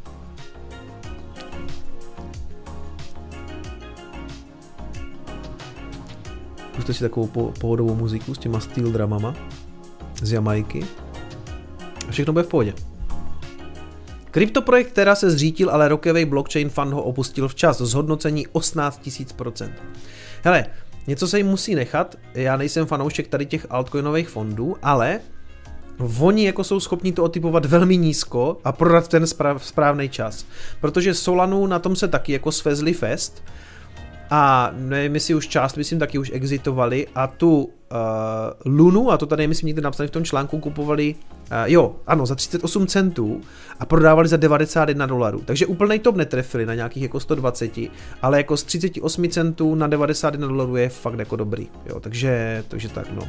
Puste si takovou po- pohodovou muziku s těma steel dramama z Jamajky. A všechno bude v pohodě. Kryptoprojekt Terra se zřítil, ale rokový blockchain fund ho opustil včas. Zhodnocení osmnáct tisíc procent. Hele, něco se jim musí nechat, já nejsem fanoušek tady těch altcoinových fondů, ale oni jako jsou schopni to otypovat velmi nízko a prodat ten správ, správný čas. Protože Solanu na tom se taky jako svezli fest a nevím, jestli už část, myslím, taky už exitovali a tu uh, Lunu, a to tady myslím někde napsané v tom článku, kupovali, uh, jo, ano, za třicet osm centů a prodávali za devadesát jedna dolarů. Takže úplnej top netrefili na nějakých jako sto dvacet, ale jako z třicet osm centů na devadesát jedna dolarů je fakt jako dobrý, jo, takže, takže tak, no.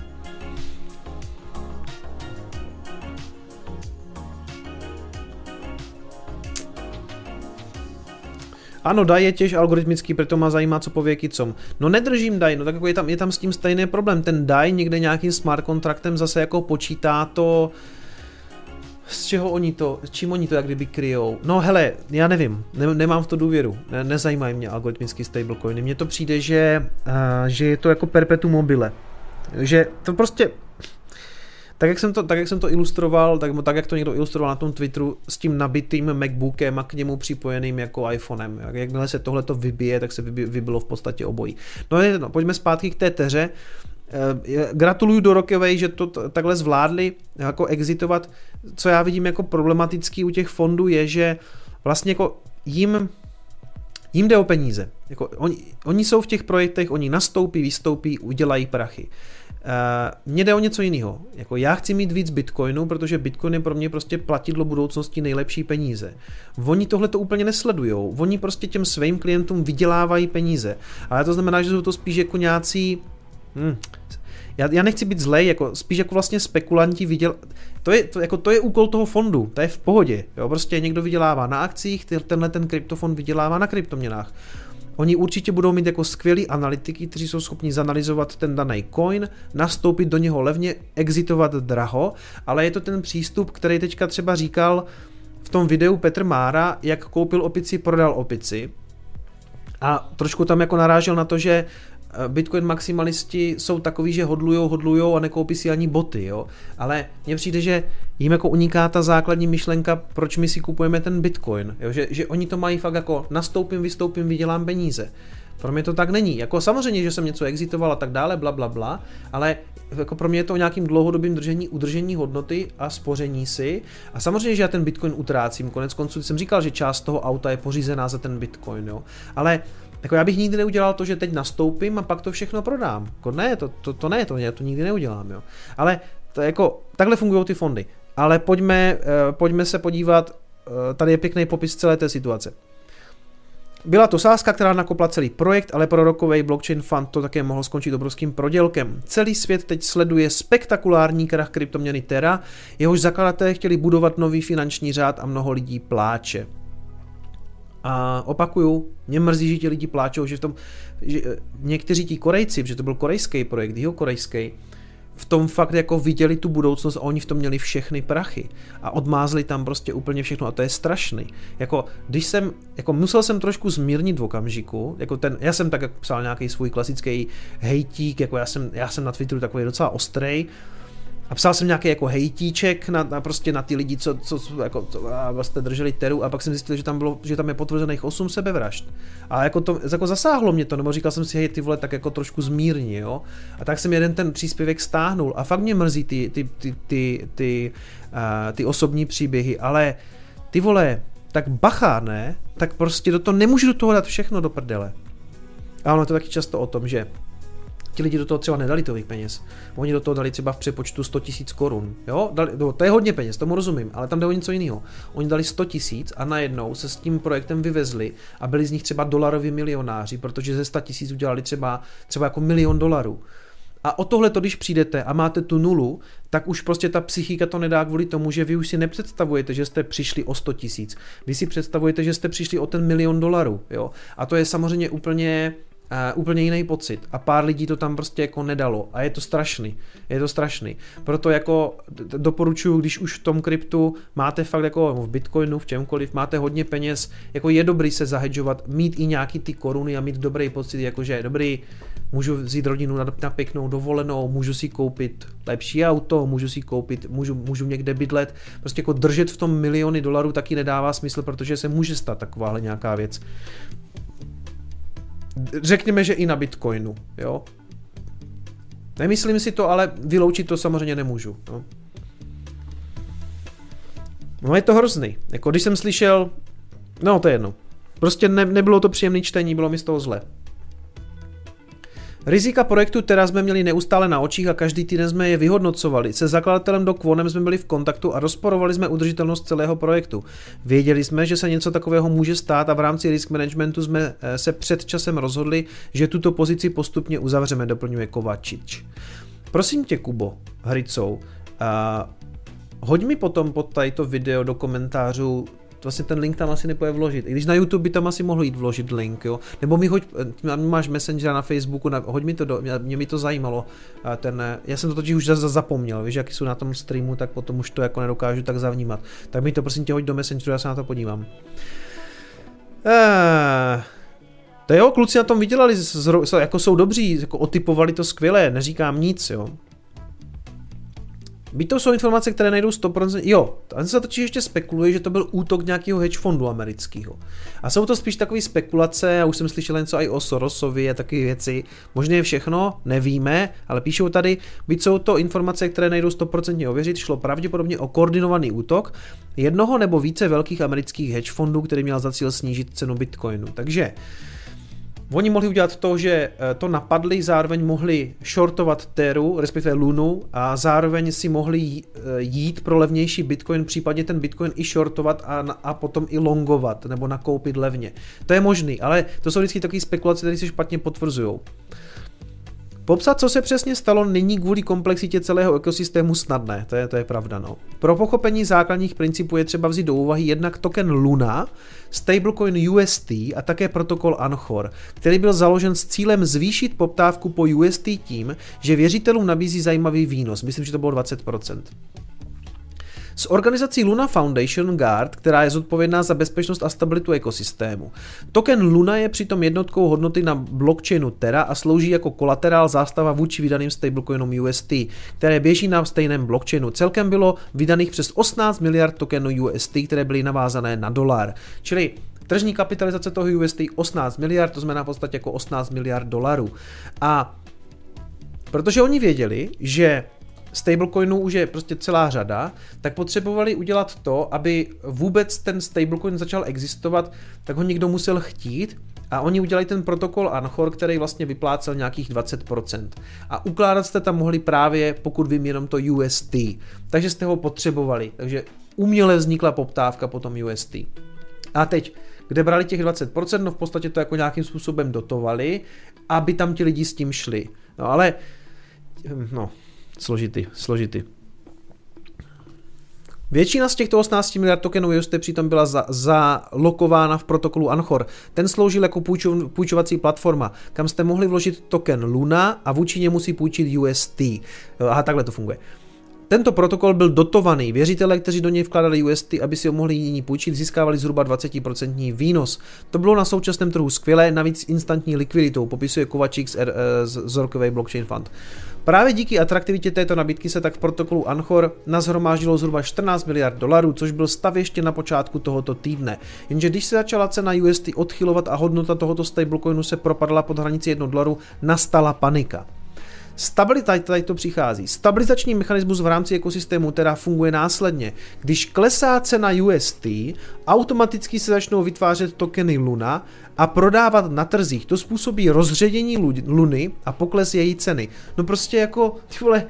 Ano, D A I je těž algoritmický, proto má zajímá, co poví Kicom. No nedržím D A I, no tak jako je tam, je tam s tím stejný problém. Ten D A I někde nějakým smart kontraktem zase jako počítá to, z čeho oni to, s čím oni to jak kdyby kryjou. No hele, já nevím, ne, nemám v to důvěru, ne, nezajímají mě algoritmický stablecoiny. Mně to přijde, že, uh, že je to jako perpetuum mobile. Že to prostě... Tak jak jsem to, tak jak jsem to ilustroval, tak, tak jak to někdo ilustroval na tom Twitteru s tím nabitým MacBookem a k němu připojeným jako iPhonem. Jak, jakmile se tohle to vybije, tak se vybi, vybilo v podstatě obojí. No, no pojďme zpátky k té Teře. Gratuluju do Rockaway, že to t- takhle zvládli jako exitovat. Co já vidím jako problematický u těch fondů je, že vlastně jako jim jim jde o peníze. Jako oni, oni jsou v těch projektech, oni nastoupí, vystoupí, udělají prachy. Uh, mně jde o něco jiného. Jako já chci mít víc bitcoinu, protože bitcoin je pro mě prostě platidlo budoucnosti, nejlepší peníze. Oni tohle to úplně nesledujou. Oni prostě těm svým klientům vydělávají peníze. Ale to znamená, že jsou to spíš jako nějací... Hmm, já, já nechci být zlej, jako spíš jako vlastně spekulanti vyděl... To je, to, jako to je úkol toho fondu, to je v pohodě. Jo? Prostě někdo vydělává na akcích, tenhle ten kryptofond vydělává na kryptoměnách. Oni určitě budou mít jako skvělí analytiky, kteří jsou schopni zanalyzovat ten daný coin, nastoupit do něho levně, exitovat draho, ale je to ten přístup, který teďka třeba říkal v tom videu Petr Mára, jak koupil opici, prodal opici. A trošku tam jako narážel na to, že Bitcoin maximalisti jsou takový, že hodlujou, hodlujou a nekoupí si ani boty, jo. Ale mně přijde, že jim jako uniká ta základní myšlenka, proč my si kupujeme ten Bitcoin, jo? Že, že oni to mají fakt jako nastoupím, vystoupím, vydělám peníze. Pro mě to tak není. Jako samozřejmě, že jsem něco exitoval a tak dále, bla, bla, bla, ale jako pro mě je to o nějakým dlouhodobým držení, udržení hodnoty a spoření si. A samozřejmě, že já ten Bitcoin utrácím. Konec konců jsem říkal, že část toho auta je pořízená za ten Bitcoin, jo. Ale jako já bych nikdy neudělal to, že teď nastoupím a pak to všechno prodám. Jako ne, to, to, to ne, to, já to nikdy neudělám, jo. Ale to jako, takhle fungují ty fondy. Ale pojďme, pojďme se podívat, tady je pěkný popis celé té situace. Byla to sázka, která nakopla celý projekt, ale pro rokový blockchain fund to také mohlo skončit obrovským prodělkem. Celý svět teď sleduje spektakulární krach kryptoměny Terra, jehož zakladatelé chtěli budovat nový finanční řád a mnoho lidí pláče. A opakuju, mě mrzí, že ti lidi pláčou, že v tom, že někteří ti Korejci, že to byl korejský projekt, jihokorejský, v tom fakt jako viděli tu budoucnost a oni v tom měli všechny prachy a odmázli tam prostě úplně všechno a to je strašný. Jako když jsem, jako musel jsem trošku zmírnit v okamžiku, jako ten, já jsem tak jako psal nějaký svůj klasický hejtík, jako já jsem, já jsem na Twitteru takový docela ostrej a psal jsem nějaký jako hejtíček na, na prostě na ty lidi, co, co jako co, a vlastně drželi Teru a pak jsem zjistil, že tam bylo, že tam je potvrzených osm sebevražd. A jako to jako zasáhlo mě to, nebo říkal jsem si, hej, ty vole, tak jako trošku zmírni, jo. A tak jsem jeden ten příspěvek stáhnul a fakt mě mrzí ty, ty, ty, ty, ty, uh, ty osobní příběhy, ale ty vole, tak bacha, ne? Tak prostě do toho, nemůžu do toho dát všechno do prdele. A ono to taky často o tom, že ti lidi do toho třeba nedali tolik peněz. Oni do toho dali třeba v přepočtu sto tisíc korun. Jo? Dali, no, to je hodně peněz, tomu rozumím, ale tam jde o něco jiného. Oni dali sto tisíc a najednou se s tím projektem vyvezli a byli z nich třeba dolaroví milionáři, protože ze sto tisíc udělali třeba, třeba jako milion dolarů. A o tohle to, když přijdete a máte tu nulu, tak už prostě ta psychika to nedá kvůli tomu, že vy už si nepředstavujete, že jste přišli o sto tisíc. Vy si představujete, že jste přišli o ten milion dolarů. Jo? A to je samozřejmě úplně Uh, úplně jiný pocit a pár lidí to tam prostě jako nedalo a je to strašný, je to strašný. Proto jako doporučuji, když už v tom kryptu máte fakt jako v Bitcoinu, v čemkoliv, máte hodně peněz, jako je dobrý se zahedžovat, mít i nějaký ty koruny a mít dobrý pocit, jakože je dobrý, můžu vzít rodinu na, na pěknou dovolenou, můžu si koupit lepší auto, můžu si koupit, můžu, můžu někde bydlet, prostě jako držet v tom miliony dolarů taky nedává smysl, protože se může stát takováhle nějaká věc. Řekněme, že i na Bitcoinu, jo. Nemyslím si to, ale vyloučit to samozřejmě nemůžu. No, no je to hrozný. Jako když jsem slyšel, no to je jedno. Prostě ne, nebylo to příjemné čtení, bylo mi z toho zle. Rizika projektu Terra jsme měli neustále na očích a každý týden jsme je vyhodnocovali. Se zakladatelem do Quonem jsme byli v kontaktu a rozporovali jsme udržitelnost celého projektu. Věděli jsme, že se něco takového může stát a v rámci risk managementu jsme se před časem rozhodli, že tuto pozici postupně uzavřeme, doplňuje Kovačič. Prosím tě, Kubo, Hricou, uh, hoď mi potom pod tadyto video do komentářů. Vlastně ten link tam asi nepoje vložit. I když na YouTube by tam asi mohl jít vložit link, jo. Nebo mi hoď, máš Messengera na Facebooku, na, hoď mi to do, mě, mě mi to zajímalo. Ten, já jsem to totiž už zapomněl, víš, jaký jsou na tom streamu, tak potom už to jako nedokážu tak zavnímat. Tak mi to prosím tě hoď do Messengeru, já se na to podívám. Eee, to jo, kluci na tom vydělali, jako jsou dobří, jako otypovali to skvěle, neříkám nic, jo. Byť to jsou informace, které nejdou sto procent. Jo, tam se totiž ještě spekuluje, že to byl útok nějakého hedge fondu amerického. A jsou to spíš takové spekulace, já už jsem slyšel něco i o Sorosovi a takové věci. Možná je všechno, nevíme, ale píšou tady, byť jsou to informace, které nejdou sto procent ověřit, šlo pravděpodobně o koordinovaný útok jednoho nebo více velkých amerických hedge fondů, který měl za cíl snížit cenu Bitcoinu. Takže oni mohli udělat to, že to napadli, zároveň mohli shortovat Teru, respektive Lunu a zároveň si mohli jít pro levnější Bitcoin, případně ten Bitcoin i shortovat a, a potom i longovat nebo nakoupit levně. To je možný, ale to jsou vždycky takové spekulace, které se špatně potvrzujou. Popsat, co se přesně stalo, není kvůli komplexitě celého ekosystému snadné, to je, to je pravda. No. Pro pochopení základních principů je třeba vzít do úvahy jednak token Luna, stablecoin U S T a také protokol Anchor, který byl založen s cílem zvýšit poptávku po U S T tím, že věřitelům nabízí zajímavý výnos, myslím, že to bylo dvacet procent. s organizací Luna Foundation Guard, která je zodpovědná za bezpečnost a stabilitu ekosystému. Token Luna je přitom jednotkou hodnoty na blockchainu Terra a slouží jako kolaterál zástava vůči vydaným stablecoinům U S T, které běží na stejném blockchainu. Celkem bylo vydaných přes osmnáct miliard tokenů U S T, které byly navázané na dolar. Čili tržní kapitalizace toho U S T osmnáct miliard, to znamená v podstatě jako osmnáct miliard dolarů. A protože oni věděli, že stablecoinů už je prostě celá řada, tak potřebovali udělat to, aby vůbec ten stablecoin začal existovat, tak ho někdo musel chtít a oni udělali ten protokol Anchor, který vlastně vyplácel nějakých dvacet procent. A ukládat jste tam mohli právě, pokud vím, jenom to U S T. Takže jste ho potřebovali. Takže uměle vznikla poptávka po tom U S T. A teď, kde brali těch dvacet procent, no v podstatě to jako nějakým způsobem dotovali, aby tam ti lidi s tím šli. No ale, no, složitý, složitý. Většina z těchto osmnáct miliard tokenů U S T přitom byla zalokována v protokolu Anchor. Ten sloužil jako půjčo, půjčovací platforma, kam jste mohli vložit token Luna a vůči němu si půjčit U S T. Aha, takhle to funguje. Tento protokol byl dotovaný. Věřitelé, kteří do něj vkládali U S T, aby si ho mohli jiní půjčit, získávali zhruba dvacet procent výnos. To bylo na současném trhu skvělé, navíc instantní likviditou, popisuje Kovačík z, z Zorkovej Blockchain Fund. Právě díky atraktivitě této nabídky se tak v protokolu Anchor nazhromáždilo zhruba čtrnáct miliard dolarů, což byl stav ještě na počátku tohoto týdne. Jenže když se začala cena U S T odchylovat a hodnota tohoto stablecoinu se propadla pod hranici jednoho dolaru, nastala panika. Stabilita tady to přichází. Stabilizační mechanismus v rámci ekosystému teda funguje následně. Když klesá cena U S T, automaticky se začnou vytvářet tokeny Luna a prodávat na trzích. To způsobí rozředění Luny a pokles její ceny. No prostě jako, ty vole,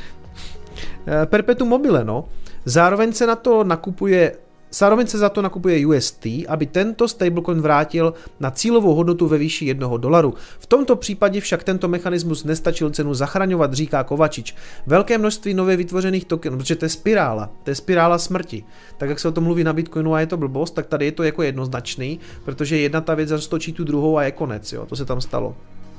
perpetuum mobile, no. Zároveň se na to nakupuje Zároveň se za to nakupuje U S T, aby tento stablecoin vrátil na cílovou hodnotu ve výši jednoho dolaru. V tomto případě však tento mechanismus nestačil cenu zachraňovat, říká Kovačič. Velké množství nově vytvořených tokenů, protože to je spirála, to je spirála smrti. Tak jak se o tom mluví na Bitcoinu a je to blbost, tak tady je to jako jednoznačný, protože jedna ta věc roztočí tu druhou a je konec, jo, to se tam stalo.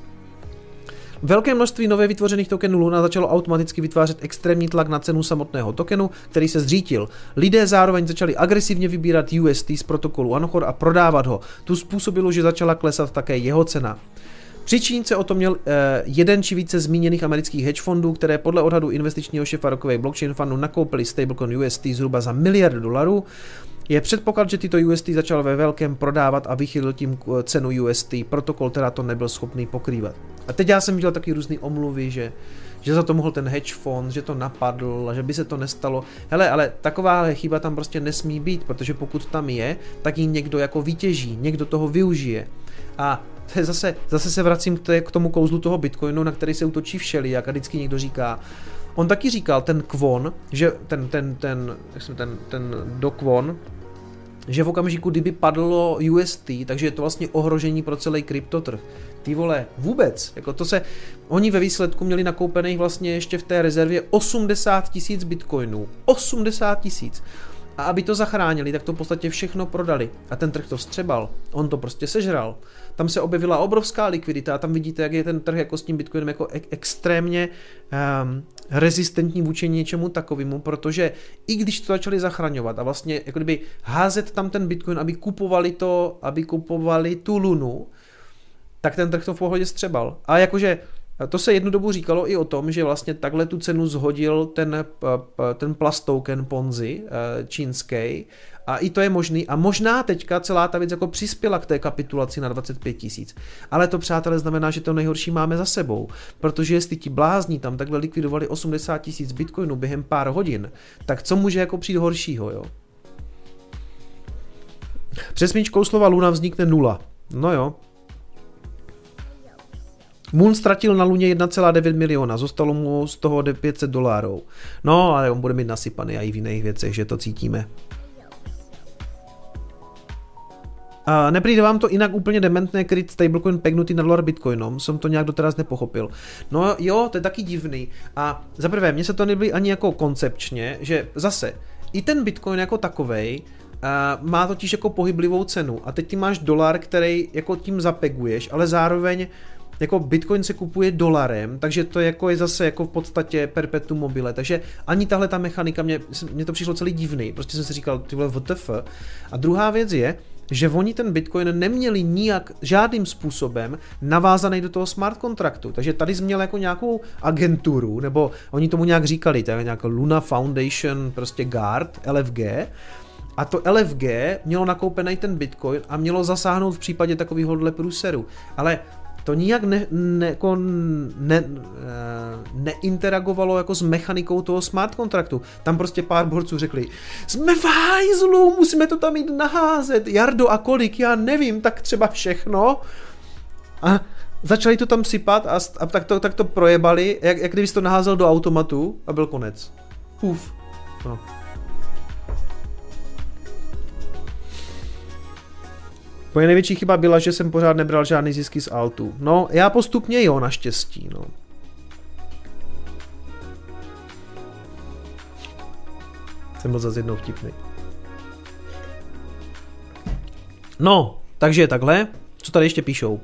Velké množství nově vytvořených tokenů Luna začalo automaticky vytvářet extrémní tlak na cenu samotného tokenu, který se zřítil. Lidé zároveň začali agresivně vybírat U S T z protokolu Anchor a prodávat ho. To způsobilo, že začala klesat také jeho cena. Příčince o tom měl eh, jeden či více zmíněných amerických hedge fondů, které podle odhadu investičního šéfa Rockefeller Blockchain Fundu nakoupili stablecoin U S T zhruba za miliardu dolarů. Je předpoklad, že tyto U S T začal ve velkém prodávat a vychylil tím cenu U S T. Protokol teda to nebyl schopný pokrývat. A teď já jsem viděl taky různý omluvy, že, že za to mohl ten hedge fond, že to napadl a že by se to nestalo. Hele, ale takováhle chyba tam prostě nesmí být, protože pokud tam je, tak ji někdo jako vytěží, někdo toho využije. A to je zase, zase se vracím k, té, k tomu kouzlu toho Bitcoinu, na který se útočí všelijak a vždycky někdo říká. On taky říkal, ten Kwon, že ten, ten, ten, jak jsem ten, ten Do Kwon, že v okamžiku, kdyby padlo U S T, takže je to vlastně ohrožení pro celý kryptotrh. Ty vole, vůbec, jako to se, oni ve výsledku měli nakoupených vlastně ještě v té rezervě osmdesát tisíc bitcoinů. osmdesát tisíc. A aby to zachránili, tak to v podstatě všechno prodali. A ten trh to vstřebal. On to prostě sežral. Tam se objevila obrovská likvidita a tam vidíte, jak je ten trh jako s tím bitcoinem jako ek- extrémně um, rezistentní vůči něčemu takovému, protože i když to začali zachraňovat a vlastně jako kdyby házet tam ten bitcoin, aby kupovali to, aby kupovali tu Lunu, tak ten trh to v pohodě střebal. A jakože to se jednu dobu říkalo i o tom, že vlastně takhle tu cenu zhodil ten, ten plastoken Ponzi čínský a i to je možný a možná teďka celá ta věc jako přispěla k té kapitulaci na dvacet pět tisíc. Ale to, přátelé, znamená, že to nejhorší máme za sebou, protože jestli ti blázní tam takhle likvidovali osmdesát tisíc bitcoinů během pár hodin, tak co může jako přijít horšího, jo? Přesmíčkou slova Luna vznikne nula. No jo. Moon ztratil na Luně jedna celá devět miliona, zostalo mu z toho pět set dolarů. No, ale on bude mít nasypaný a i v jiných věcech, že to cítíme. A nepřijde vám to jinak úplně dementné kryt stablecoin pegnutý na dolar bitcoinom? Jsem to nějak doteraz nepochopil. No jo, to je taky divný. A za prvé, mně se to nebylo ani jako koncepčně, že zase, i ten bitcoin jako takovej uh, má totiž jako pohyblivou cenu. A teď ty máš dolar, který jako tím zapeguješ, ale zároveň jako Bitcoin se kupuje dolarem, takže to jako je zase jako v podstatě perpetuum mobile, takže ani tahle ta mechanika, mě, mě to přišlo celý divný, prostě jsem si říkal, ty vole, W T F. A druhá věc je, že oni ten Bitcoin neměli nijak žádným způsobem navázaný do toho smart kontraktu. Takže tady jsi měl jako nějakou agenturu, nebo oni tomu nějak říkali, to je nějaká Luna Foundation, prostě Guard, L F G, a to L F G mělo nakoupený ten Bitcoin a mělo zasáhnout v případě takovýhohle průseru. Ale to nijak ne, ne, jako ne, neinteragovalo jako s mechanikou toho smart kontraktu. Tam prostě pár borců řekli, jsme v hajzlu, musíme to tam jít naházet. Jardo, a kolik? Já nevím, tak třeba všechno. A začali to tam sypat a, a tak, to, tak to projebali, jak, jak kdyby to naházel do automatu a byl konec. Uf. No. Moje největší chyba byla, že jsem pořád nebral žádný zisky z altu. No, já postupně jo, naštěstí, no. Jsem byl zase jednou vtipný. No, takže takhle. Co tady ještě píšou?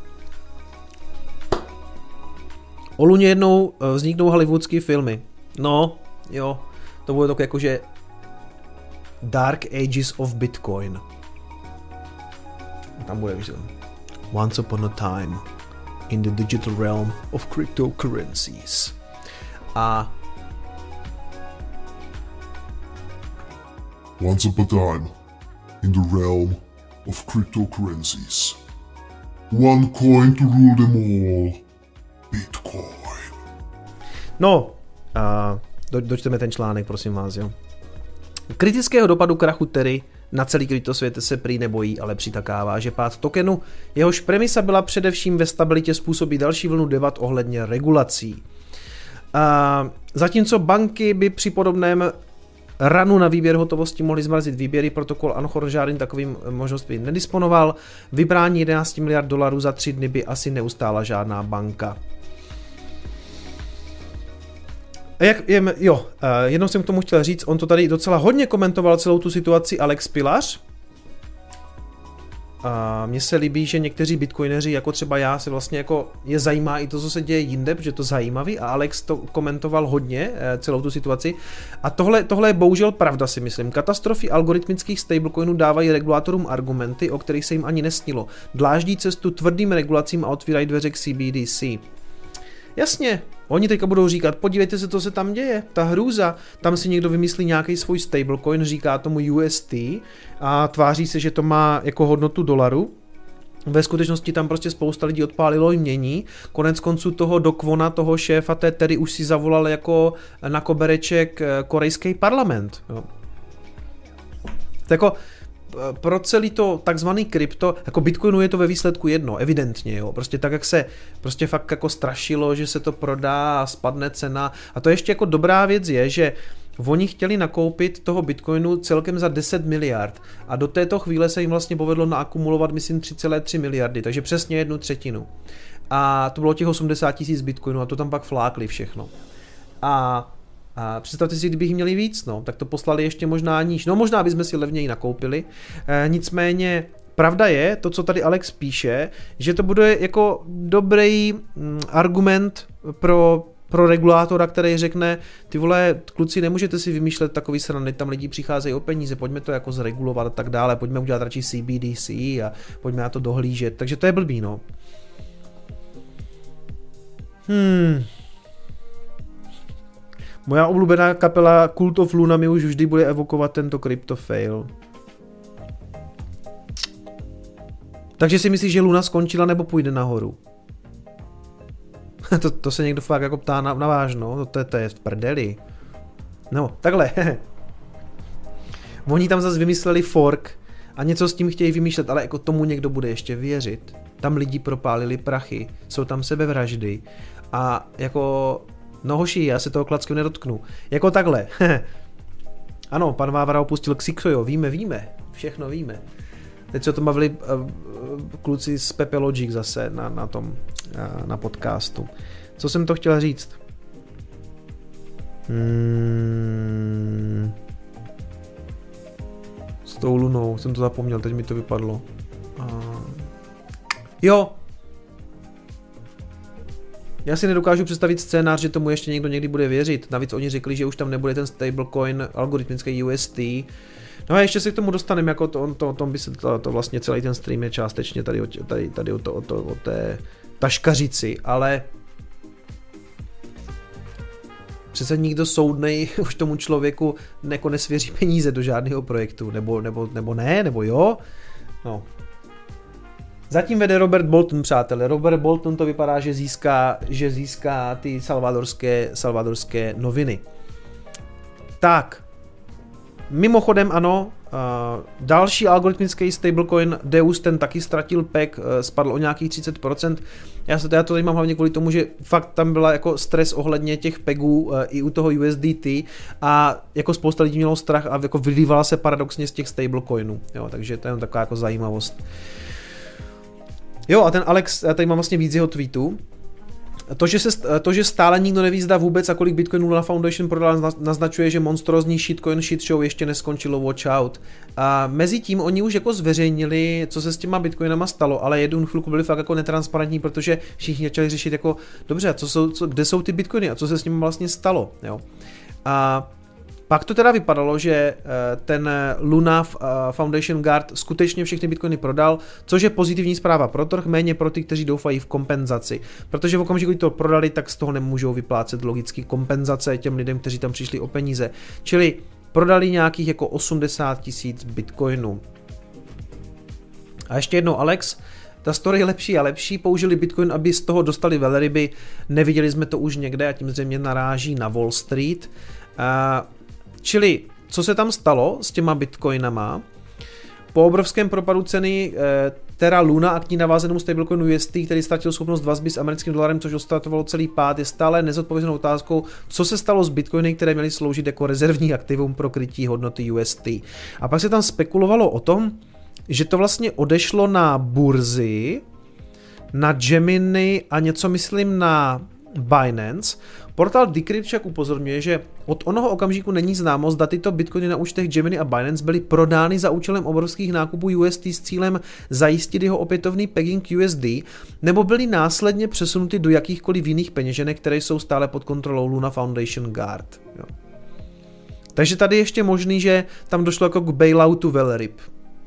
O Luně jednou vzniknou hollywoodský filmy. No, jo, to bude tak jakože Dark Ages of Bitcoin. Tam bude, víš, Once upon a time in the digital realm of cryptocurrencies. A Once upon a time in the realm of cryptocurrencies. One coin to rule them all. Bitcoin. No, a do, dočteme ten článek, prosím vás, jo. Kritického dopadu krachu Terry na celý kryptosvět se prý nebojí, ale přitakává, že pád tokenu, jehož premisa byla především ve stabilitě, způsobí další vlnu debat ohledně regulací. A zatímco banky by při podobném ranu na výběr hotovosti mohly zmrazit výběry, protokol Anchor žádný takovým možnostmi nedisponoval, vybrání jedenáct miliard dolarů za tři dny by asi neustála žádná banka. Jak, je, jo, jednou jsem k tomu chtěl říct, on to tady docela hodně komentoval celou tu situaci Alex Pilař. A mně se líbí, že někteří bitcoineři, jako třeba já, se vlastně jako je zajímá i to, co se děje jinde, protože je to zajímavý a Alex to komentoval hodně, celou tu situaci. A tohle, tohle je bohužel pravda, si myslím. Katastrofy algoritmických stablecoinů dávají regulátorům argumenty, o kterých se jim ani nesnilo. Dláždí cestu tvrdým regulacím a otvírají dveře k C B D C. Jasně, oni teďka budou říkat, podívejte se, co se tam děje, ta hrůza, tam si někdo vymyslí nějaký svůj stablecoin, říká tomu U S T a tváří se, že to má jako hodnotu dolaru. Ve skutečnosti tam prostě spousta lidí odpálilo jmění, konec konců toho Dokvona, toho šéfa té Terry už si zavolal jako na kobereček korejský parlament. Jo. To jako pro celý to takzvaný krypto, jako Bitcoinu je to ve výsledku jedno, evidentně, jo, prostě tak, jak se prostě fakt jako strašilo, že se to prodá a spadne cena a to ještě jako dobrá věc je, že oni chtěli nakoupit toho Bitcoinu celkem za deset miliard a do této chvíle se jim vlastně povedlo naakumulovat, myslím, tři celé tři miliardy, takže přesně jednu třetinu. A to bylo těch osmdesát tisíc Bitcoinů a to tam pak flákli všechno. A A představte si, kdybych měli víc, no, tak to poslali ještě možná níž. No možná bychom si levněji nakoupili. E, nicméně pravda je, to, co tady Alex píše, že to bude jako dobrý mm, argument pro, pro regulátora, který řekne, ty vole, kluci, nemůžete si vymýšlet takový srandy, tam lidi přicházejí o peníze, pojďme to jako zregulovat a tak dále, pojďme udělat radši C B D C a pojďme na to dohlížet. Takže to je blbý, no. Hmm... Moja oblíbená kapela Cult of Luna mi už vždy bude evokovat tento crypto fail. Takže si myslíš, že Luna skončila nebo půjde nahoru? to, to se někdo fakt jako ptá na, na vážno, to, to je v prdeli. No, takhle. Oni tam zase vymysleli fork a něco s tím chtějí vymýšlet, ale jako tomu někdo bude ještě věřit. Tam lidi propálili prachy, jsou tam sebevraždy a jako... No hoši, já se toho klacky nedotknu. Jako takhle. Ano, pan Vávra opustil Xixojo, víme, víme. Všechno víme. Teď se o tom bavili uh, kluci z Pepe Logic zase na, na tom, uh, na podcastu. Co jsem to chtěl říct? Hmm. S tou Lunou, jsem to zapomněl, teď mi to vypadlo. Uh. Jo. já si nedokážu představit scénář, že tomu ještě někdo někdy bude věřit. Navíc oni řekli, že už tam nebude ten stablecoin algoritmický U S T. No a ještě se k tomu dostaneme, jako to, to, tom by se to, to vlastně celý ten stream je částečně tady, tady, tady o, to, o, to, o té taškařici, ale přece nikdo soudnej už tomu člověku jako nesvěří peníze do žádného projektu, nebo, nebo, nebo ne, nebo jo. No. Zatím vede Robert Bolton, přátelé. Robert Bolton to vypadá, že získá, že získá ty salvadorské, salvadorské noviny. Tak. Mimochodem ano, uh, další algoritmický stablecoin Deus, ten taky ztratil P E G, uh, spadl o nějakých třicet procent. Já se teda to tady mám hlavně kvůli tomu, že fakt tam byla jako stres ohledně těch P E Gů uh, i u toho U S D T a jako spousta lidí mělo strach a jako vylívala se paradoxně z těch stablecoinů. Jo, takže to je taková jako zajímavost. Jo, a ten Alex, já tady mám vlastně víc jeho tweetů. To že, se, to, že stále nikdo neví, zda vůbec a kolik Bitcoinů Luna Foundation prodala, naznačuje, že monstrózní shitcoin shit show ještě neskončilo, watch out. A mezi tím oni už jako zveřejnili, co se s těma Bitcoinama stalo, ale jednu chvilku byli fakt jako netransparentní, protože všichni začali řešit jako, dobře, co jsou, co, kde jsou ty Bitcoiny a co se s nimi vlastně stalo. Jo. A pak to teda vypadalo, že ten Luna Foundation Guard skutečně všechny bitcoiny prodal, což je pozitivní zpráva pro trh, méně pro ty, kteří doufají v kompenzaci. Protože v okamžiku, kdy to prodali, tak z toho nemůžou vyplácet logicky kompenzace těm lidem, kteří tam přišli o peníze. Čili prodali nějakých jako osmdesát tisíc bitcoinů. A ještě jednou Alex, ta story je lepší a lepší, použili Bitcoin, aby z toho dostali velryby, neviděli jsme to už někde a tím zřejmě naráží na Wall Street. A čili, co se tam stalo s těma bitcoinama? Po obrovském propadu ceny eh, Terra Luna a k ní navázenému stablecoinu U S T, který ztratil schopnost vazby s americkým dolarem, což odstartovalo celý pád, je stále nezodpovězenou otázkou, co se stalo s bitcoiny, které měly sloužit jako rezervní aktivum pro krytí hodnoty U S T. A pak se tam spekulovalo o tom, že to vlastně odešlo na burzy, na Gemini a něco myslím na Binance. Portál Decrypt však upozorňuje, že od onoho okamžiku není známo, zda tyto bitcoiny na účtech Gemini a Binance byly prodány za účelem obrovských nákupů U S T s cílem zajistit jeho opětovný pegging U S D, nebo byly následně přesunuty do jakýchkoliv jiných peněženek, které jsou stále pod kontrolou Luna Foundation Guard. Jo. Takže tady ještě možný, že tam došlo jako k bailoutu velryb.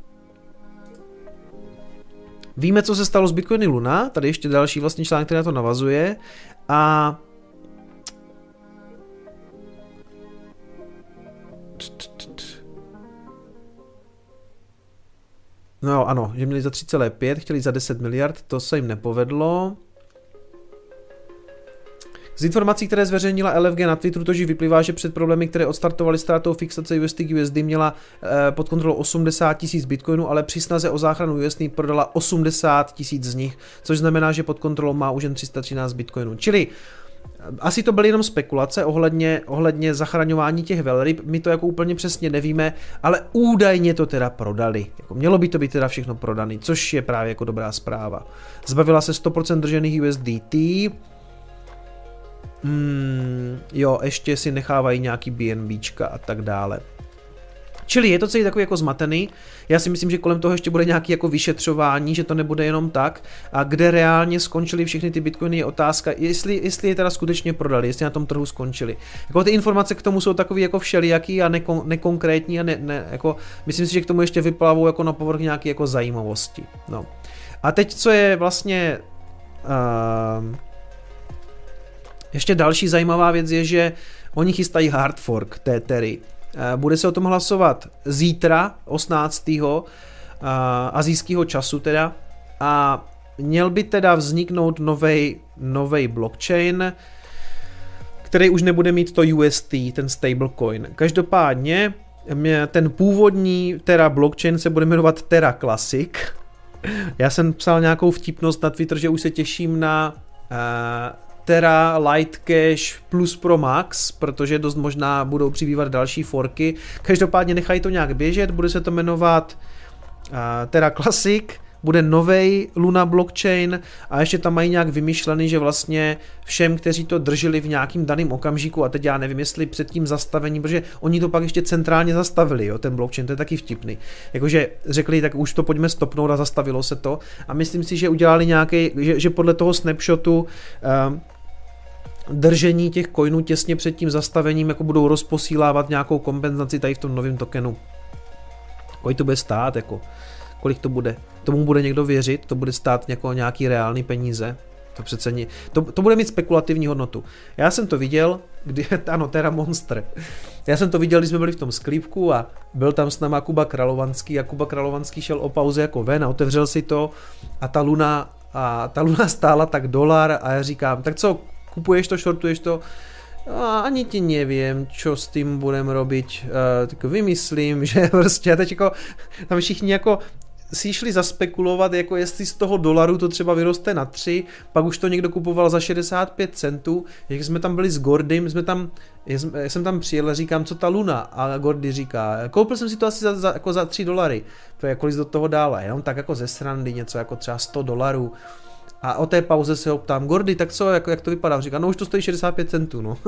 Víme, co se stalo s Bitcoiny Luna, tady ještě další vlastně článek, který na to navazuje a no jo, ano, že měli za tři celé pět, chtěli za deset miliard, to se jim nepovedlo. Z informací, které zveřejnila L F G na Twitteru, tož vyplývá, že před problémy, které odstartovaly ztrátou fixace U S T k U S D, měla eh, pod kontrolou osmdesát tisíc bitcoinů, ale při snaze o záchranu U S D prodala osmdesát tisíc z nich, což znamená, že pod kontrolou má už jen tři sta třináct bitcoinů. Čili asi to byly jenom spekulace ohledně, ohledně zachraňování těch velryb, my to jako úplně přesně nevíme, ale údajně to teda prodali. Jako mělo by to být teda všechno prodaný, což je právě jako dobrá zpráva. Zbavila se sto procent držených U S D T, Hmm, jo, ještě si nechávají nějaký BNBčka a tak dále. Čili je to celý takový jako zmatený. Já si myslím, že kolem toho ještě bude nějaký jako vyšetřování, že to nebude jenom tak. A kde reálně skončily všechny ty bitcoiny je otázka, jestli, jestli je teda skutečně prodali, jestli na tom trhu skončili. Jako ty informace k tomu jsou takový jako všelijaký a nekon, nekonkrétní a ne, ne, jako, myslím si, že k tomu ještě vyplavou jako na povrch nějaké jako zajímavosti. No. A teď co je vlastně... Uh, Ještě další zajímavá věc je, že oni chystají hard fork té Tery. Bude se o tom hlasovat zítra, osmnáctého asijského času teda. A měl by teda vzniknout novej, novej blockchain, který už nebude mít to U S T, ten stablecoin. Každopádně ten původní Terra blockchain se bude jmenovat Terra Classic. Já jsem psal nějakou vtipnost na Twitter, že už se těším na... Uh, Terra Lightcash Plus Pro Max, protože dost možná budou přibývat další forky. Každopádně nechají to nějak běžet, bude se to jmenovat uh, Terra Classic, bude novej Luna blockchain a ještě tam mají nějak vymyšlený, že vlastně všem, kteří to drželi v nějakým daném okamžiku, a teď já nevím, jestli před tím zastavením, protože oni to pak ještě centrálně zastavili, jo, ten blockchain, to je taky vtipný. Jakože řekli, tak už to pojďme stopnout a zastavilo se to a myslím si, že udělali nějaký, že, že podle toho snapshotu uh, držení těch coinů těsně před tím zastavením jako budou rozposílávat nějakou kompenzaci tady v tom novém tokenu. Kolik to bude stát, jako, kolik to bude? Tomu bude někdo věřit, to bude stát jako nějaký reálný peníze. To přece nie, to, to bude mít spekulativní hodnotu. Já jsem to viděl, kdy, ano, Terra Monster. Já jsem to viděl, když jsme byli v tom sklípku a byl tam s náma Kuba Kralovanský a Kuba Kralovanský šel o pauze jako ven a otevřel si to a ta Luna, a ta Luna stála tak dolar a já říkám, tak co, kupuješ to, shortuješ to? A ani ti nevím, čo s tím budem robiť, uh, tak vymyslím, že prostě teď jako tam všichni jako si šli zaspekulovat, jako jestli z toho dolaru to třeba vyroste na tři, pak už to někdo kupoval za šedesát pět centů, jak jsme tam byli s Gordym, jsme tam, já jsem tam přijel a říkám, co ta Luna, a Gordy říká, koupil jsem si to asi za, za, jako za tři dolary, kolik do toho dále, jenom tak jako ze srandy, něco jako třeba sto dolarů. A o té pauze se ho ptám, Gordy, tak co, jak, jak to vypadá? Říká, no už to stojí šedesát pět centů, no.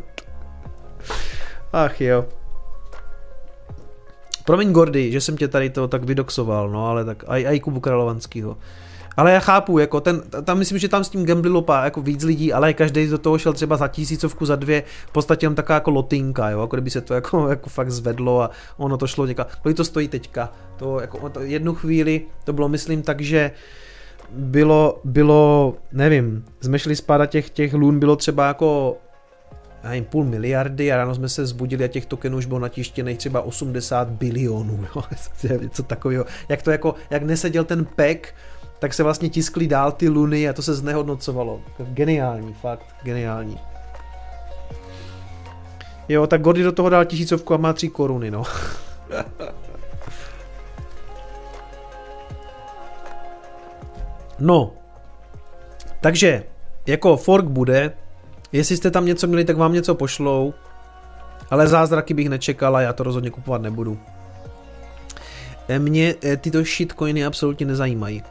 Ach jo. Promiň Gordy, že jsem tě tady to tak vydoxoval, no ale tak aj, aj Kubu Kralovanskýho. Ale já chápu, jako ten, tam myslím, že tam s tím gamblilo jako víc lidí, ale každý do toho šel třeba za tisícovku, za dvě, v podstatě tam taková jako lotinka, jo, jako kdyby se to jako, jako fakt zvedlo a ono to šlo někam. Kolik to stojí teďka? To jako to jednu chvíli, to bylo myslím tak, že bylo, bylo, nevím, jsme šli spát a těch, těch lun bylo třeba jako nevím, půl miliardy a ráno jsme se zbudili a těch tokenů už bylo natištěných třeba osmdesát bilionů, jo, něco takového. Jak to jako, jak neseděl ten pek, tak se vlastně tiskly dál ty luny a to se znehodnocovalo. Geniální, fakt, geniální. Jo, tak Gordy do toho dal tisícovku a má tři koruny, no. No, takže jako fork bude, jestli jste tam něco měli, tak vám něco pošlou, ale zázraky bych nečekal a já to rozhodně kupovat nebudu. Mě tyto shitcoiny absolutně nezajímají.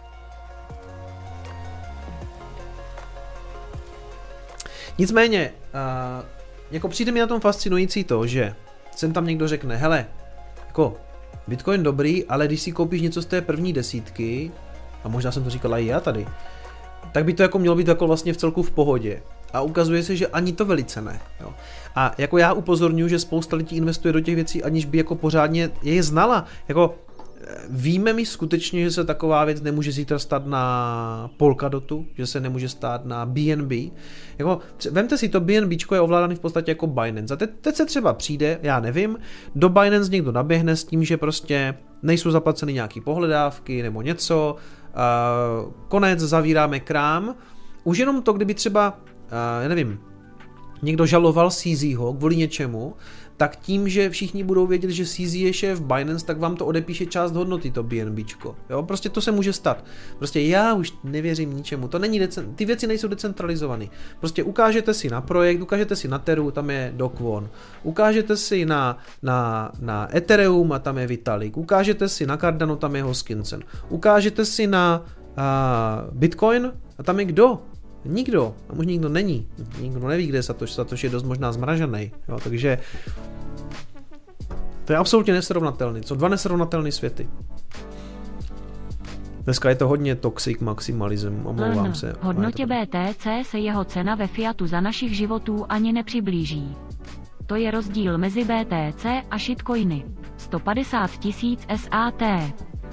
Nicméně, uh, jako přijde mi na tom fascinující to, že sem tam někdo řekne, hele, jako Bitcoin dobrý, ale když si koupíš něco z té první desítky, a možná jsem to říkala i já tady, tak by to jako mělo být jako vlastně v celku v pohodě. A ukazuje se, že ani to velice ne. Jo. A jako já upozorňuji, že spousta lidí investuje do těch věcí, aniž by jako pořádně je znala. Jako víme mi skutečně, že se taková věc nemůže zítra stát na Polkadotu, že se nemůže stát na B N B. Jako, vemte si to, BNBčko je ovládaný v podstatě jako Binance. A teď, teď se třeba přijde, já nevím, do Binance někdo naběhne s tím, že prostě nejsou zaplaceny nějaký pohledávky nebo něco, uh, konec, zavíráme krám. Už jenom to, kdyby třeba, uh, já nevím, někdo žaloval C Z ho kvůli něčemu, tak tím, že všichni budou vědět, že C Z je šéf Binance, tak vám to odepíše část hodnoty, to BNBčko. Jo, prostě to se může stát. Prostě já už nevěřím ničemu. To není decent, ty věci nejsou decentralizované. Prostě ukážete si na projekt, ukážete si na Teru, tam je Do Kwon. Ukážete si na, na, na Ethereum a tam je Vitalik. Ukážete si na Cardano, tam je Hoskinson. Ukážete si na uh, Bitcoin a tam je kdo? Nikdo, tam už nikdo není, nikdo neví, kde je Satoshi, Satoshi je dost možná zmražený, jo, takže to je absolutně nesrovnatelný, jsou dva nesrovnatelné světy. Dneska je to hodně toxic maximalism, omlouvám se. Hodnotě B T C se jeho cena ve fiatu za našich životů ani nepřiblíží. To je rozdíl mezi B T C a shitcoiny. sto padesát tisíc S A T.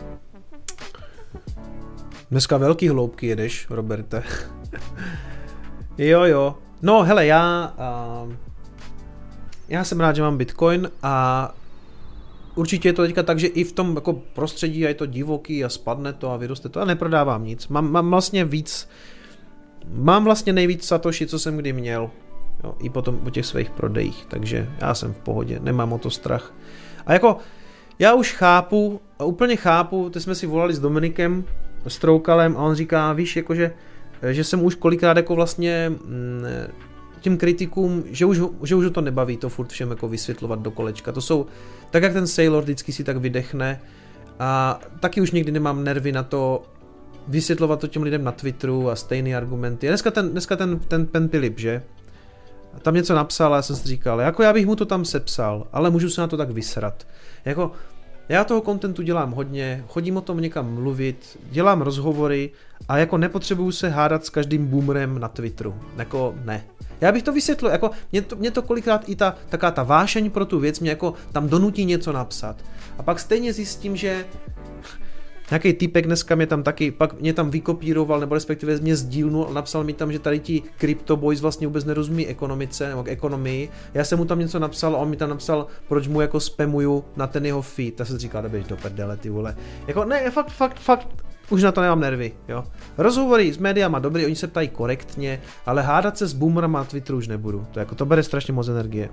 Dneska velký hloubky jedeš, Roberte. Jo, jo. No, hele, já... Uh, já jsem rád, že mám Bitcoin a určitě je to teďka tak, že i v tom jako prostředí je to divoký a spadne to a vyroste to a neprodávám nic. Mám, mám vlastně víc... Mám vlastně nejvíc Satoshi, co jsem kdy měl. Jo, i potom po těch svých prodejích, takže já jsem v pohodě, nemám o to strach. A jako, já už chápu, a úplně chápu, teď jsme si volali s Dominikem, s Troukalem a on říká, víš, jakože, že jsem už kolikrát jako vlastně tím kritikům, že už, že už to nebaví to furt všem jako vysvětlovat do kolečka. To jsou, tak jak ten Sailor vždycky si tak vydechne a taky už někdy nemám nervy na to vysvětlovat to těm lidem na Twitteru a stejný argumenty. A dneska ten, dneska ten, ten Pen Philip, že? A tam něco napsal a já jsem si říkal, jako já bych mu to tam sepsal, ale můžu se na to tak vysrat. Jako, já toho kontentu dělám hodně, chodím o tom někam mluvit, dělám rozhovory a jako nepotřebuju se hádat s každým boomerem na Twitteru. Jako ne. Já bych to vysvětlil, jako mě to, mě to kolikrát i ta, taká ta vášeň pro tu věc mě jako tam donutí něco napsat. A pak stejně zjistím, že nějaký týpek dneska mě tam taky, pak mě tam vykopíroval, nebo respektive mě sdílnul a napsal mi tam, že tady ti Crypto Boys vlastně vůbec nerozumí ekonomice, nebo ekonomii. Já jsem mu tam něco napsal a on mi tam napsal, proč mu jako spamuju na ten jeho feed. Tak se říká, neběž do prdele, ty vole. Jako ne, fakt, fakt, fakt, už na to nemám nervy, jo. Rozhovory s médiama dobrý, oni se ptají korektně, ale hádat se s boomerama na Twitteru už nebudu. To, jako, to bere strašně moc energie.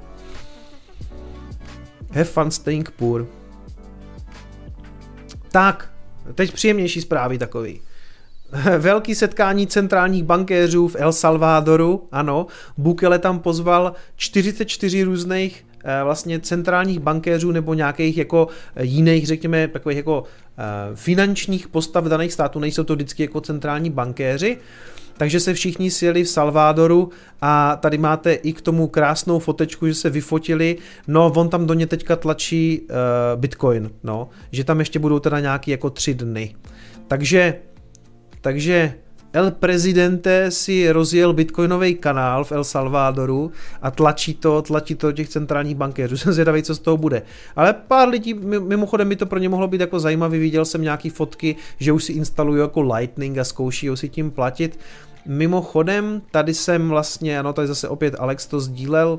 Have fun staying poor. Tak, teď příjemnější zprávy takový. Velký setkání centrálních bankéřů v El Salvadoru, ano, Bukele tam pozval čtyřicet čtyři různých eh, vlastně centrálních bankéřů nebo nějakých jako jiných, řekněme, takových jako eh, finančních postav daných států, nejsou to vždycky jako centrální bankéři, takže se všichni sjeli v Salvadoru a tady máte i k tomu krásnou fotečku, že se vyfotili, no on tam do ně teďka tlačí uh, Bitcoin, no, že tam ještě budou teda nějaký jako tři dny. Takže, takže El Presidente si rozjel bitcoinový kanál v El Salvadoru a tlačí to, tlačí to těch centrálních bankéřů. Jsem zvědavý, co z toho bude. Ale pár lidí, mimochodem by to pro ně mohlo být jako zajímavý, viděl jsem nějaký fotky, že už si instalují jako Lightning a zkouší si tím platit. Mimochodem, tady jsem vlastně, ano, tady zase opět Alex to sdílel,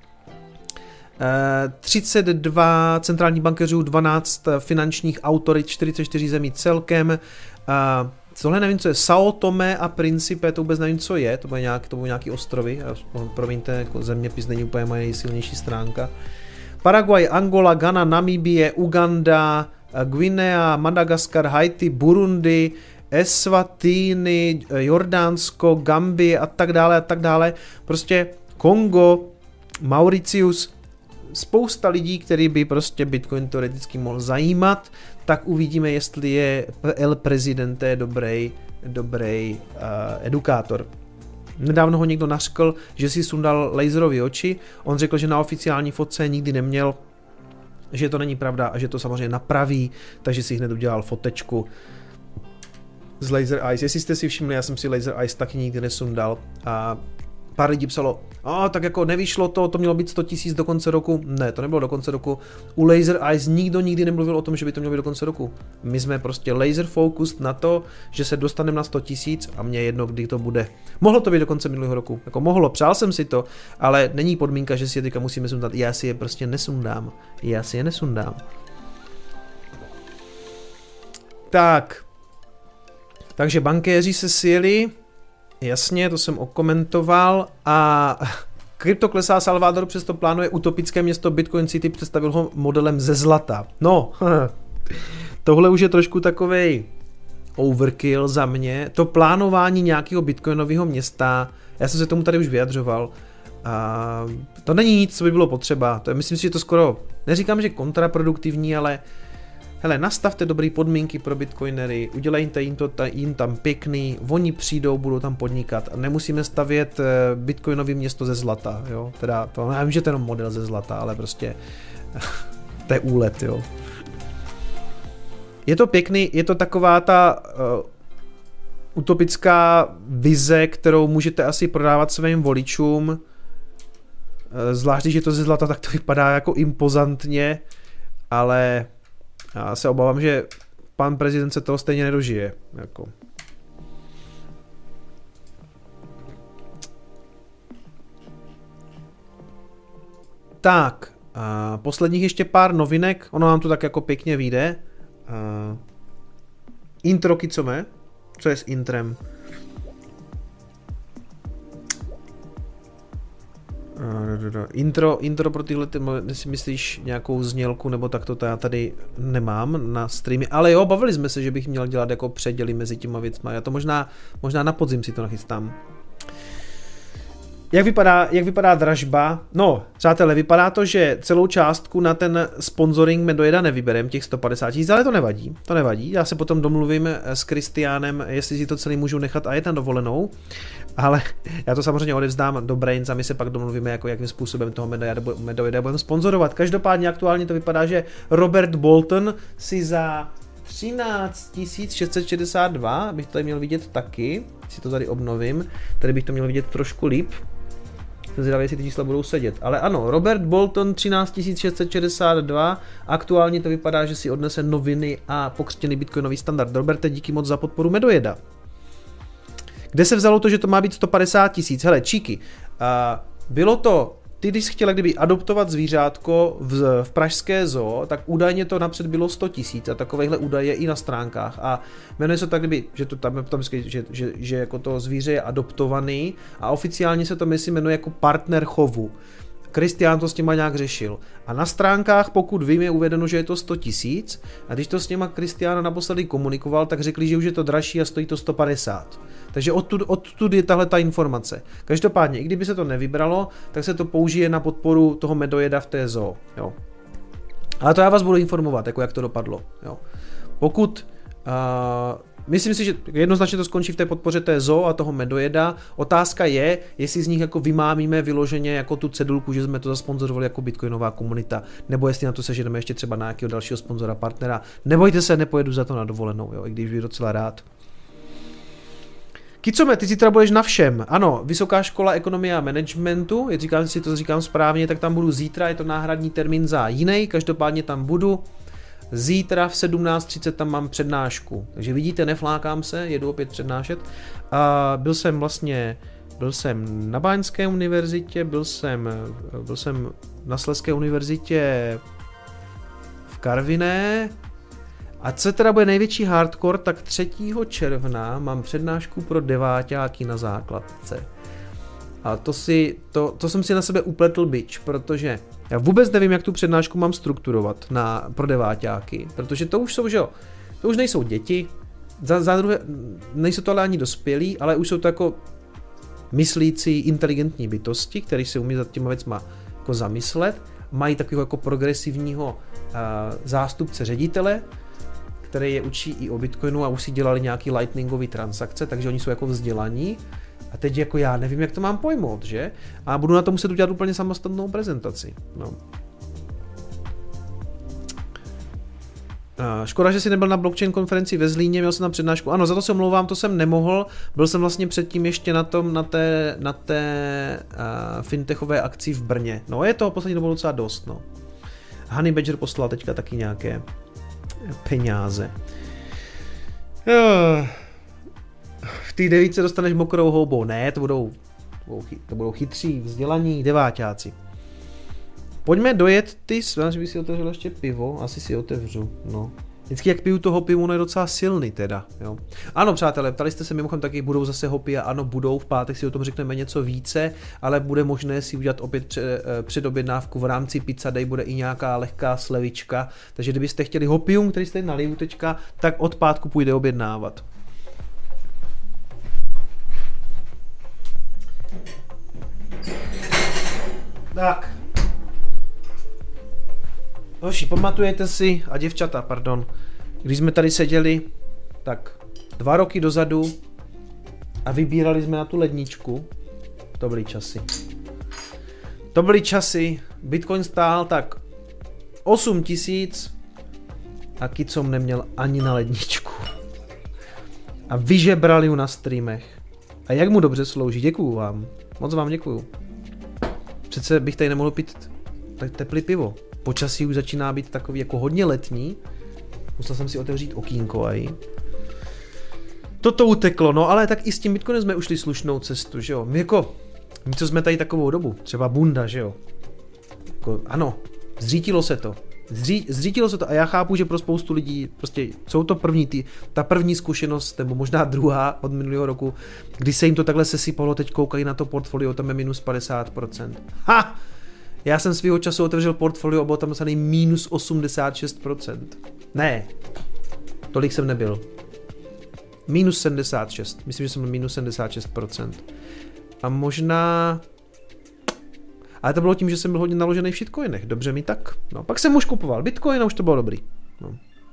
třicet dva centrálních bankéřů, dvanáct finančních autorit, čtyřicet čtyři zemí celkem. Tohle nevím, co je, Sao Tome a Principe, to vůbec nevím, co je, to bude nějak, to bude nějaký ostrovy, promiňte, jako zeměpis není úplně moje nejsilnější stránka. Paraguay, Angola, Ghana, Namibie, Uganda, Guinea, Madagaskar, Haiti, Burundi, Eswatini, Jordánsko, Gambie a tak dále a tak dále. Prostě Kongo, Mauritius, spousta lidí, který by prostě Bitcoin teoreticky mohl zajímat, tak uvidíme, jestli je El Presidente dobrý, dobrý uh, edukátor. Nedávno ho někdo nařkl, že si sundal laserový oči, on řekl, že na oficiální fotce nikdy neměl, že to není pravda a že to samozřejmě napraví, takže si hned udělal fotečku z Laser Eyes. Jestli jste si všimli, já jsem si Laser Eyes taky nikdy nesundal a pár lidí psalo, a tak jako nevyšlo to, to mělo být sto tisíc do konce roku. Ne, to nebylo do konce roku. U Laser Eyes nikdo nikdy nemluvil o tom, že by to mělo být do konce roku. My jsme prostě laser focused na to, že se dostaneme na sto tisíc a mě jedno, kdy to bude. Mohlo to být do konce minulého roku. Jako mohlo, přál jsem si to, ale není podmínka, že si je teďka musíme sundat. Já si je prostě nesundám. Já si je nesundám. Tak. Takže bankéři se sjeli. Jasně, to jsem okomentoval a krypto klesá, Salvador přesto plánuje utopické město Bitcoin City, představil ho modelem ze zlata. No, tohle už je trošku takovej overkill za mě. To plánování nějakého bitcoinového města, já jsem se tomu tady už vyjadřoval, a to není nic, co by bylo potřeba. To je, myslím si, že to skoro, neříkám, že kontraproduktivní, ale hele, nastavte dobré podmínky pro bitcoinery, udělejte jim, to, jim tam pěkný, oni přijdou, budou tam podnikat a nemusíme stavět bitcoinový město ze zlata, jo, teda, to, já vím, že to je jenom model ze zlata, ale prostě to je úlet, jo. Je to pěkný, je to taková ta uh, utopická vize, kterou můžete asi prodávat svým voličům, uh, zvlášť, když je to ze zlata, tak to vypadá jako impozantně, ale já se obávám, že pan prezident se toho stejně nedožije. Jako. Tak, a posledních ještě pár novinek, ono nám to tak jako pěkně vyjde. A intro, kicome? Co je s intrem? Intro, intro pro tyhle, si myslíš nějakou znělku, nebo tak to já tady nemám na streamy, ale jo, bavili jsme se, že bych měl dělat jako předěly mezi těma věcma, já to možná, možná na podzim si to nachystám. Jak vypadá, jak vypadá dražba? No, přátelé, vypadá to, že celou částku na ten sponsoring Medojeda nevyberem, těch sto padesát tisíc, ale to nevadí, to nevadí, já se potom domluvím s Kristiánem, jestli si to celý můžu nechat a jet na dovolenou, ale já to samozřejmě odevzdám do Brains a my se pak domluvíme, jako jakým způsobem toho Medojeda budeme sponzorovat. Každopádně aktuálně to vypadá, že Robert Bolton si za třináct tisíc šest set šedesát dva, bych to tady měl vidět taky, si to tady obnovím, tady bych to měl vidět trošku líp. Jsem zvědavý, jestli ty čísla budou sedět. Ale ano, Robert Bolton třináct tisíc šest set šedesát dva, aktuálně to vypadá, že si odnese noviny a pokřtěný bitcoinový standard. Roberte, díky moc za podporu Medojeda. Kde se vzalo to, že to má být sto padesát tisíc? Hele, číky, uh, bylo to, ty když jsi chtěla kdyby adoptovat zvířátko v, v pražské zoo, tak údajně to napřed bylo sto tisíc a takovejhle údaj je i na stránkách a jmenuje se to tak kdyby, že to tam, tam že, že, že jako to zvíře je adoptovaný a oficiálně se to myslím jmenuje jako partner chovu. Kristián to s těma nějak řešil. A na stránkách, pokud vím, je uvedeno, že je to sto tisíc a když to s něma Kristián naposledy komunikoval, tak řekli, že už je to dražší a stojí to sto padesát. Takže odtud, odtud je tahle ta informace. Každopádně, i kdyby se to nevybralo, tak se to použije na podporu toho Medojeda v té zoo. Jo. Ale to já vás budu informovat, jako jak to dopadlo. Jo. Pokud... Uh, Myslím si, že jednoznačně to skončí v té podpoře té zoo a toho Medojeda. Otázka je, jestli z nich jako vymámíme vyloženě jako tu cedulku, že jsme to zasponzorovali jako bitcoinová komunita, nebo jestli na to seženeme ještě třeba na nějakého dalšího sponzora, partnera. Nebojte se, nepojedu za to na dovolenou, jo, i když bych docela rád. Kicome, ty zítra budeš na všem. Ano, Vysoká škola ekonomie a managementu, je říkám si to říkám správně, tak tam budu zítra, je to náhradní termín za jiný, každopádně tam budu. Zítra v sedmnáct třicet tam mám přednášku, takže vidíte, neflákám se, jedu opět přednášet. A byl jsem vlastně, byl jsem na Báňské univerzitě, byl jsem, byl jsem na Slezské univerzitě v Karviné. A co teda bude největší hardcore, tak třetího června mám přednášku pro deváťáky na základce. A to, si, to, to jsem si na sebe upletl bič, protože já vůbec nevím, jak tu přednášku mám strukturovat na, pro deváťáky, protože to už jsou, že jo, to už nejsou děti, za, za druhé, nejsou to ale ani dospělí, ale už jsou to jako myslící, inteligentní bytosti, které se umí nad těma věcma jako zamyslet, mají takového jako progresivního uh, zástupce ředitele, který je učí i o Bitcoinu a už si dělali nějaký lightningový transakce, takže oni jsou jako vzdělaní. A teď jako já nevím, jak to mám pojmout, že? A budu na to muset udělat úplně samostatnou prezentaci. No. A škoda, že jsi nebyl na blockchain konferenci ve Zlíně, měl jsem tam přednášku. Ano, za to se omlouvám, to jsem nemohl. Byl jsem vlastně předtím ještě na tom, na té, na té uh, fintechové akci v Brně. No je toho poslední dobou docela dost, no. Honey Badger poslal teďka taky nějaké peníze. Uh. V té devíce dostaneš mokrou houbou. Ne, to budou, to budou chytří, vzdělaní deváťáci. Pojďme dojet ty, že bych si otevřel ještě pivo, asi si otevřu, no. Vždycky jak piju to hopi, ono je docela silný teda, jo. Ano přátelé, ptali jste se mimochodem taky, budou zase hopi a ano budou, v pátek si o tom řekneme něco více, ale bude možné si udělat opět před, předobjednávku v rámci Pizza Day, bude i nějaká lehká slevička, takže kdybyste chtěli hopium, který jste naliju teďka, tak od pátku půjde objednávat. Tak. Hoši, pamatujete si, a děvčata, pardon, když jsme tady seděli, tak dva roky dozadu a vybírali jsme na tu ledničku, to byly časy. To byly časy, Bitcoin stál tak osm tisíc a Kicom neměl ani na ledničku. A vyžebrali ju na streamech. A jak mu dobře slouží, děkuju vám, moc vám děkuju. Přece bych tady nemohl pít tak teplý pivo. Počasí už začíná být takový jako hodně letní. Musel jsem si otevřít okýnko aj. Toto uteklo, no ale tak i s tím Bitcoinem jsme ušli slušnou cestu, že jo. My jako, my co jsme tady takovou dobu, třeba bunda, že jo. Jako, ano, zřítilo se to. Zří, zřítilo se to a já chápu, že pro spoustu lidí prostě jsou to první, ty, ta první zkušenost, nebo možná druhá od minulého roku, kdy se jim to takhle sesypalo, teď koukají na to portfolio, tam je minus padesát procent. Ha! Já jsem svýho času otevřel portfolio a bylo tam napsaný minus osmdesát šest procent. Ne, tolik jsem nebyl. Minus sedmdesát šest, myslím, že jsem byl minus sedmdesát šest procent. A možná... Ale to bylo tím, že jsem byl hodně naložený v shitcoinech, dobře mi tak. No, pak jsem už kupoval Bitcoin a už to bylo dobrý. No.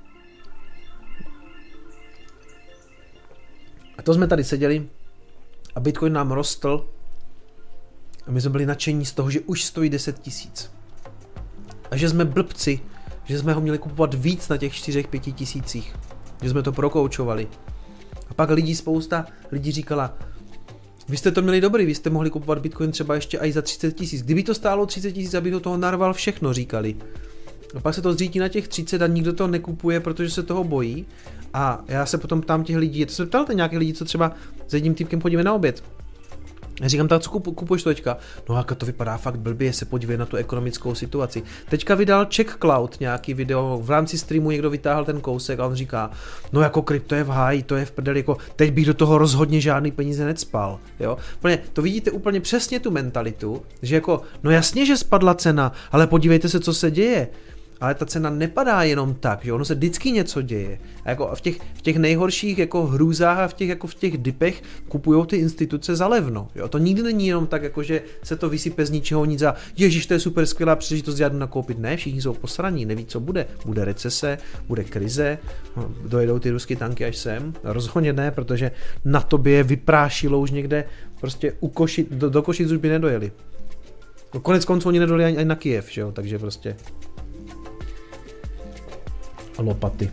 A to jsme tady seděli a Bitcoin nám rostl a my jsme byli nadšení z toho, že už stojí deset tisíc. A že jsme blbci, že jsme ho měli kupovat víc na těch čtyřech pěti tisících. Že jsme to prokoučovali. A pak lidí spousta lidí říkala, Vy jste to měli dobrý, vy jste mohli kupovat Bitcoin třeba ještě i za třicet tisíc. Kdyby to stálo třicet tisíc, aby do toho narval všechno, říkali. A pak se to zřítí na těch třicet a nikdo to nekupuje, protože se toho bojí. A já se potom ptám těch lidí, to se ptal ten nějakých lidí, co třeba s jedním týpkem chodíme na oběd. Já říkám, tak co kupuješ to teďka? No jako to vypadá fakt blbě, se podívej na tu ekonomickou situaci. Teďka vydal Czech Cloud nějaký video, v rámci streamu někdo vytáhl ten kousek a on říká, no jako krypto je v háji, to je v prdeli, jako teď bych do toho rozhodně žádný peníze necpal, jo. Úplně, to vidíte úplně přesně tu mentalitu, že jako, no jasně, že spadla cena, ale podívejte se, co se děje. Ale ta cena nepadá jenom tak, že ono se vždycky něco děje. A jako v těch, v těch nejhorších jako hrůzách a v těch, jako v těch dipech kupujou ty instituce za levno. Jo? To nikdy není jenom tak, jako že se to vysype z ničeho nic a ježiš, to je super skvělá příležitost, já jdu nakoupit. Ne, všichni jsou posraní, neví, co bude. Bude recese, bude krize, dojedou ty ruské tanky až sem. Rozhodně ne, protože na tobě vyprášilo už někde prostě u Koši, do, do Košic už by nedojeli. Konec konců oni nedojeli ani, ani na Kyjev, že jo? Takže prostě lopaty.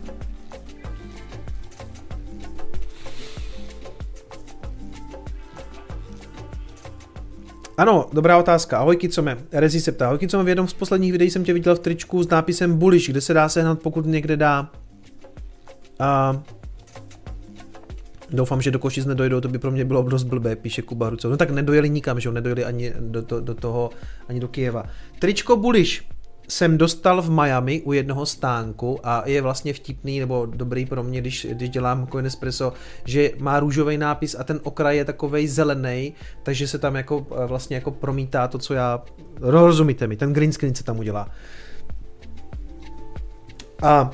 Ano, dobrá otázka. Ahoj Kicome. Rezi se ptá. Ahoj Kicome, v jednom z posledních videí jsem tě viděl v tričku s nápisem Bullish, kde se dá sehnat, pokud někde dá. A doufám, že do Košic nedojdou, to by pro mě bylo dost blbé, píše Kuba Hrucov. No tak nedojeli nikam, že jo, nedojeli ani do, do, do toho, ani do Kyjeva. Tričko Bullish jsem dostal v Miami u jednoho stánku a je vlastně vtipný nebo dobrý pro mě, když, když dělám Coin Espresso, že má růžový nápis a ten okraj je takovej zelený, takže se tam jako vlastně jako promítá to, co já, rozumíte mi, ten green screen se tam udělá. A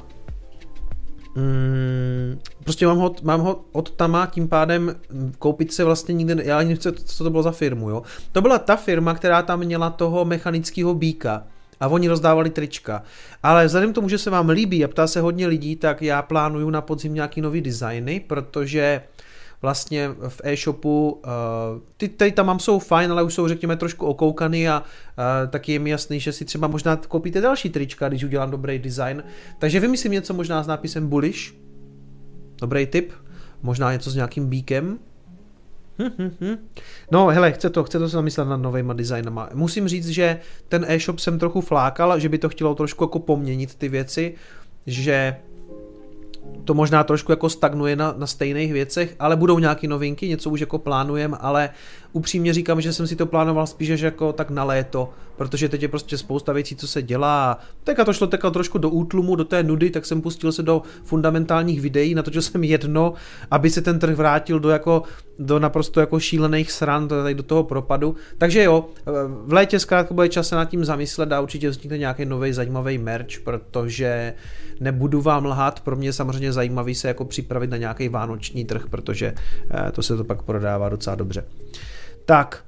mm, prostě mám ho, mám ho od tama, tím pádem koupit se vlastně nikde, já ani nechci, co to bylo za firmu, jo. To byla ta firma, která tam měla toho mechanického býka. A oni rozdávali trička. Ale vzhledem k tomu, že se vám líbí a ptá se hodně lidí, tak já plánuju na podzim nějaký nový designy, protože vlastně v e-shopu uh, ty tady tam mám jsou fajn, ale už jsou řekněme trošku okoukaný a uh, taky je mi jasný, že si třeba možná koupíte další trička, když udělám dobrý design. Takže vymyslím něco možná s nápisem Bullish. Dobrý tip. Možná něco s nějakým bíkem. Hm, hm, hm. No hele, chce to, chce to se zamyslet nad novejma designama. Musím říct, že ten e-shop jsem trochu flákal, že by to chtělo trošku jako poměnit ty věci, že to možná trošku jako stagnuje na, na stejných věcech, ale budou nějaké novinky, něco už jako plánujem, ale upřímně říkám, že jsem si to plánoval spíš až jako tak na léto, protože teď je prostě spousta věcí, co se dělá. Teďka to šlo teďka trošku do útlumu, do té nudy, tak jsem pustil se do fundamentálních videí, natočil jsem jedno, aby se ten trh vrátil do jako do naprosto jako šílených sran, tady do toho propadu. Takže jo, v létě zkrátka bude čas se nad tím zamyslet a určitě vznikne nějaký nový zajímavý merch, protože nebudu vám lhát, pro mě samozřejmě zajímavý se jako připravit na nějaký vánoční trh, protože to se to pak prodává docela dobře. Tak.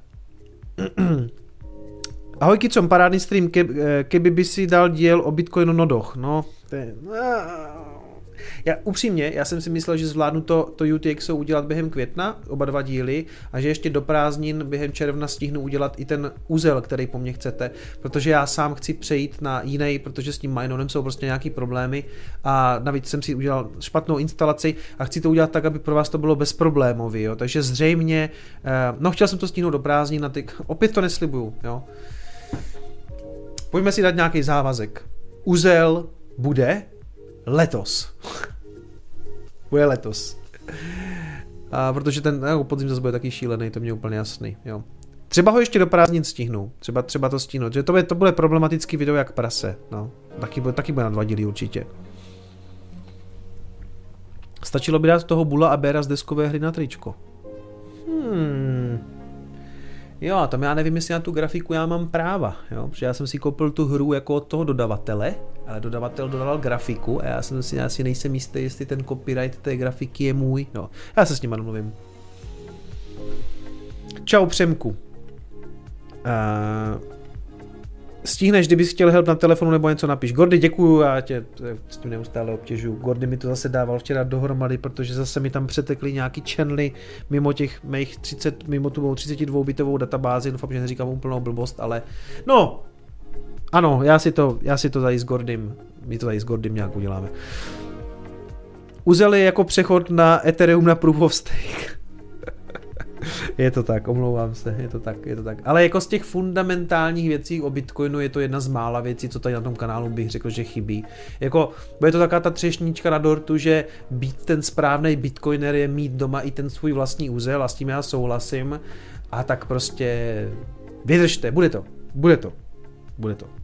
Ahoj Kicom, parádný stream, Ke, keby by si dal díl o Bitcoinu nodoch. No, to je... Já upřímně, já jsem si myslel, že zvládnu to, to U T X udělat během května, oba dva díly, a že ještě do prázdnin během června stihnu udělat i ten uzel, který po mně chcete, protože já sám chci přejít na jiný, protože s tím Minonem jsou prostě nějaký problémy a navíc jsem si udělal špatnou instalaci a chci to udělat tak, aby pro vás to bylo bezproblémový, jo, takže zřejmě, no chtěl jsem to stihnout do prázdnin a ty, opět to neslibuju, jo. Pojďme si dát nějaký závazek. Uzel bude letos. Bude letos. A protože ten no, podzim zase bude taky šílený, to mě je úplně jasný. Jo. Třeba ho ještě do prázdnin stihnu. Třeba, třeba to stihnout. Že to, bude, to bude problematický video jak prase. No. Taky, bude, taky bude na dva díly určitě. Stačilo by dát toho Bula a Béra z deskové hry na tričko. Hmm... Jo, tam já nevím, jestli na tu grafiku já mám práva, jo, protože já jsem si koupil tu hru jako od toho dodavatele, ale dodavatel dodal grafiku a já jsem si asi nejsem jistý, jestli ten copyright té grafiky je můj, no, já se s nima domluvím. Čau Přemku. Uh, stihneš, kdybys chtěl help na telefonu nebo něco napiš. Gordy, děkuju, já tě s tím neustále obtěžuju. Gordy mi to zase dával včera dohromady, protože zase mi tam přetekly nějaký channely mimo těch mých třicet, mimo tu třicet dva bitovou databázi, doufám, že neříkám úplnou blbost, ale no, ano, já si to, já si to tady s Gordym, my to tady s Gordym nějak uděláme. Uzel je jako přechod na Ethereum na Proof of Stake. Je to tak, omlouvám se, je to tak, je to tak. Ale jako z těch fundamentálních věcí o Bitcoinu je to jedna z mála věcí, co tady na tom kanálu bych řekl, že chybí. Jako, bude to taková ta třešnička na dortu, že být ten správný bitcoiner je mít doma i ten svůj vlastní úzel a s tím já souhlasím. A tak prostě vydržte, bude to, bude to, bude to.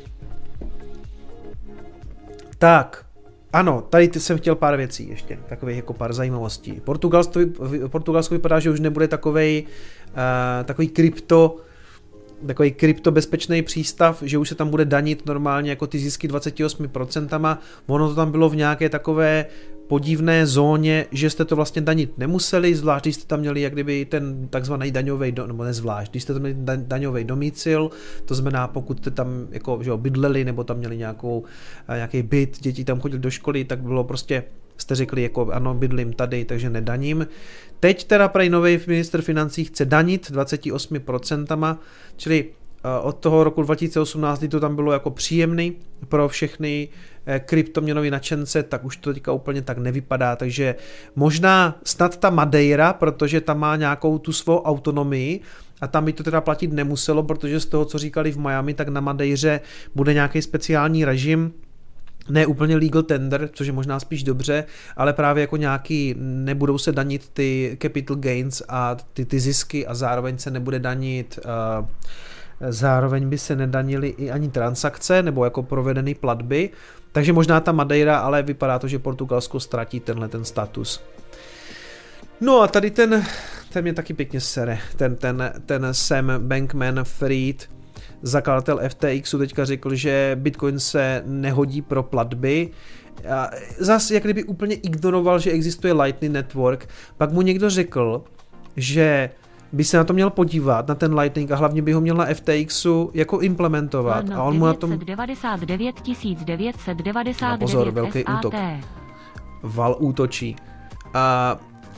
Tak, ano, tady jsem chtěl pár věcí ještě, takových jako pár zajímavostí. Portugalsko, Portugalsko vypadá, že už nebude takovej, uh, takový krypto, takový kryptobezpečný přístav, že už se tam bude danit normálně jako ty zisky dvacet osm procent. Ono to tam bylo v nějaké takové podivné zóně, že jste to vlastně danit nemuseli, zvlášť když jste tam měli jak kdyby ten takzvaný daňový, nebo ne zvlášť, když jste tam měli daňový domicil, to znamená pokud jste tam jako, že jo, bydleli, nebo tam měli nějakou, nějaký byt, děti tam chodili do školy, tak bylo prostě, jste řekli jako ano, bydlím tady, takže nedaním. Teď teda prej nový ministr financí chce danit dvacet osm procent, čili od toho roku dva tisíce osmnáct, kdy to tam bylo jako příjemný pro všechny kryptoměnový nadšence, tak už to teďka úplně tak nevypadá, takže možná snad ta Madeira, protože tam má nějakou tu svou autonomii a tam by to teda platit nemuselo, protože z toho, co říkali v Miami, tak na Madeiře bude nějaký speciální režim, ne úplně legal tender, což je možná spíš dobře, ale právě jako nějaký, nebudou se danit ty capital gains a ty, ty zisky a zároveň se nebude danit uh, zároveň by se nedanily i ani transakce nebo jako provedeny platby, takže možná ta Madeira, ale vypadá to, že Portugalsko ztratí tenhle ten status. No a tady ten, ten mě taky pěkně sere, ten, ten, ten Sam Bankman-Fried, zakladatel F T X, teďka řekl, že Bitcoin se nehodí pro platby. A zase jak kdyby úplně ignoroval, že existuje Lightning Network, pak mu někdo řekl, že by se na to měl podívat, na ten Lightning a hlavně by ho měl na F T Xu jako implementovat. No, a on mu na tom... devět set devadesát devět tisíc devět set devadesát devět no, pozor, velký S A T. útok. Val útočí. A...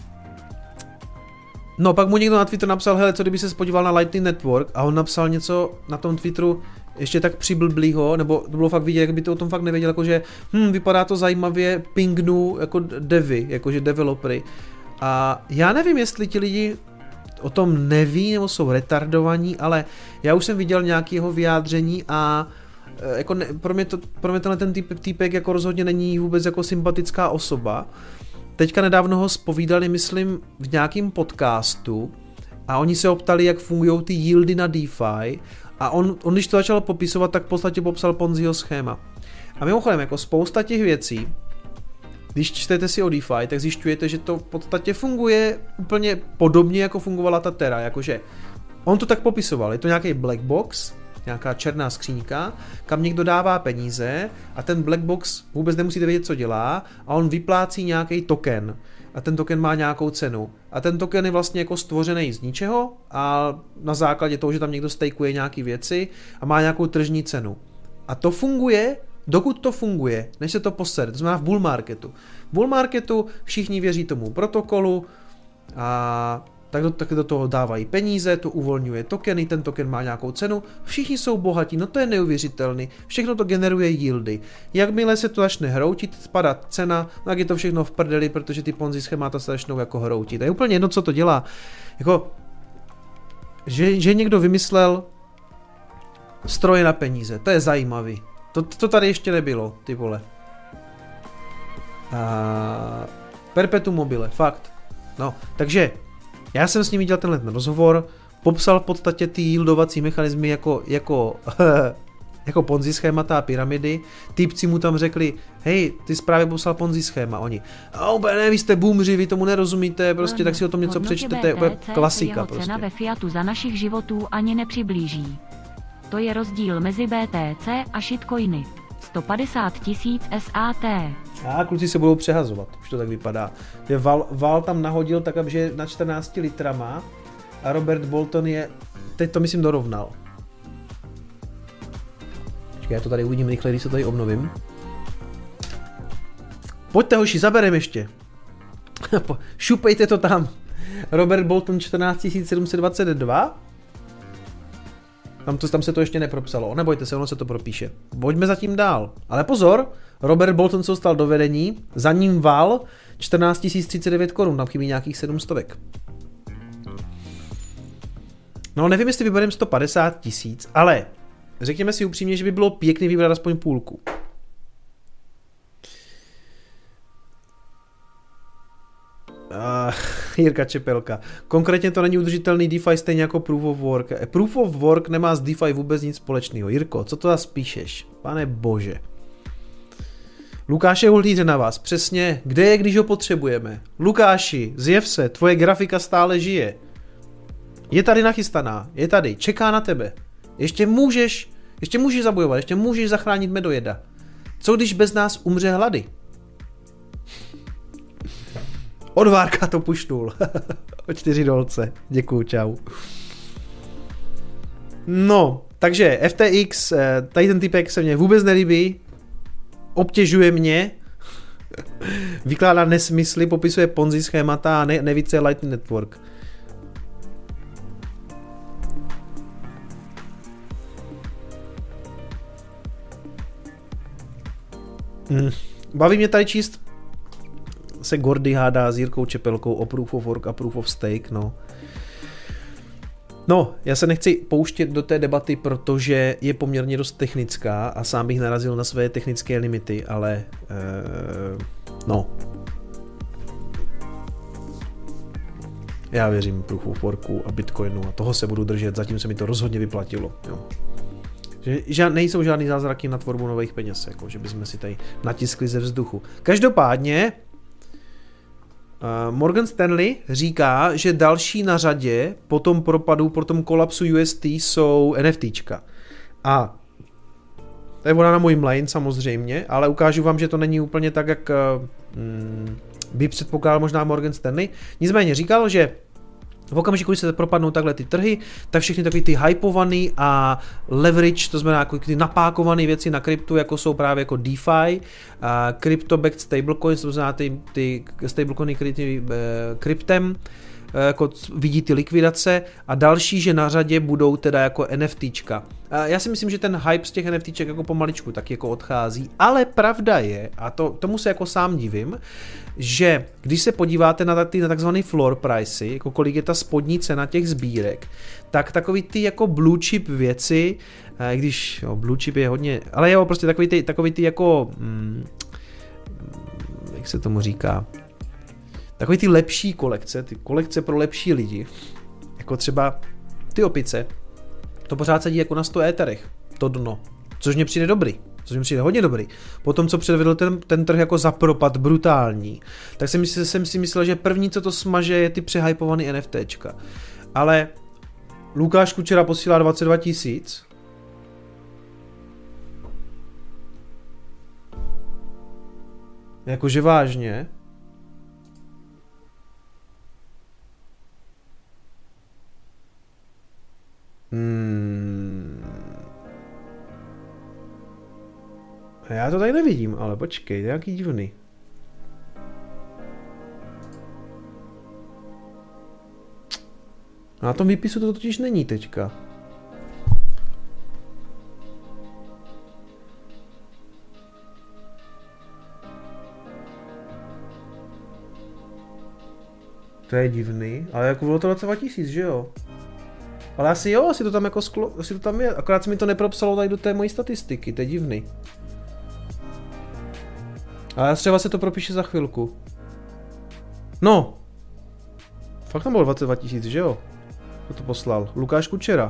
No, pak mu někdo na Twitter napsal, hele, co kdyby se podíval na Lightning Network a on napsal něco na tom Twitteru ještě tak přiblblýho, nebo to bylo fakt vidět, jak by to o tom fakt nevěděl, jakože hm, vypadá to zajímavě, pingnu jako devy, jakože developery. A já nevím, jestli ti lidi o tom neví, nebo jsou retardovaní, ale já už jsem viděl nějaký jeho vyjádření a jako ne, pro mě, to, pro mě tenhle ten typ, týpek jako rozhodně není vůbec jako sympatická osoba. Teďka nedávno ho zpovídali, myslím, v nějakém podcastu a oni se optali, jak fungují ty yieldy na DeFi a on, on když to začal popisovat, tak v podstatě popsal Ponziho schéma. A mimochodem, jako spousta těch věcí, když čtete si o DeFi, tak zjišťujete, že to v podstatě funguje úplně podobně, jako fungovala ta Terra, jakože on to tak popisoval, je to nějaký black box, nějaká černá skříňka, kam někdo dává peníze a ten black box vůbec nemusíte vědět, co dělá a on vyplácí nějaký token a ten token má nějakou cenu a ten token je vlastně jako stvořený z ničeho a na základě toho, že tam někdo stakeuje nějaký věci a má nějakou tržní cenu. A to funguje, dokud to funguje, než se to posere, to znamená v bull marketu. V bull marketu všichni věří tomu protokolu a tak do, tak do toho dávají peníze, to uvolňuje tokeny, ten token má nějakou cenu, všichni jsou bohatí, no to je neuvěřitelný, všechno to generuje yieldy. Jakmile se to začne hroutit, spadá cena, tak je to všechno v prdeli, protože ty Ponzi schémata se začnou jako hroutit. To je úplně jedno, co to dělá. Jako, že, že někdo vymyslel stroje na peníze, to je zajímavý. To, to tady ještě nebylo, ty vole. A... Perpetuum mobile, fakt. No, takže já jsem s ním viděl tenhle ten rozhovor, popsal v podstatě ty yieldovací mechanismy jako, jako, jako Ponzi schémata a pyramidy. Týpci mu tam řekli, hej, ty jsi právě popsal Ponzi schéma. Oni, a ne, vy jste boomři, vy tomu nerozumíte, prostě no, tak si o tom něco přečtete, úplně klasika jeho prostě. Cena ve fiatu za našich životů ani nepřiblíží. To je rozdíl mezi B T C a shitcoiny. sto padesát tisíc S A T. A kluci se budou přehazovat, už to tak vypadá. Je Val, Val tam nahodil tak, aby je na čtrnácti litrama a Robert Bolton je, teď to myslím dorovnal. Počkej, já to tady uvidím rychle, když se tady obnovím. Pojďte hoši, zaberem ještě. Šupejte to tam. Robert Bolton čtrnáct tisíc sedm set dvacet dva. Tam, to, tam se to ještě nepropsalo, nebojte se, ono se to propíše. Pojďme zatím dál. Ale pozor, Robert Bolton se dostal do vedení, za ním Val čtrnáct tisíc třicet devět korun, tam chybí nějakých sedm stovek. No nevím, jestli vybereme sto padesát tisíc, ale řekněme si upřímně, že by bylo pěkný vybrat aspoň půlku. Uh, Jirka Čepelka. Konkrétně to není udržitelný DeFi stejně jako Proof of Work. Proof of Work nemá s DeFi vůbec nic společného. Jirko, co to zase píšeš? Pane bože. Lukáše Hultýře na vás. Přesně, kde je, když ho potřebujeme? Lukáši, zjev se, tvoje grafika stále žije. Je tady nachystaná, je tady, čeká na tebe. Ještě můžeš, ještě můžeš zabojovat, ještě můžeš zachránit medojeda. Co když bez nás umře hlady? Odvárka to pušnul. O čtyři dolce. Děkuju, čau. No, takže F T X, tady ten typek se mně vůbec nelíbí. Obtěžuje mě. Vykládá nesmysly, popisuje Ponzi schémata a ne, nevíce Lightning Network. Hmm. Baví mě tady číst se Gordy hádá s Jirkou Čepelkou o Proof of Work a Proof of Stake, no. No, já se nechci pouštět do té debaty, protože je poměrně dost technická a sám bych narazil na své technické limity, ale eh, no. Já věřím Proof of Worku a Bitcoinu a toho se budu držet, zatím se mi to rozhodně vyplatilo, jo. Že nejsou žádný zázraky na tvorbu nových peněz, jako že bychom si tady natiskli ze vzduchu. Každopádně uh, Morgan Stanley říká, že další na řadě po tom propadu, po tom kolapsu U S T jsou NFTčka. A to je ona na můj line samozřejmě, ale ukážu vám, že to není úplně tak, jak uh, by předpokládal možná Morgan Stanley. Nicméně říkal, že v okamžiku, když se propadnou takhle ty trhy, tak všechny takový ty hypovaný a leverage, to znamená jako ty napákované věci na kryptu, jako jsou právě jako DeFi, crypto-backed stablecoins, to znamená ty, ty stablecoiny krytý kryptem, jako vidí ty likvidace a další, že na řadě budou teda jako NFTčka. Já si myslím, že ten hype z těch NFTček jako pomaličku tak jako odchází, ale pravda je, a to, tomu se jako sám divím, že když se podíváte na ty na takzvané floor pricey, jako kolik je ta spodní cena těch sbírek, tak takový ty jako blue chip věci, když jo, blue chip je hodně, ale jo, prostě takový ty, takový ty jako hmm, jak se tomu říká, takový ty lepší kolekce, ty kolekce pro lepší lidi, jako třeba ty opice, to pořád sedí jako na sto éterech, to dno, což mě přijde dobrý, což mi přijde hodně dobrý. Potom, co předvedl ten, ten trh jako za propad brutální, tak jsem, mysl, jsem si myslel, že první, co to smaže, je ty přehypovaný NFTčka. Ale Lukáš Kučera posílá dvacet dva tisíc. Jakože vážně. Hmm. Já to tady nevidím, ale počkej, to je nějaký divný. Na tom výpisu to totiž není teďka. To je divný, ale jako bylo to dvacet dva tisíc, že jo? Ale asi jo, asi to tam jako sklo, asi to tam je, akorát se mi to nepropsalo tady do té mojí statistiky, to je divný. Ale třeba se to propíše za chvilku. No. Fakt tam bylo dvacet dva tisíc, že jo? Kdo to poslal? Lukáš Kučera.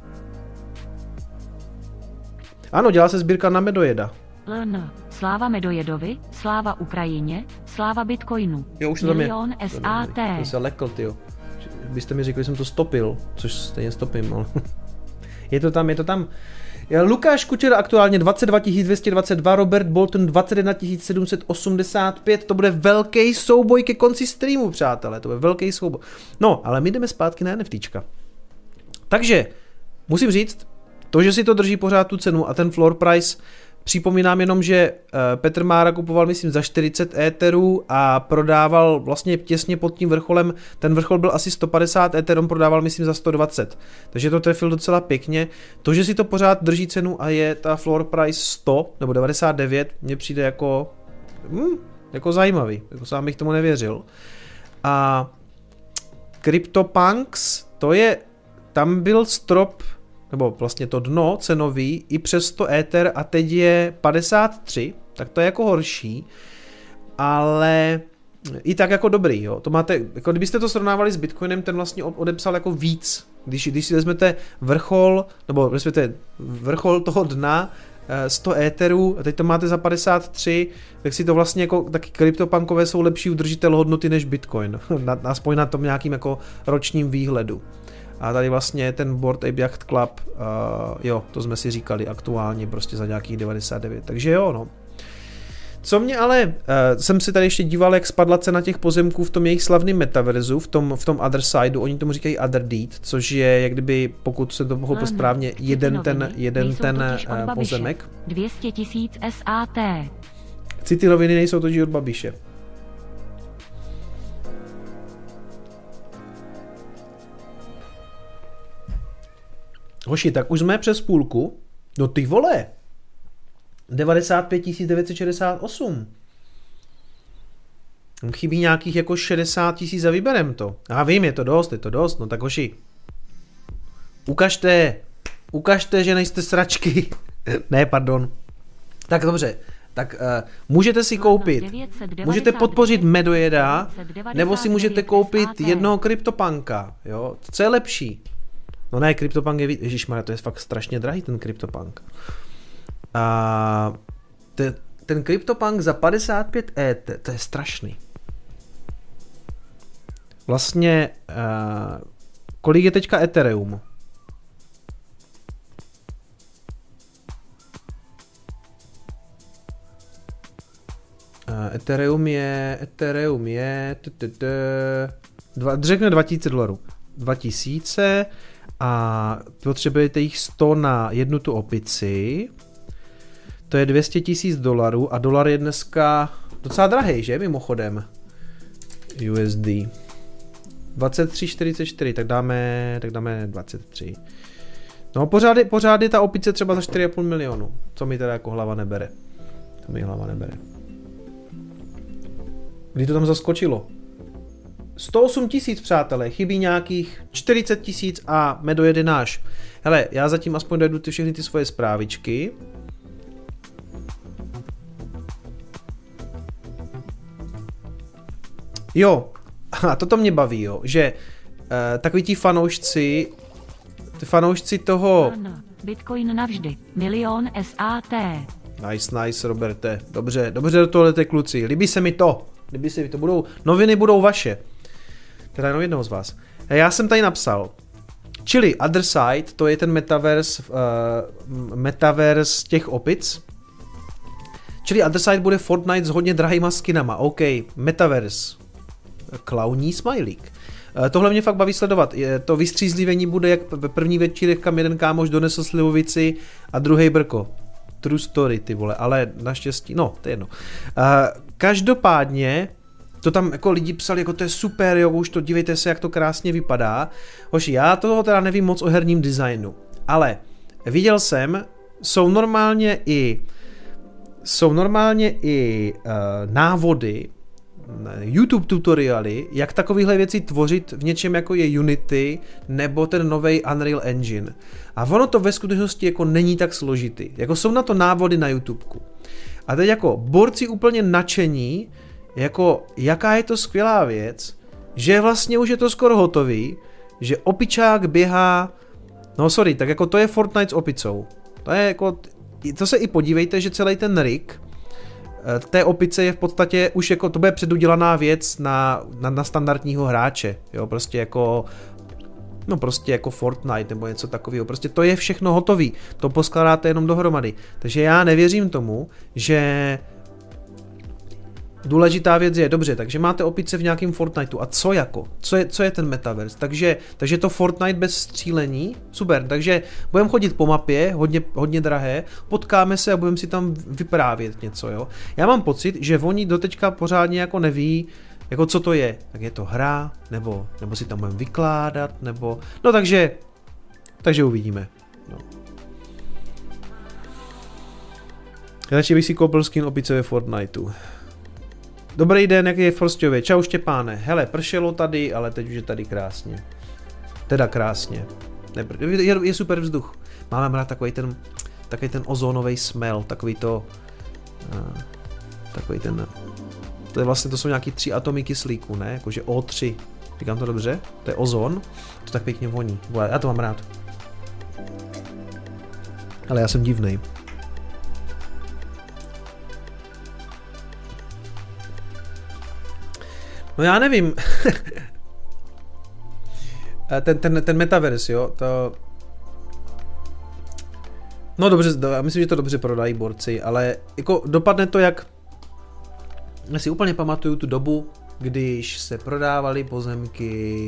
Ano, dělá se sbírka na medojeda. L N. Sláva Medojedovi, sláva Ukrajině, sláva Bitcoinu. Jo, už to tam je. Milion S A T. To se lekl, tyjo. Byste mi řekli, že jsem to stopil, což stejně stopím, ale... je to tam, je to tam. Lukáš Kučera aktuálně dvacet dva tisíc dvě stě dvacet dva, Robert Bolton dvacet jedna tisíc sedm set osmdesát pět, to bude velký souboj ke konci streamu, přátelé, to bude velký souboj. No, ale my jdeme zpátky na NFTčka. Takže, musím říct, to, že si to drží pořád tu cenu a ten floor price, připomínám jenom, že Petr Mára kupoval, myslím, za čtyřicet éterů a prodával vlastně těsně pod tím vrcholem, ten vrchol byl asi sto padesát éterů, on prodával, myslím, za sto dvacet. Takže to trefil docela pěkně. To, že si to pořád drží cenu a je ta floor price sto nebo devadesát devět, mně přijde jako, hm, jako zajímavý, jako sám bych tomu nevěřil. A CryptoPunks, to je tam byl strop, nebo vlastně to dno cenový i přes sto Ether a teď je padesát tři, tak to je jako horší, ale i tak jako dobrý, jo. To máte, jako kdybyste to srovnávali s Bitcoinem, ten vlastně odepsal jako víc. Když, když si vezmete vrchol, nebo respektive vrchol toho dna, sto Etherů, a teď to máte za padesát tři, tak si to vlastně jako taky kryptopunkové jsou lepší udržitel hodnoty než Bitcoin. Na, aspoň na tom nějakým jako ročním výhledu. A tady vlastně ten Bored Ape Yacht Club, uh, jo, to jsme si říkali aktuálně prostě za nějakých devadesát devět. Takže jo, no. Co mě ale, uh, jsem si tady ještě díval, jak spadla cena těch pozemků v tom jejich slavném metaverzu, v tom, v tom Other Sideu, oni tomu říkají Other Deed, což je, jak kdyby, pokud se to pochopil správně, jeden ten, jeden ten uh, pozemek. dvě stě tisíc S A T. City roviny nejsou totiž od Babiše. Hoši, tak už jsme přes půlku. No ty vole. devadesát pět tisíc devět set šedesát osm. Chybí nějakých jako šedesát tisíc a vyberem to. Já vím, je to dost, je to dost. No tak hoši. Ukažte. Ukažte, že nejste sračky. Ne, pardon. Tak dobře. Tak uh, můžete si koupit, můžete podpořit Medojeda, nebo si můžete koupit jednoho CryptoPunka. Jo? Co je lepší? No ne, CryptoPunk je, ježišmarja, to je fakt strašně drahý ten CryptoPunk. A te, ten CryptoPunk za padesát pět E T, to je strašný. Vlastně, uh, kolik je teďka Ethereum? Uh, Ethereum je, Ethereum je, t, t, t, dva, řekne dva tisíce dolarů. dva tisíce a potřebujete jich sto na jednu tu opici. To je dvě stě tisíc dolarů a dolar je dneska docela drahý, že, mimochodem? U S D. dvacet tři čtyřicet čtyři, tak dáme, tak dáme dvacet tři. No pořád je, pořád je ta opice třeba za čtyři a půl milionu, co mi teda jako hlava nebere. To mi hlava nebere. Kdy to tam zaskočilo? sto osm tisíc, přátelé, chybí nějakých čtyřicet tisíc a Medojed je náš. Hele, já zatím aspoň dojedu ty všechny ty svoje zprávičky. Jo, a toto mě baví, jo, že uh, takový ti fanoušci, ty fanoušci toho... Bitcoin navždy, milion S A T. Nice, nice, Roberte, dobře, dobře do toho jdete, kluci, líbí se mi to, líbí se mi to, budou, noviny budou vaše. Teda jenom jednoho z vás. Já jsem tady napsal, čili Other Side, to je ten metaverse, uh, metaverse těch opic. Čili Other Side bude Fortnite s hodně drahýma skinama, OK, metaverse, klauní smajlík. Uh, tohle mě fakt baví sledovat, je, to vystřízlivení bude jak ve první večírech, kam jeden kámoš donesl slivovici a druhý brko. True story, ty vole, ale naštěstí, no, to je jedno. Uh, každopádně, to tam jako lidi psali, jako to je super, jo, už to dívejte se, jak to krásně vypadá. Hoši, já toho teda nevím moc o herním designu, ale viděl jsem, jsou normálně i jsou normálně i uh, návody, YouTube tutoriály, jak takovéhle věci tvořit v něčem jako je Unity nebo ten nový Unreal Engine. A ono to ve skutečnosti jako není tak složitý. Jako jsou na to návody na YouTubeku. A teď jako borci úplně nadšení, jako jaká je to skvělá věc, že vlastně už je to skoro hotový, že opičák běhá, no sorry, tak jako to je Fortnite s opicou. To je jako, to se i podívejte, že celý ten rig té opice je v podstatě už jako, to bude předudělaná věc na, na, na standardního hráče, jo, prostě jako, no prostě jako Fortnite nebo něco takového, prostě to je všechno hotový, to poskládáte jenom dohromady, takže já nevěřím tomu, že důležitá věc je, dobře, takže máte opice v nějakém Fortniteu a co jako? Co je, co je ten metaverse? Takže, takže to Fortnite bez střílení? Super, takže budeme chodit po mapě, hodně, hodně drahé, potkáme se a budeme si tam vyprávět něco, jo? Já mám pocit, že oni doteďka pořádně jako neví, jako co to je. Tak je to hra, nebo, nebo si tam budeme vykládat, nebo... No takže, takže uvidíme. No. Radši bych si koupil skin opice ve Fortniteu. Dobrý den, jak je v Forstově. Čau Štěpáne. Hele, pršelo tady, ale teď už je tady krásně. Teda krásně. Ne, je, je super vzduch. Máme rád takový ten, takový ten ozónový smell, takový to, uh, takový ten, to je vlastně, to jsou nějaký tři atomy kyslíku, ne, jakože O tři, říkám to dobře, to je ozon, to tak pěkně voní, já to mám rád. Ale já jsem divnej. No já nevím. ten, ten, ten metaverse, jo, to... No dobře, já myslím, že to dobře prodají borci, ale jako dopadne to jak... Já si úplně pamatuju tu dobu, když se prodávaly pozemky...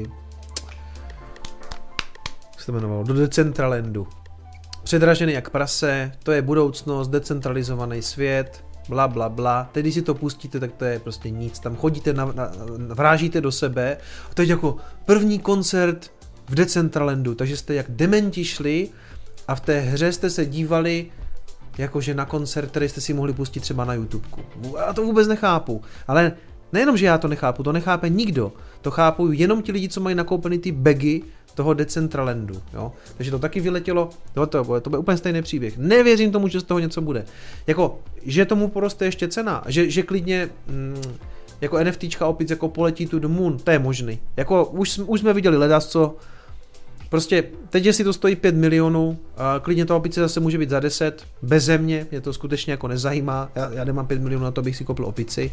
Jak se to jmenovalo? Do Decentralandu. Předražený jak prase, to je budoucnost, decentralizovaný svět, bla bla bla. Teď když si to pustíte, tak to je prostě nic. Tam chodíte, na, na, vrážíte do sebe. A teď jako první koncert v Decentralandu, takže jste jak dementi šli a v té hře jste se dívali jakože na koncert, který jste si mohli pustit třeba na YouTubeku. Já to vůbec nechápu. Ale nejenom, že já to nechápu, to nechápe nikdo. To chápu jenom ti lidi, co mají nakoupený ty bagy toho Decentralandu, jo. Takže to taky vyletělo, jo, to, bude, to bude úplně stejný příběh. Nevěřím tomu, že z toho něco bude. Jako, že tomu poroste ještě cena, že, že klidně mm, jako NFTčka opět jako poletí tu do moon, to je možný. Jako, už, už jsme viděli ledas, co prostě, teď jestli to stojí pět milionů, a klidně to opice zase může být za deset, beze mě, mě to skutečně jako nezajímá, já, já nemám pět milionů na to, abych si koupil opici.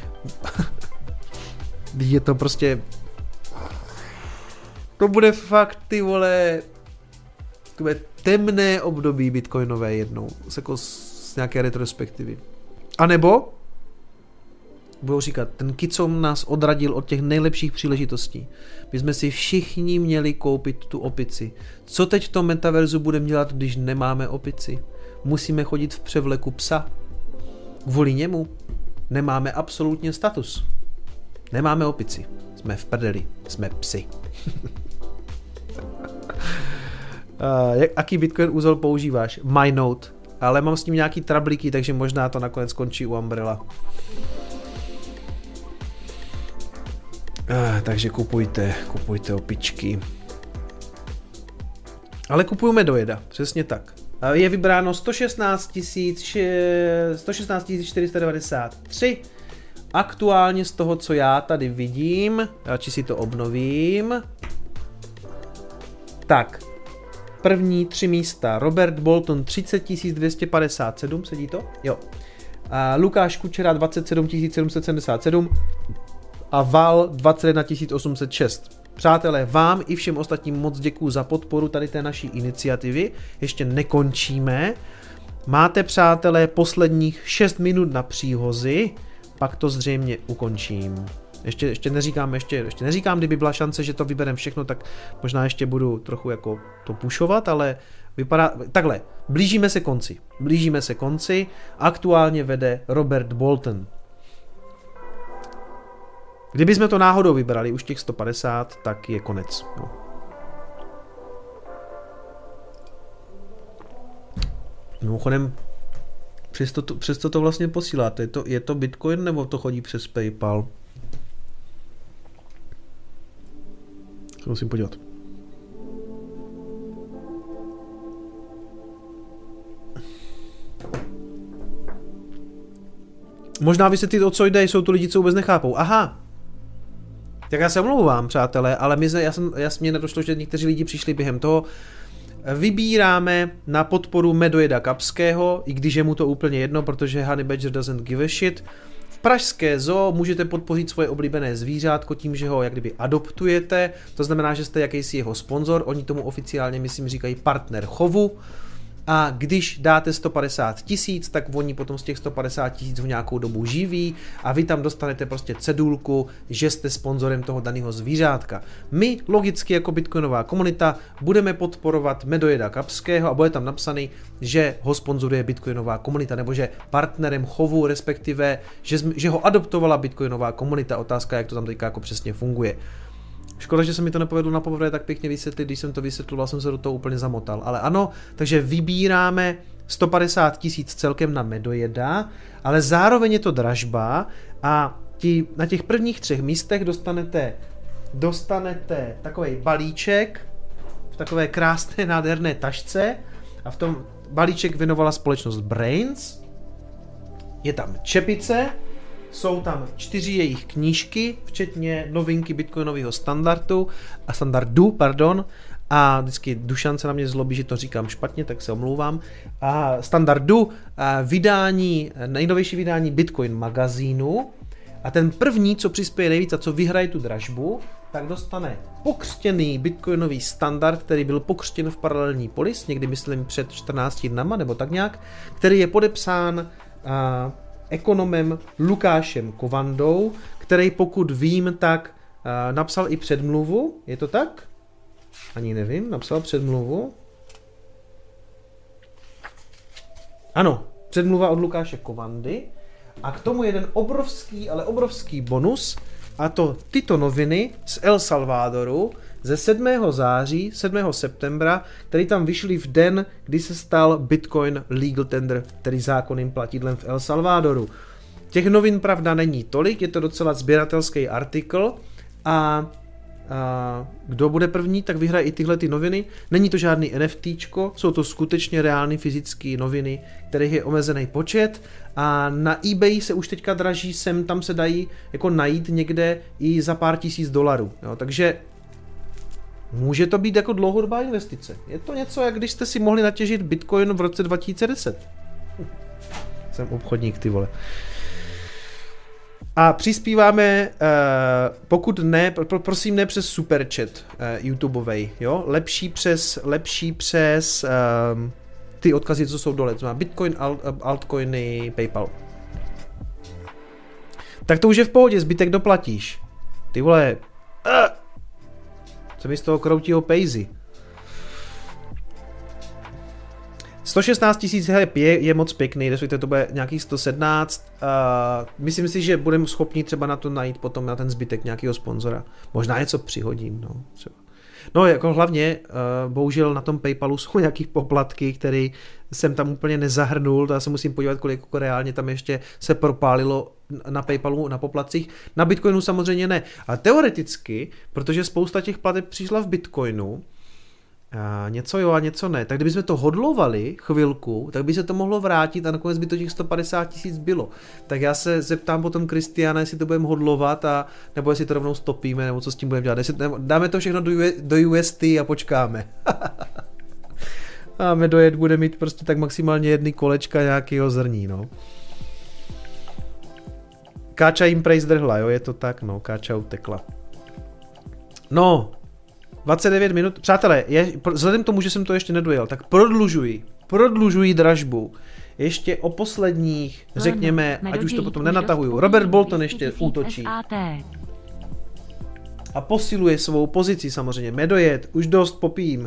Je to prostě... To bude fakt, ty vole, to bude temné období bitcoinové jednou, jako z nějaké retrospektivy. A nebo budou říkat, ten kicom nás odradil od těch nejlepších příležitostí. My jsme si všichni měli koupit tu opici. Co teď v tom metaverzu budeme dělat, když nemáme opici? Musíme chodit v převleku psa. Kvůli němu nemáme absolutně status. Nemáme opici. Jsme v prdeli. Jsme psi. Uh, jak, aký Bitcoin úzel používáš? MyNote. Ale mám s ním nějaký trablíky, takže možná to nakonec skončí u Umbrella. Uh, takže kupujte, kupujte opičky. Ale kupujeme dojeda, přesně tak. Uh, je vybráno sto šestnáct tisíc čtyři sta devadesát tři. Aktuálně z toho, co já tady vidím, radši si to obnovím. Tak, první tři místa. Robert Bolton třicet tisíc dvě stě padesát sedm, sedí to? Jo. A Lukáš Kučera dvacet sedm tisíc sedm set sedmdesát sedm a Val dvacet jedna tisíc osm set šest. Přátelé, vám i všem ostatním moc děkuju za podporu tady té naší iniciativy. Ještě nekončíme. Máte, přátelé, posledních šest minut na příhozy, pak to zřejmě ukončím. Ještě, ještě neříkám, ještě, ještě neříkám, kdyby byla šance, že to vyberem všechno, tak možná ještě budu trochu jako to pušovat, ale vypadá, takhle, blížíme se konci, blížíme se konci, aktuálně vede Robert Bolton. Kdyby jsme to náhodou vybrali, už těch sto padesát, tak je konec. No. Mimochodem, přes to, přes to, to vlastně posíláte, je to, je to Bitcoin nebo to chodí přes PayPal? Se musím podívat. Možná vysvětlit, o co jde, jsou to lidi, co vůbec nechápou. Aha. Tak já se omlouvám, přátelé, ale my, já jsem, já mě nedošlo, že někteří lidi přišli během toho. Vybíráme na podporu Medojeda Kapského, i když je mu to úplně jedno, protože Honey Badger doesn't give a shit. V pražské zoo můžete podpořit svoje oblíbené zvířátko tím, že ho jak kdyby adoptujete, to znamená, že jste jakýsi jeho sponzor, oni tomu oficiálně, myslím, říkají partner chovu. A když dáte sto padesát tisíc, tak oni potom z těch sto padesát tisíc ho nějakou dobu živí a vy tam dostanete prostě cedulku, že jste sponzorem toho daného zvířátka. My logicky jako bitcoinová komunita budeme podporovat Medojeda Kapského a bude tam napsaný, že ho sponzoruje bitcoinová komunita, nebo že partnerem chovu, respektive, že, že ho adoptovala bitcoinová komunita. Otázka, jak to tam teďka jako přesně funguje. Škoda, že se mi to nepovedlo na poprvé tak pěkně vysvětlit, když jsem to vysvětloval, jsem se do toho úplně zamotal. Ale ano, takže vybíráme sto padesát tisíc celkem na Medojeda, ale zároveň je to dražba a ti, na těch prvních třech místech dostanete, dostanete takovej balíček v takové krásné, nádherné tašce a v tom balíček věnovala společnost Brains. Je tam čepice, jsou tam čtyři jejich knížky, včetně novinky bitcoinového standardu, a standardu, pardon, a vždycky Dušan se na mě zlobí, že to říkám špatně, tak se omlouvám. A standardu, a vydání, nejnovější vydání Bitcoin magazínu, a ten první, co přispěje nejvíc a co vyhraje tu dražbu, tak dostane pokřtěný bitcoinový standard, který byl pokřtěn v paralelní polis, někdy myslím před čtrnácti dnama, nebo tak nějak, který je podepsán a, ekonomem Lukášem Kovandou, který, pokud vím, tak a, napsal i předmluvu, je to tak? Ani nevím, napsal předmluvu. Ano, předmluva od Lukáše Kovandy. A k tomu jeden obrovský, ale obrovský bonus, a to tyto noviny z El Salvadoru ze sedmého září, sedmého septembra, který tam vyšly v den, kdy se stal Bitcoin legal tender, tedy zákonným platidlem v El Salvadoru. Těch novin pravda není tolik, je to docela sběratelský artikl a A kdo bude první, tak vyhraje i tyhle ty noviny. Není to žádný NFTčko, jsou to skutečně reální fyzické noviny, kterých je omezený počet a na eBay se už teďka draží, sem tam se dají jako najít někde i za pár tisíc dolarů. Jo, takže může to být jako dlouhodobá investice. Je to něco, jak když jste si mohli natěžit Bitcoin v roce dva tisíce deset. Jsem obchodník, ty vole. A přispíváme, uh, pokud ne, pro, prosím ne přes superchat uh, YouTubeovej, jo, lepší přes, lepší přes uh, ty odkazy, co jsou dole, to má Bitcoin, alt, altcoiny, PayPal. Tak to už je v pohodě, zbytek doplatíš. Ty vole, uh, co mi z toho kroutího pejzy. sto šestnáct tisíc je, je moc pěkný, respektive to bude nějakých sto sedmnáct. Uh, myslím si, že budeme schopni třeba na to najít potom na ten zbytek nějakého sponzora. Možná něco přihodím, no, třeba. No, jako hlavně, uh, bohužel na tom PayPalu jsou nějaký poplatky, které jsem tam úplně nezahrnul, to já se musím podívat, kolik jako reálně tam ještě se propálilo na PayPalu, na poplatcích. Na Bitcoinu samozřejmě ne. A teoreticky, protože spousta těch plateb přišla v Bitcoinu, a něco jo a něco ne. Tak kdybychom to hodlovali chvilku, tak by se to mohlo vrátit a nakonec by to těch sto padesát tisíc bylo. Tak já se zeptám potom Kristiana, jestli to budeme hodlovat, a, nebo jestli to rovnou stopíme, nebo co s tím budeme dělat. Jestli, dáme to všechno do, do U S T a počkáme. A Medojet bude mít prostě tak maximálně jedny kolečka nějakého zrní, no. Káča jim prej zdrhla, jo, je to tak, no, Káča utekla. No, dvacet devět minut. Přátelé, je, vzhledem k tomu, že jsem to ještě nedojel, tak prodlužuji, prodlužuji dražbu. Ještě o posledních, řekněme, ať už to potom nenatahuju. Robert Bolton ještě útočí. A posiluje svou pozici samozřejmě. Medojet, už dost popím. Uh,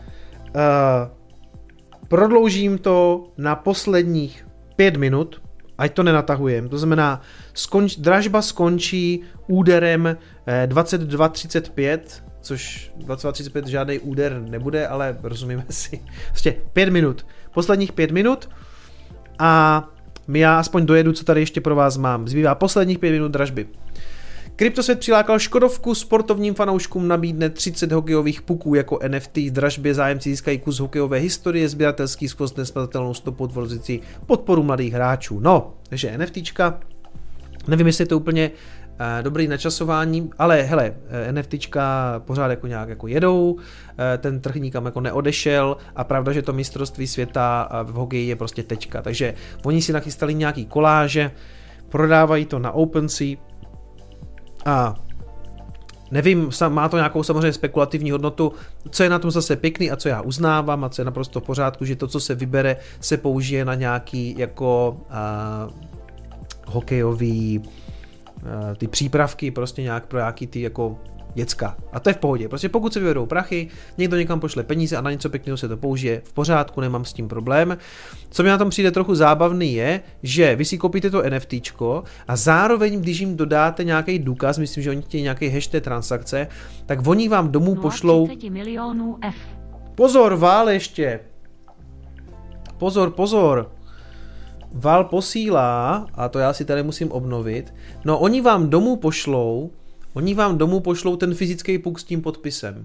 prodloužím to na posledních pět minut, ať to nenatahujem. To znamená, skonč, dražba skončí úderem eh, dvacet dva třicet pět, což dvacet dva třicet pět žádný úder nebude, ale rozumíme si. Prostě pět minut. Posledních pět minut a já aspoň dojedu, co tady ještě pro vás mám. Zbývá posledních pět minut dražby. Kryptosvět přilákal Škodovku, sportovním fanouškům nabídne třicet hokejových puků jako N F T. V dražbě zájemci získají kus hokejové historie, sběratelský skvost nesmazatelnou stopu tvořící podporu mladých hráčů. No, takže NFTčka, nevím, jestli je to úplně uh, dobrý načasování, ale hele, NFTčka pořád jako nějak jako jedou, uh, ten trh nikam jako neodešel a pravda, že to mistrovství světa v hokeji je prostě tečka. Takže oni si nachystali nějaký koláže, prodávají to na OpenSea. A nevím, má to nějakou samozřejmě spekulativní hodnotu, co je na tom zase pěkný a co já uznávám a co je naprosto v pořádku, že to, co se vybere, se použije na nějaký jako uh, hokejový uh, ty přípravky, prostě nějak pro nějaký ty jako děcka. A to je v pohodě. Prostě pokud se vyvedou prachy, někdo někam pošle peníze a na něco pěkného se to použije, v pořádku, nemám s tím problém. Co mi na tom přijde trochu zábavný je, že vy si koupíte to NFTčko a zároveň, když jim dodáte nějaký důkaz, myslím, že oni chtějí nějaký hash té transakce, tak oni vám domů pošlou... milionů F. Pozor, Vál ještě. Pozor, pozor. Vál posílá, a to já si tady musím obnovit, no oni vám domů pošlou Oni vám domů pošlou ten fyzický puk s tím podpisem.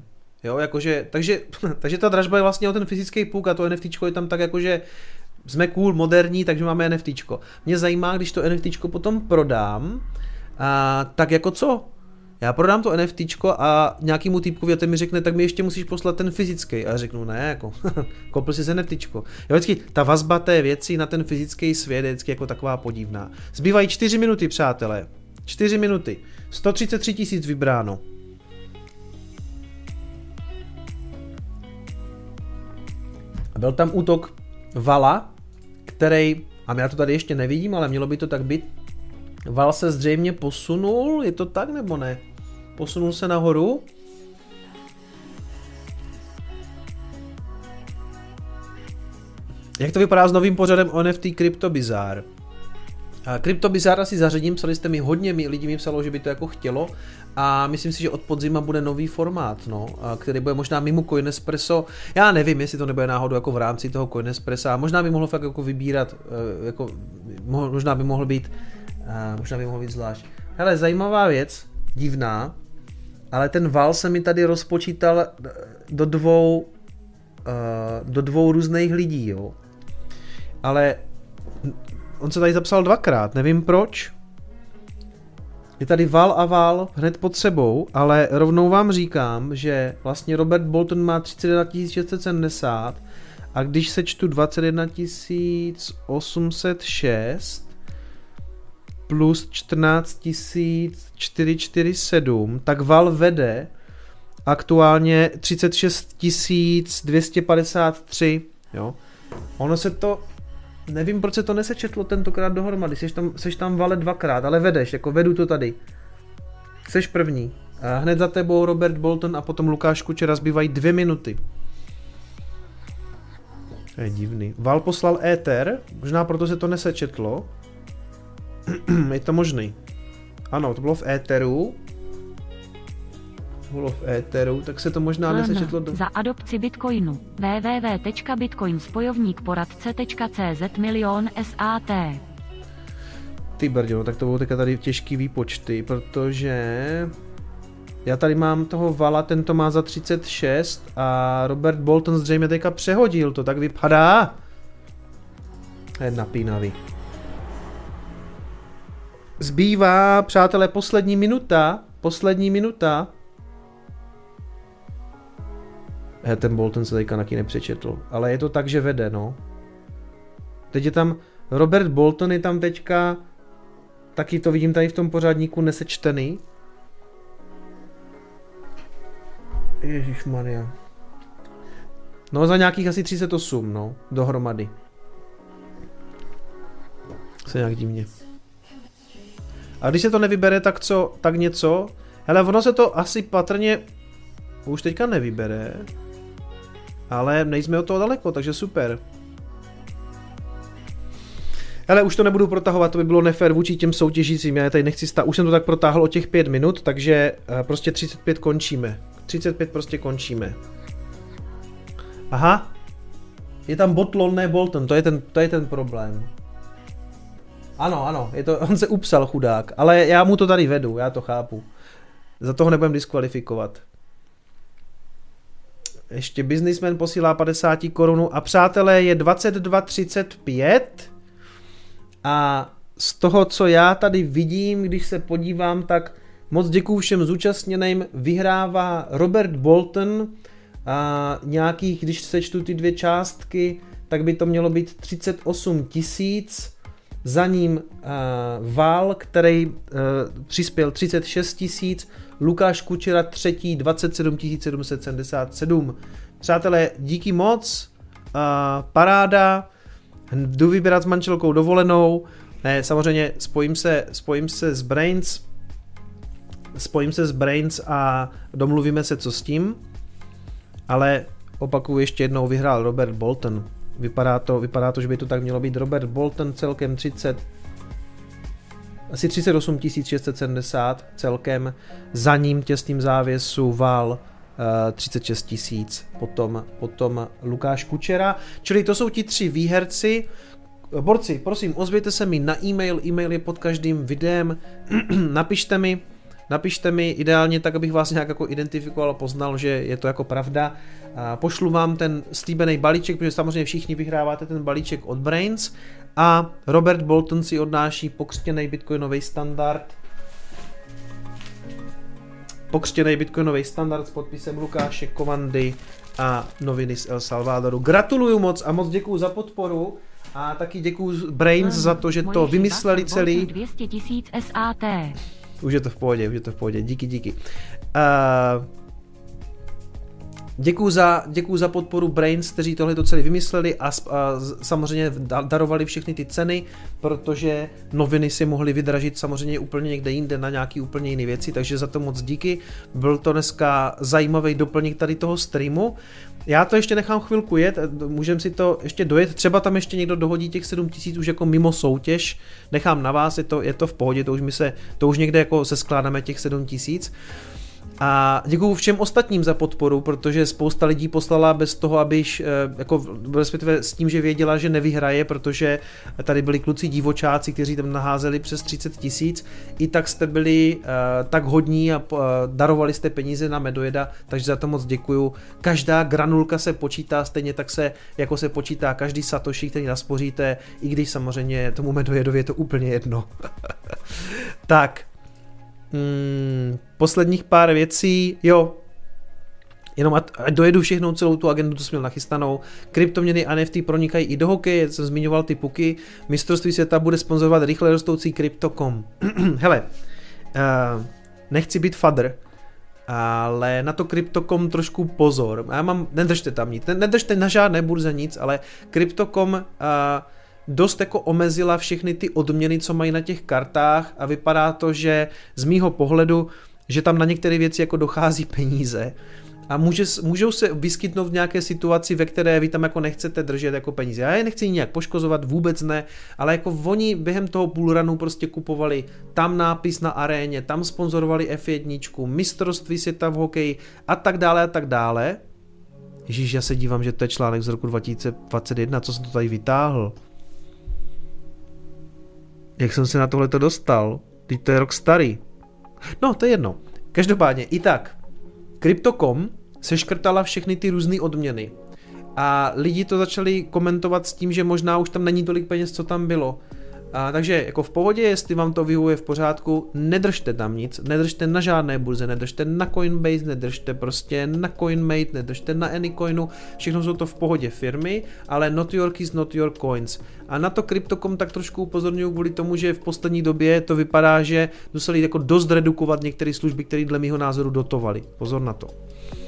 Jo, jakože, takže, takže ta dražba je vlastně o ten fyzický puk a to NFTčko je tam tak jakože jsme cool, moderní, takže máme NFTčko. Mě zajímá, když to NFTčko potom prodám, a, tak jako co? Já prodám to NFTčko a nějakýmu týpkovi a ten mi řekne, tak mi ještě musíš poslat ten fyzický. A já řeknu, ne, jako, koupil jsi NFTčko. Jo, vždycky ta vazba té věci na ten fyzický svět je vždycky jako taková podivná. Zbývají čtyři minuty, přátelé. čtyři minuty. sto třicet tři tisíc vybráno. Byl tam útok vala, který, a já to tady ještě nevidím, ale mělo by to tak být, val se zřejmě posunul, je to tak nebo ne? Posunul se nahoru. Jak to vypadá s novým pořadem O N F T Crypto Bizarre? Crypto Bizarre asi zařadím, psali jste mi hodně, lidí mi psalo, že by to jako chtělo a myslím si, že od podzima bude nový formát, no, který bude možná mimo Coinespresso. Já nevím, jestli to nebude náhodou jako v rámci toho Coinespressa, možná by mohl fakt jako vybírat, jako, možná by mohl být, možná by mohl být zvlášť. Hele, zajímavá věc, divná, ale ten val se mi tady rozpočítal do dvou, do dvou různých lidí, jo. Ale on se tady zapsal dvakrát, nevím proč. Je tady val a val hned pod sebou, ale rovnou vám říkám, že vlastně Robert Bolton má třicet jedna tisíc šest set sedmdesát a když sečtu dvacet jedna tisíc osm set šest plus čtrnáct tisíc čtyři sta čtyřicet sedm, tak val vede aktuálně třicet šest tisíc dvě stě padesát tři, jo. Ono se to, nevím, proč se to nesečetlo tentokrát dohromady, seš tam, seš tam vale dvakrát, ale vedeš, jako vedu to tady. Seš první. A hned za tebou Robert Bolton a potom Lukáš Kučera, zbývají dvě minuty. To je divný. Val poslal éter, možná proto se to nesečetlo. Je to možný. Ano, to bylo v éteru. Bylo v éteru, tak se to možná nesečetlo do... Za adopci bitcoinu. w w w tečka bitcoin spojovník poradce tečka c z milion S A T. Ty brďo, tak to budou teďka tady těžký výpočty, protože já tady mám toho vala, ten to má za třicet šest a Robert Bolton zřejmě teďka přehodil, to tak vypadá. Je napínavý. Zbývá, přátelé, poslední minuta, poslední minuta. He, ten Bolton se teďka taky nepřečetl, ale je to tak, že vede, no. Teď je tam, Robert Bolton je tam teďka, taky to vidím tady v tom pořádníku nesečtený. Ježišmarja. No za nějakých asi třicet osm, no, dohromady. Se nějak divně. A když se to nevybere, tak co, tak něco. Hele, ono se to asi patrně už teďka nevybere. Ale nejsme od toho daleko, takže super. Hele, už to nebudu protahovat, to by bylo nefér vůči těm soutěžícím, já tady nechci stát, už jsem to tak protáhl o těch pět minut, takže prostě třicet pět končíme. třicet pět prostě končíme. Aha. Je tam Botlon, ne Bolton, to je ten, to je ten problém. Ano, ano, je to, on se upsal chudák, ale já mu to tady vedu, já to chápu. Za toho nebudem diskvalifikovat. Ještě Businessman posílá padesát korun a přátelé je dvacet dva třicet pět a z toho, co já tady vidím, když se podívám, tak moc děkuju všem zúčastněným, vyhrává Robert Bolton a nějakých, když sečtu ty dvě částky, tak by to mělo být třicet osm tisíc, za ním uh, Val, který uh, přispěl třicet šest tisíc, Lukáš Kučera třetí dvacet sedm tisíc sedm set sedmdesát sedm. Přátelé, díky moc, uh, paráda, jdu vybírat s manželkou dovolenou, ne, samozřejmě spojím se, spojím se s Brains, spojím se s Brains a domluvíme se, co s tím, ale opakuju ještě jednou, vyhrál Robert Bolton. Vypadá to, vypadá to, že by to tak mělo být. Robert Bolton celkem třicet, asi třicet osm tisíc šest set sedmdesát celkem, za ním těsným závěsu Val uh, třicet šest tisíc, potom, potom Lukáš Kučera, čili to jsou ti tři výherci. Borci, prosím, ozvěte se mi na e-mail, e-mail je pod každým videem, napište mi, napište mi ideálně tak, abych vás nějak jako identifikoval a poznal, že je to jako pravda. A pošlu vám ten slíbený balíček, protože samozřejmě všichni vyhráváte ten balíček od Brains a Robert Bolton si odnáší pokřtěný bitcoinový standard. Pokřtěný bitcoinový standard s podpisem Lukáše Kovandy a noviny z El Salvadoru. Gratuluju moc a moc děkuju za podporu a taky děkuju Brains za to, že to vymysleli celý. dvě stě tisíc S A T. Už je to v pohodě, už je to v pohodě. Díky, díky. Uh, děkuju za, děkuju za podporu Brains, kteří tohle to celý vymysleli a, a samozřejmě darovali všechny ty ceny, protože noviny si mohly vydražit samozřejmě úplně někde jinde na nějaký úplně jiné věci, takže za to moc díky. Byl to dneska zajímavý doplněk tady toho streamu. Já to ještě nechám chvilku jet, můžeme si to ještě dojet, třeba tam ještě někdo dohodí těch sedm tisíc už jako mimo soutěž, nechám na vás, je to, je to v pohodě, to už, my se, to už někde jako seskládáme těch sedm tisíc. A děkuju všem ostatním za podporu, protože spousta lidí poslala bez toho, abyš, jako respektive s tím, že věděla, že nevyhraje, protože tady byli kluci divočáci, kteří tam naházeli přes třicet tisíc, i tak jste byli uh, tak hodní a uh, darovali jste peníze na Medojeda, takže za to moc děkuju. Každá granulka se počítá stejně tak se, jako se počítá každý satoshi, který naspoříte, i když samozřejmě tomu Medojedovi je to úplně jedno. Tak. Hmm, posledních pár věcí, jo, jenom ať, ať dojedu všechnou celou tu agendu, co jsem měl nachystanou. Kryptoměny a N F T pronikají i do hokeje, jsem zmiňoval ty puky, mistrovství světa bude sponzorovat rychle rostoucí Crypto tečka com. Hele, uh, nechci být fadr, ale na to Crypto tečka com trošku pozor. Já mám, nedržte tam nic, nedržte na žádné burze nic, ale Crypto tečka com uh, dost jako omezila všechny ty odměny, co mají na těch kartách a vypadá to, že z mýho pohledu, že tam na některé věci jako dochází peníze a může, můžou se vyskytnout v nějaké situaci, ve které vy tam jako nechcete držet jako peníze. Já je nechci nijak poškozovat, vůbec ne, ale jako oni během toho půlrunu prostě kupovali tam nápis na aréně, tam sponzorovali F jedna, mistrovství světa v hokeji a tak dále a tak dále. Ježíš, já se dívám, že to je článek z roku dva tisíce dvacet jedna, co jsem to tady vytáhl. Jak jsem se na tohleto dostal? Teď to je rok starý. No, to je jedno. Každopádně, i tak. Crypto tečka com seškrtala všechny ty různé odměny. A lidi to začali komentovat s tím, že možná už tam není tolik peněz, co tam bylo. A takže jako v pohodě, jestli vám to vyhovuje v pořádku, nedržte tam nic, nedržte na žádné burze, nedržte na Coinbase, nedržte prostě na Coinmate, nedržte na Anycoinu, všechno jsou to v pohodě firmy, ale not your keys, not your coins. A na to Crypto tečka com tak trošku upozorňuji kvůli tomu, že v poslední době to vypadá, že museli jako dost redukovat některé služby, které dle mýho názoru dotovali. Pozor na to.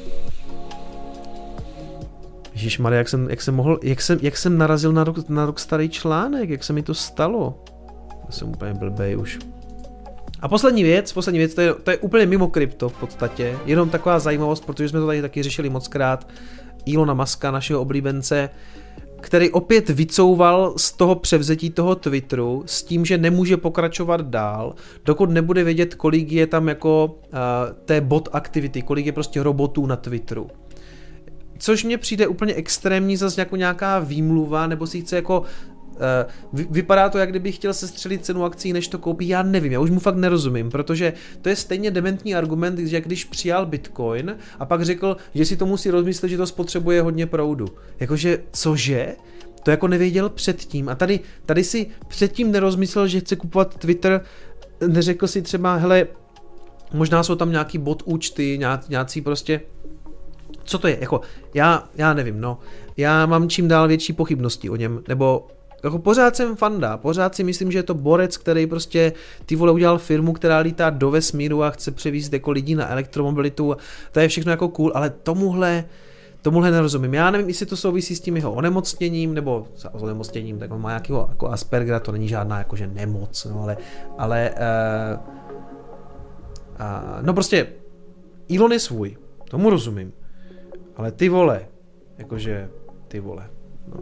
Ježišmarja, jak jsem, jak jsem mohl, jak jsem, jak jsem narazil na rok, na rok starý článek, jak se mi to stalo. Já jsem úplně blbej už. A poslední věc, poslední věc, to je, to je úplně mimo krypto v podstatě, jenom taková zajímavost, protože jsme to tady taky řešili mockrát, Elona Muska, našeho oblíbence, který opět vycouval z toho převzetí toho Twitteru s tím, že nemůže pokračovat dál, dokud nebude vědět, kolik je tam jako uh, té bot activity, kolik je prostě robotů na Twitteru. Což mně přijde úplně extrémní, zase jako nějaká výmluva, nebo si chce jako, uh, vypadá to, jak kdyby chtěl sestřelit cenu akcí, než to koupí, já nevím, já už mu fakt nerozumím, protože to je stejně dementní argument, že když přijal Bitcoin a pak řekl, že si to musí rozmyslet, že to spotřebuje hodně proudu. Jakože, cože? To jako nevěděl předtím a tady, tady si předtím nerozmyslel, že chce kupovat Twitter, neřekl si třeba, hele, možná jsou tam nějaký bot účty, nějací prostě. Co to je? Jako, já, já nevím, no. Já mám čím dál větší pochybnosti o něm, nebo jako pořád jsem fanda, pořád si myslím, že je to borec, který prostě ty vole udělal firmu, která lítá do vesmíru a chce převízt jako lidi na elektromobilitu, to je všechno jako cool, ale tomuhle, tomuhle nerozumím. Já nevím, jestli to souvisí s tím jeho onemocněním, nebo s onemocněním, tak on má nějakého jako Aspergera, to není žádná jakože nemoc, no, ale, ale uh, uh, no prostě Elon je svůj, tomu rozumím. Ale ty vole, jakože ty vole, no.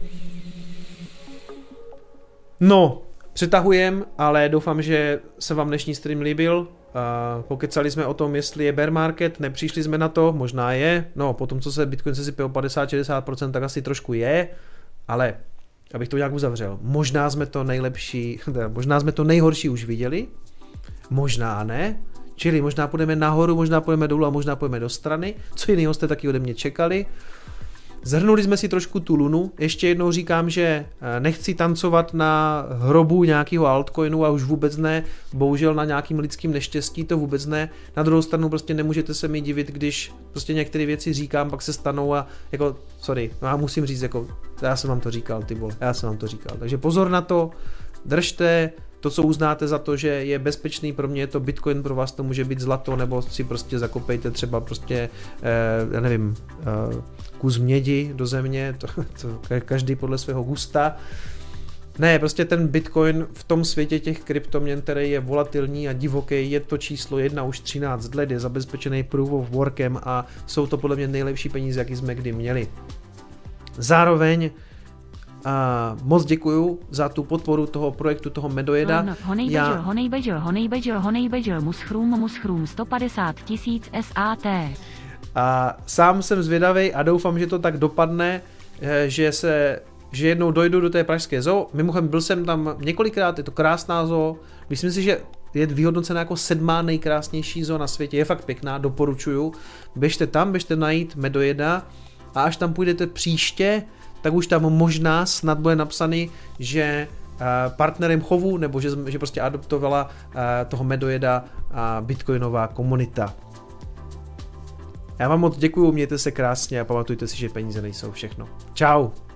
No, přetahujem, ale doufám, že se vám dnešní stream líbil. Uh, pokecali jsme o tom, jestli je bear market, nepřišli jsme na to, možná je, no potom, co se Bitcoin se sype o padesát až šedesát procent, tak asi trošku je, ale abych to nějak uzavřel, možná jsme to nejlepší, možná jsme to nejhorší už viděli, možná ne, Čili možná půjdeme nahoru, možná půjdeme dolů a možná půjdeme do strany. Co jiného jste taky ode mě čekali? Zhrnuli jsme si trošku tu lunu. Ještě jednou říkám, že nechci tancovat na hrobu nějakého altcoinu a už vůbec ne, bohužel na nějakým lidským neštěstí, to vůbec ne. Na druhou stranu prostě nemůžete se mi divit, když prostě některé věci říkám, pak se stanou a jako, sorry, no já musím říct, jako, já jsem vám to říkal, ty vole, já jsem vám to říkal. Takže pozor na to, držte to, co uznáte za to, že je bezpečný, pro mě je to Bitcoin, pro vás to může být zlato, nebo si prostě zakopejte třeba prostě, eh, já nevím, eh, kus mědi do země, to, to každý podle svého gusta. Ne, prostě ten Bitcoin v tom světě těch kryptoměn, který je volatilní a divoký, je to číslo jedna už třináct let, je zabezpečený proof of workem a jsou to podle mě nejlepší peníze, jaký jsme kdy měli. Zároveň a moc děkuju za tu podporu toho projektu, toho Medojeda. Já... Honej bežel, honej bežel, honej bežel, muschrum, muschrum, sto padesát tisíc S A T. A sám jsem zvědavej a doufám, že to tak dopadne, že se, že jednou dojdu do té pražské zoo. Mimochodem byl jsem tam několikrát, je to krásná zoo. Myslím si, že je vyhodnocena jako sedmá nejkrásnější zoo na světě, je fakt pěkná, doporučuju. Běžte tam, běžte najít Medojeda a až tam půjdete příště, tak už tam možná snad bude napsaný, že partnerem chovu, nebo že, že prostě adoptovala toho Medojeda bitcoinová komunita. Já vám moc děkuju, mějte se krásně a pamatujte si, že peníze nejsou všechno. Čau!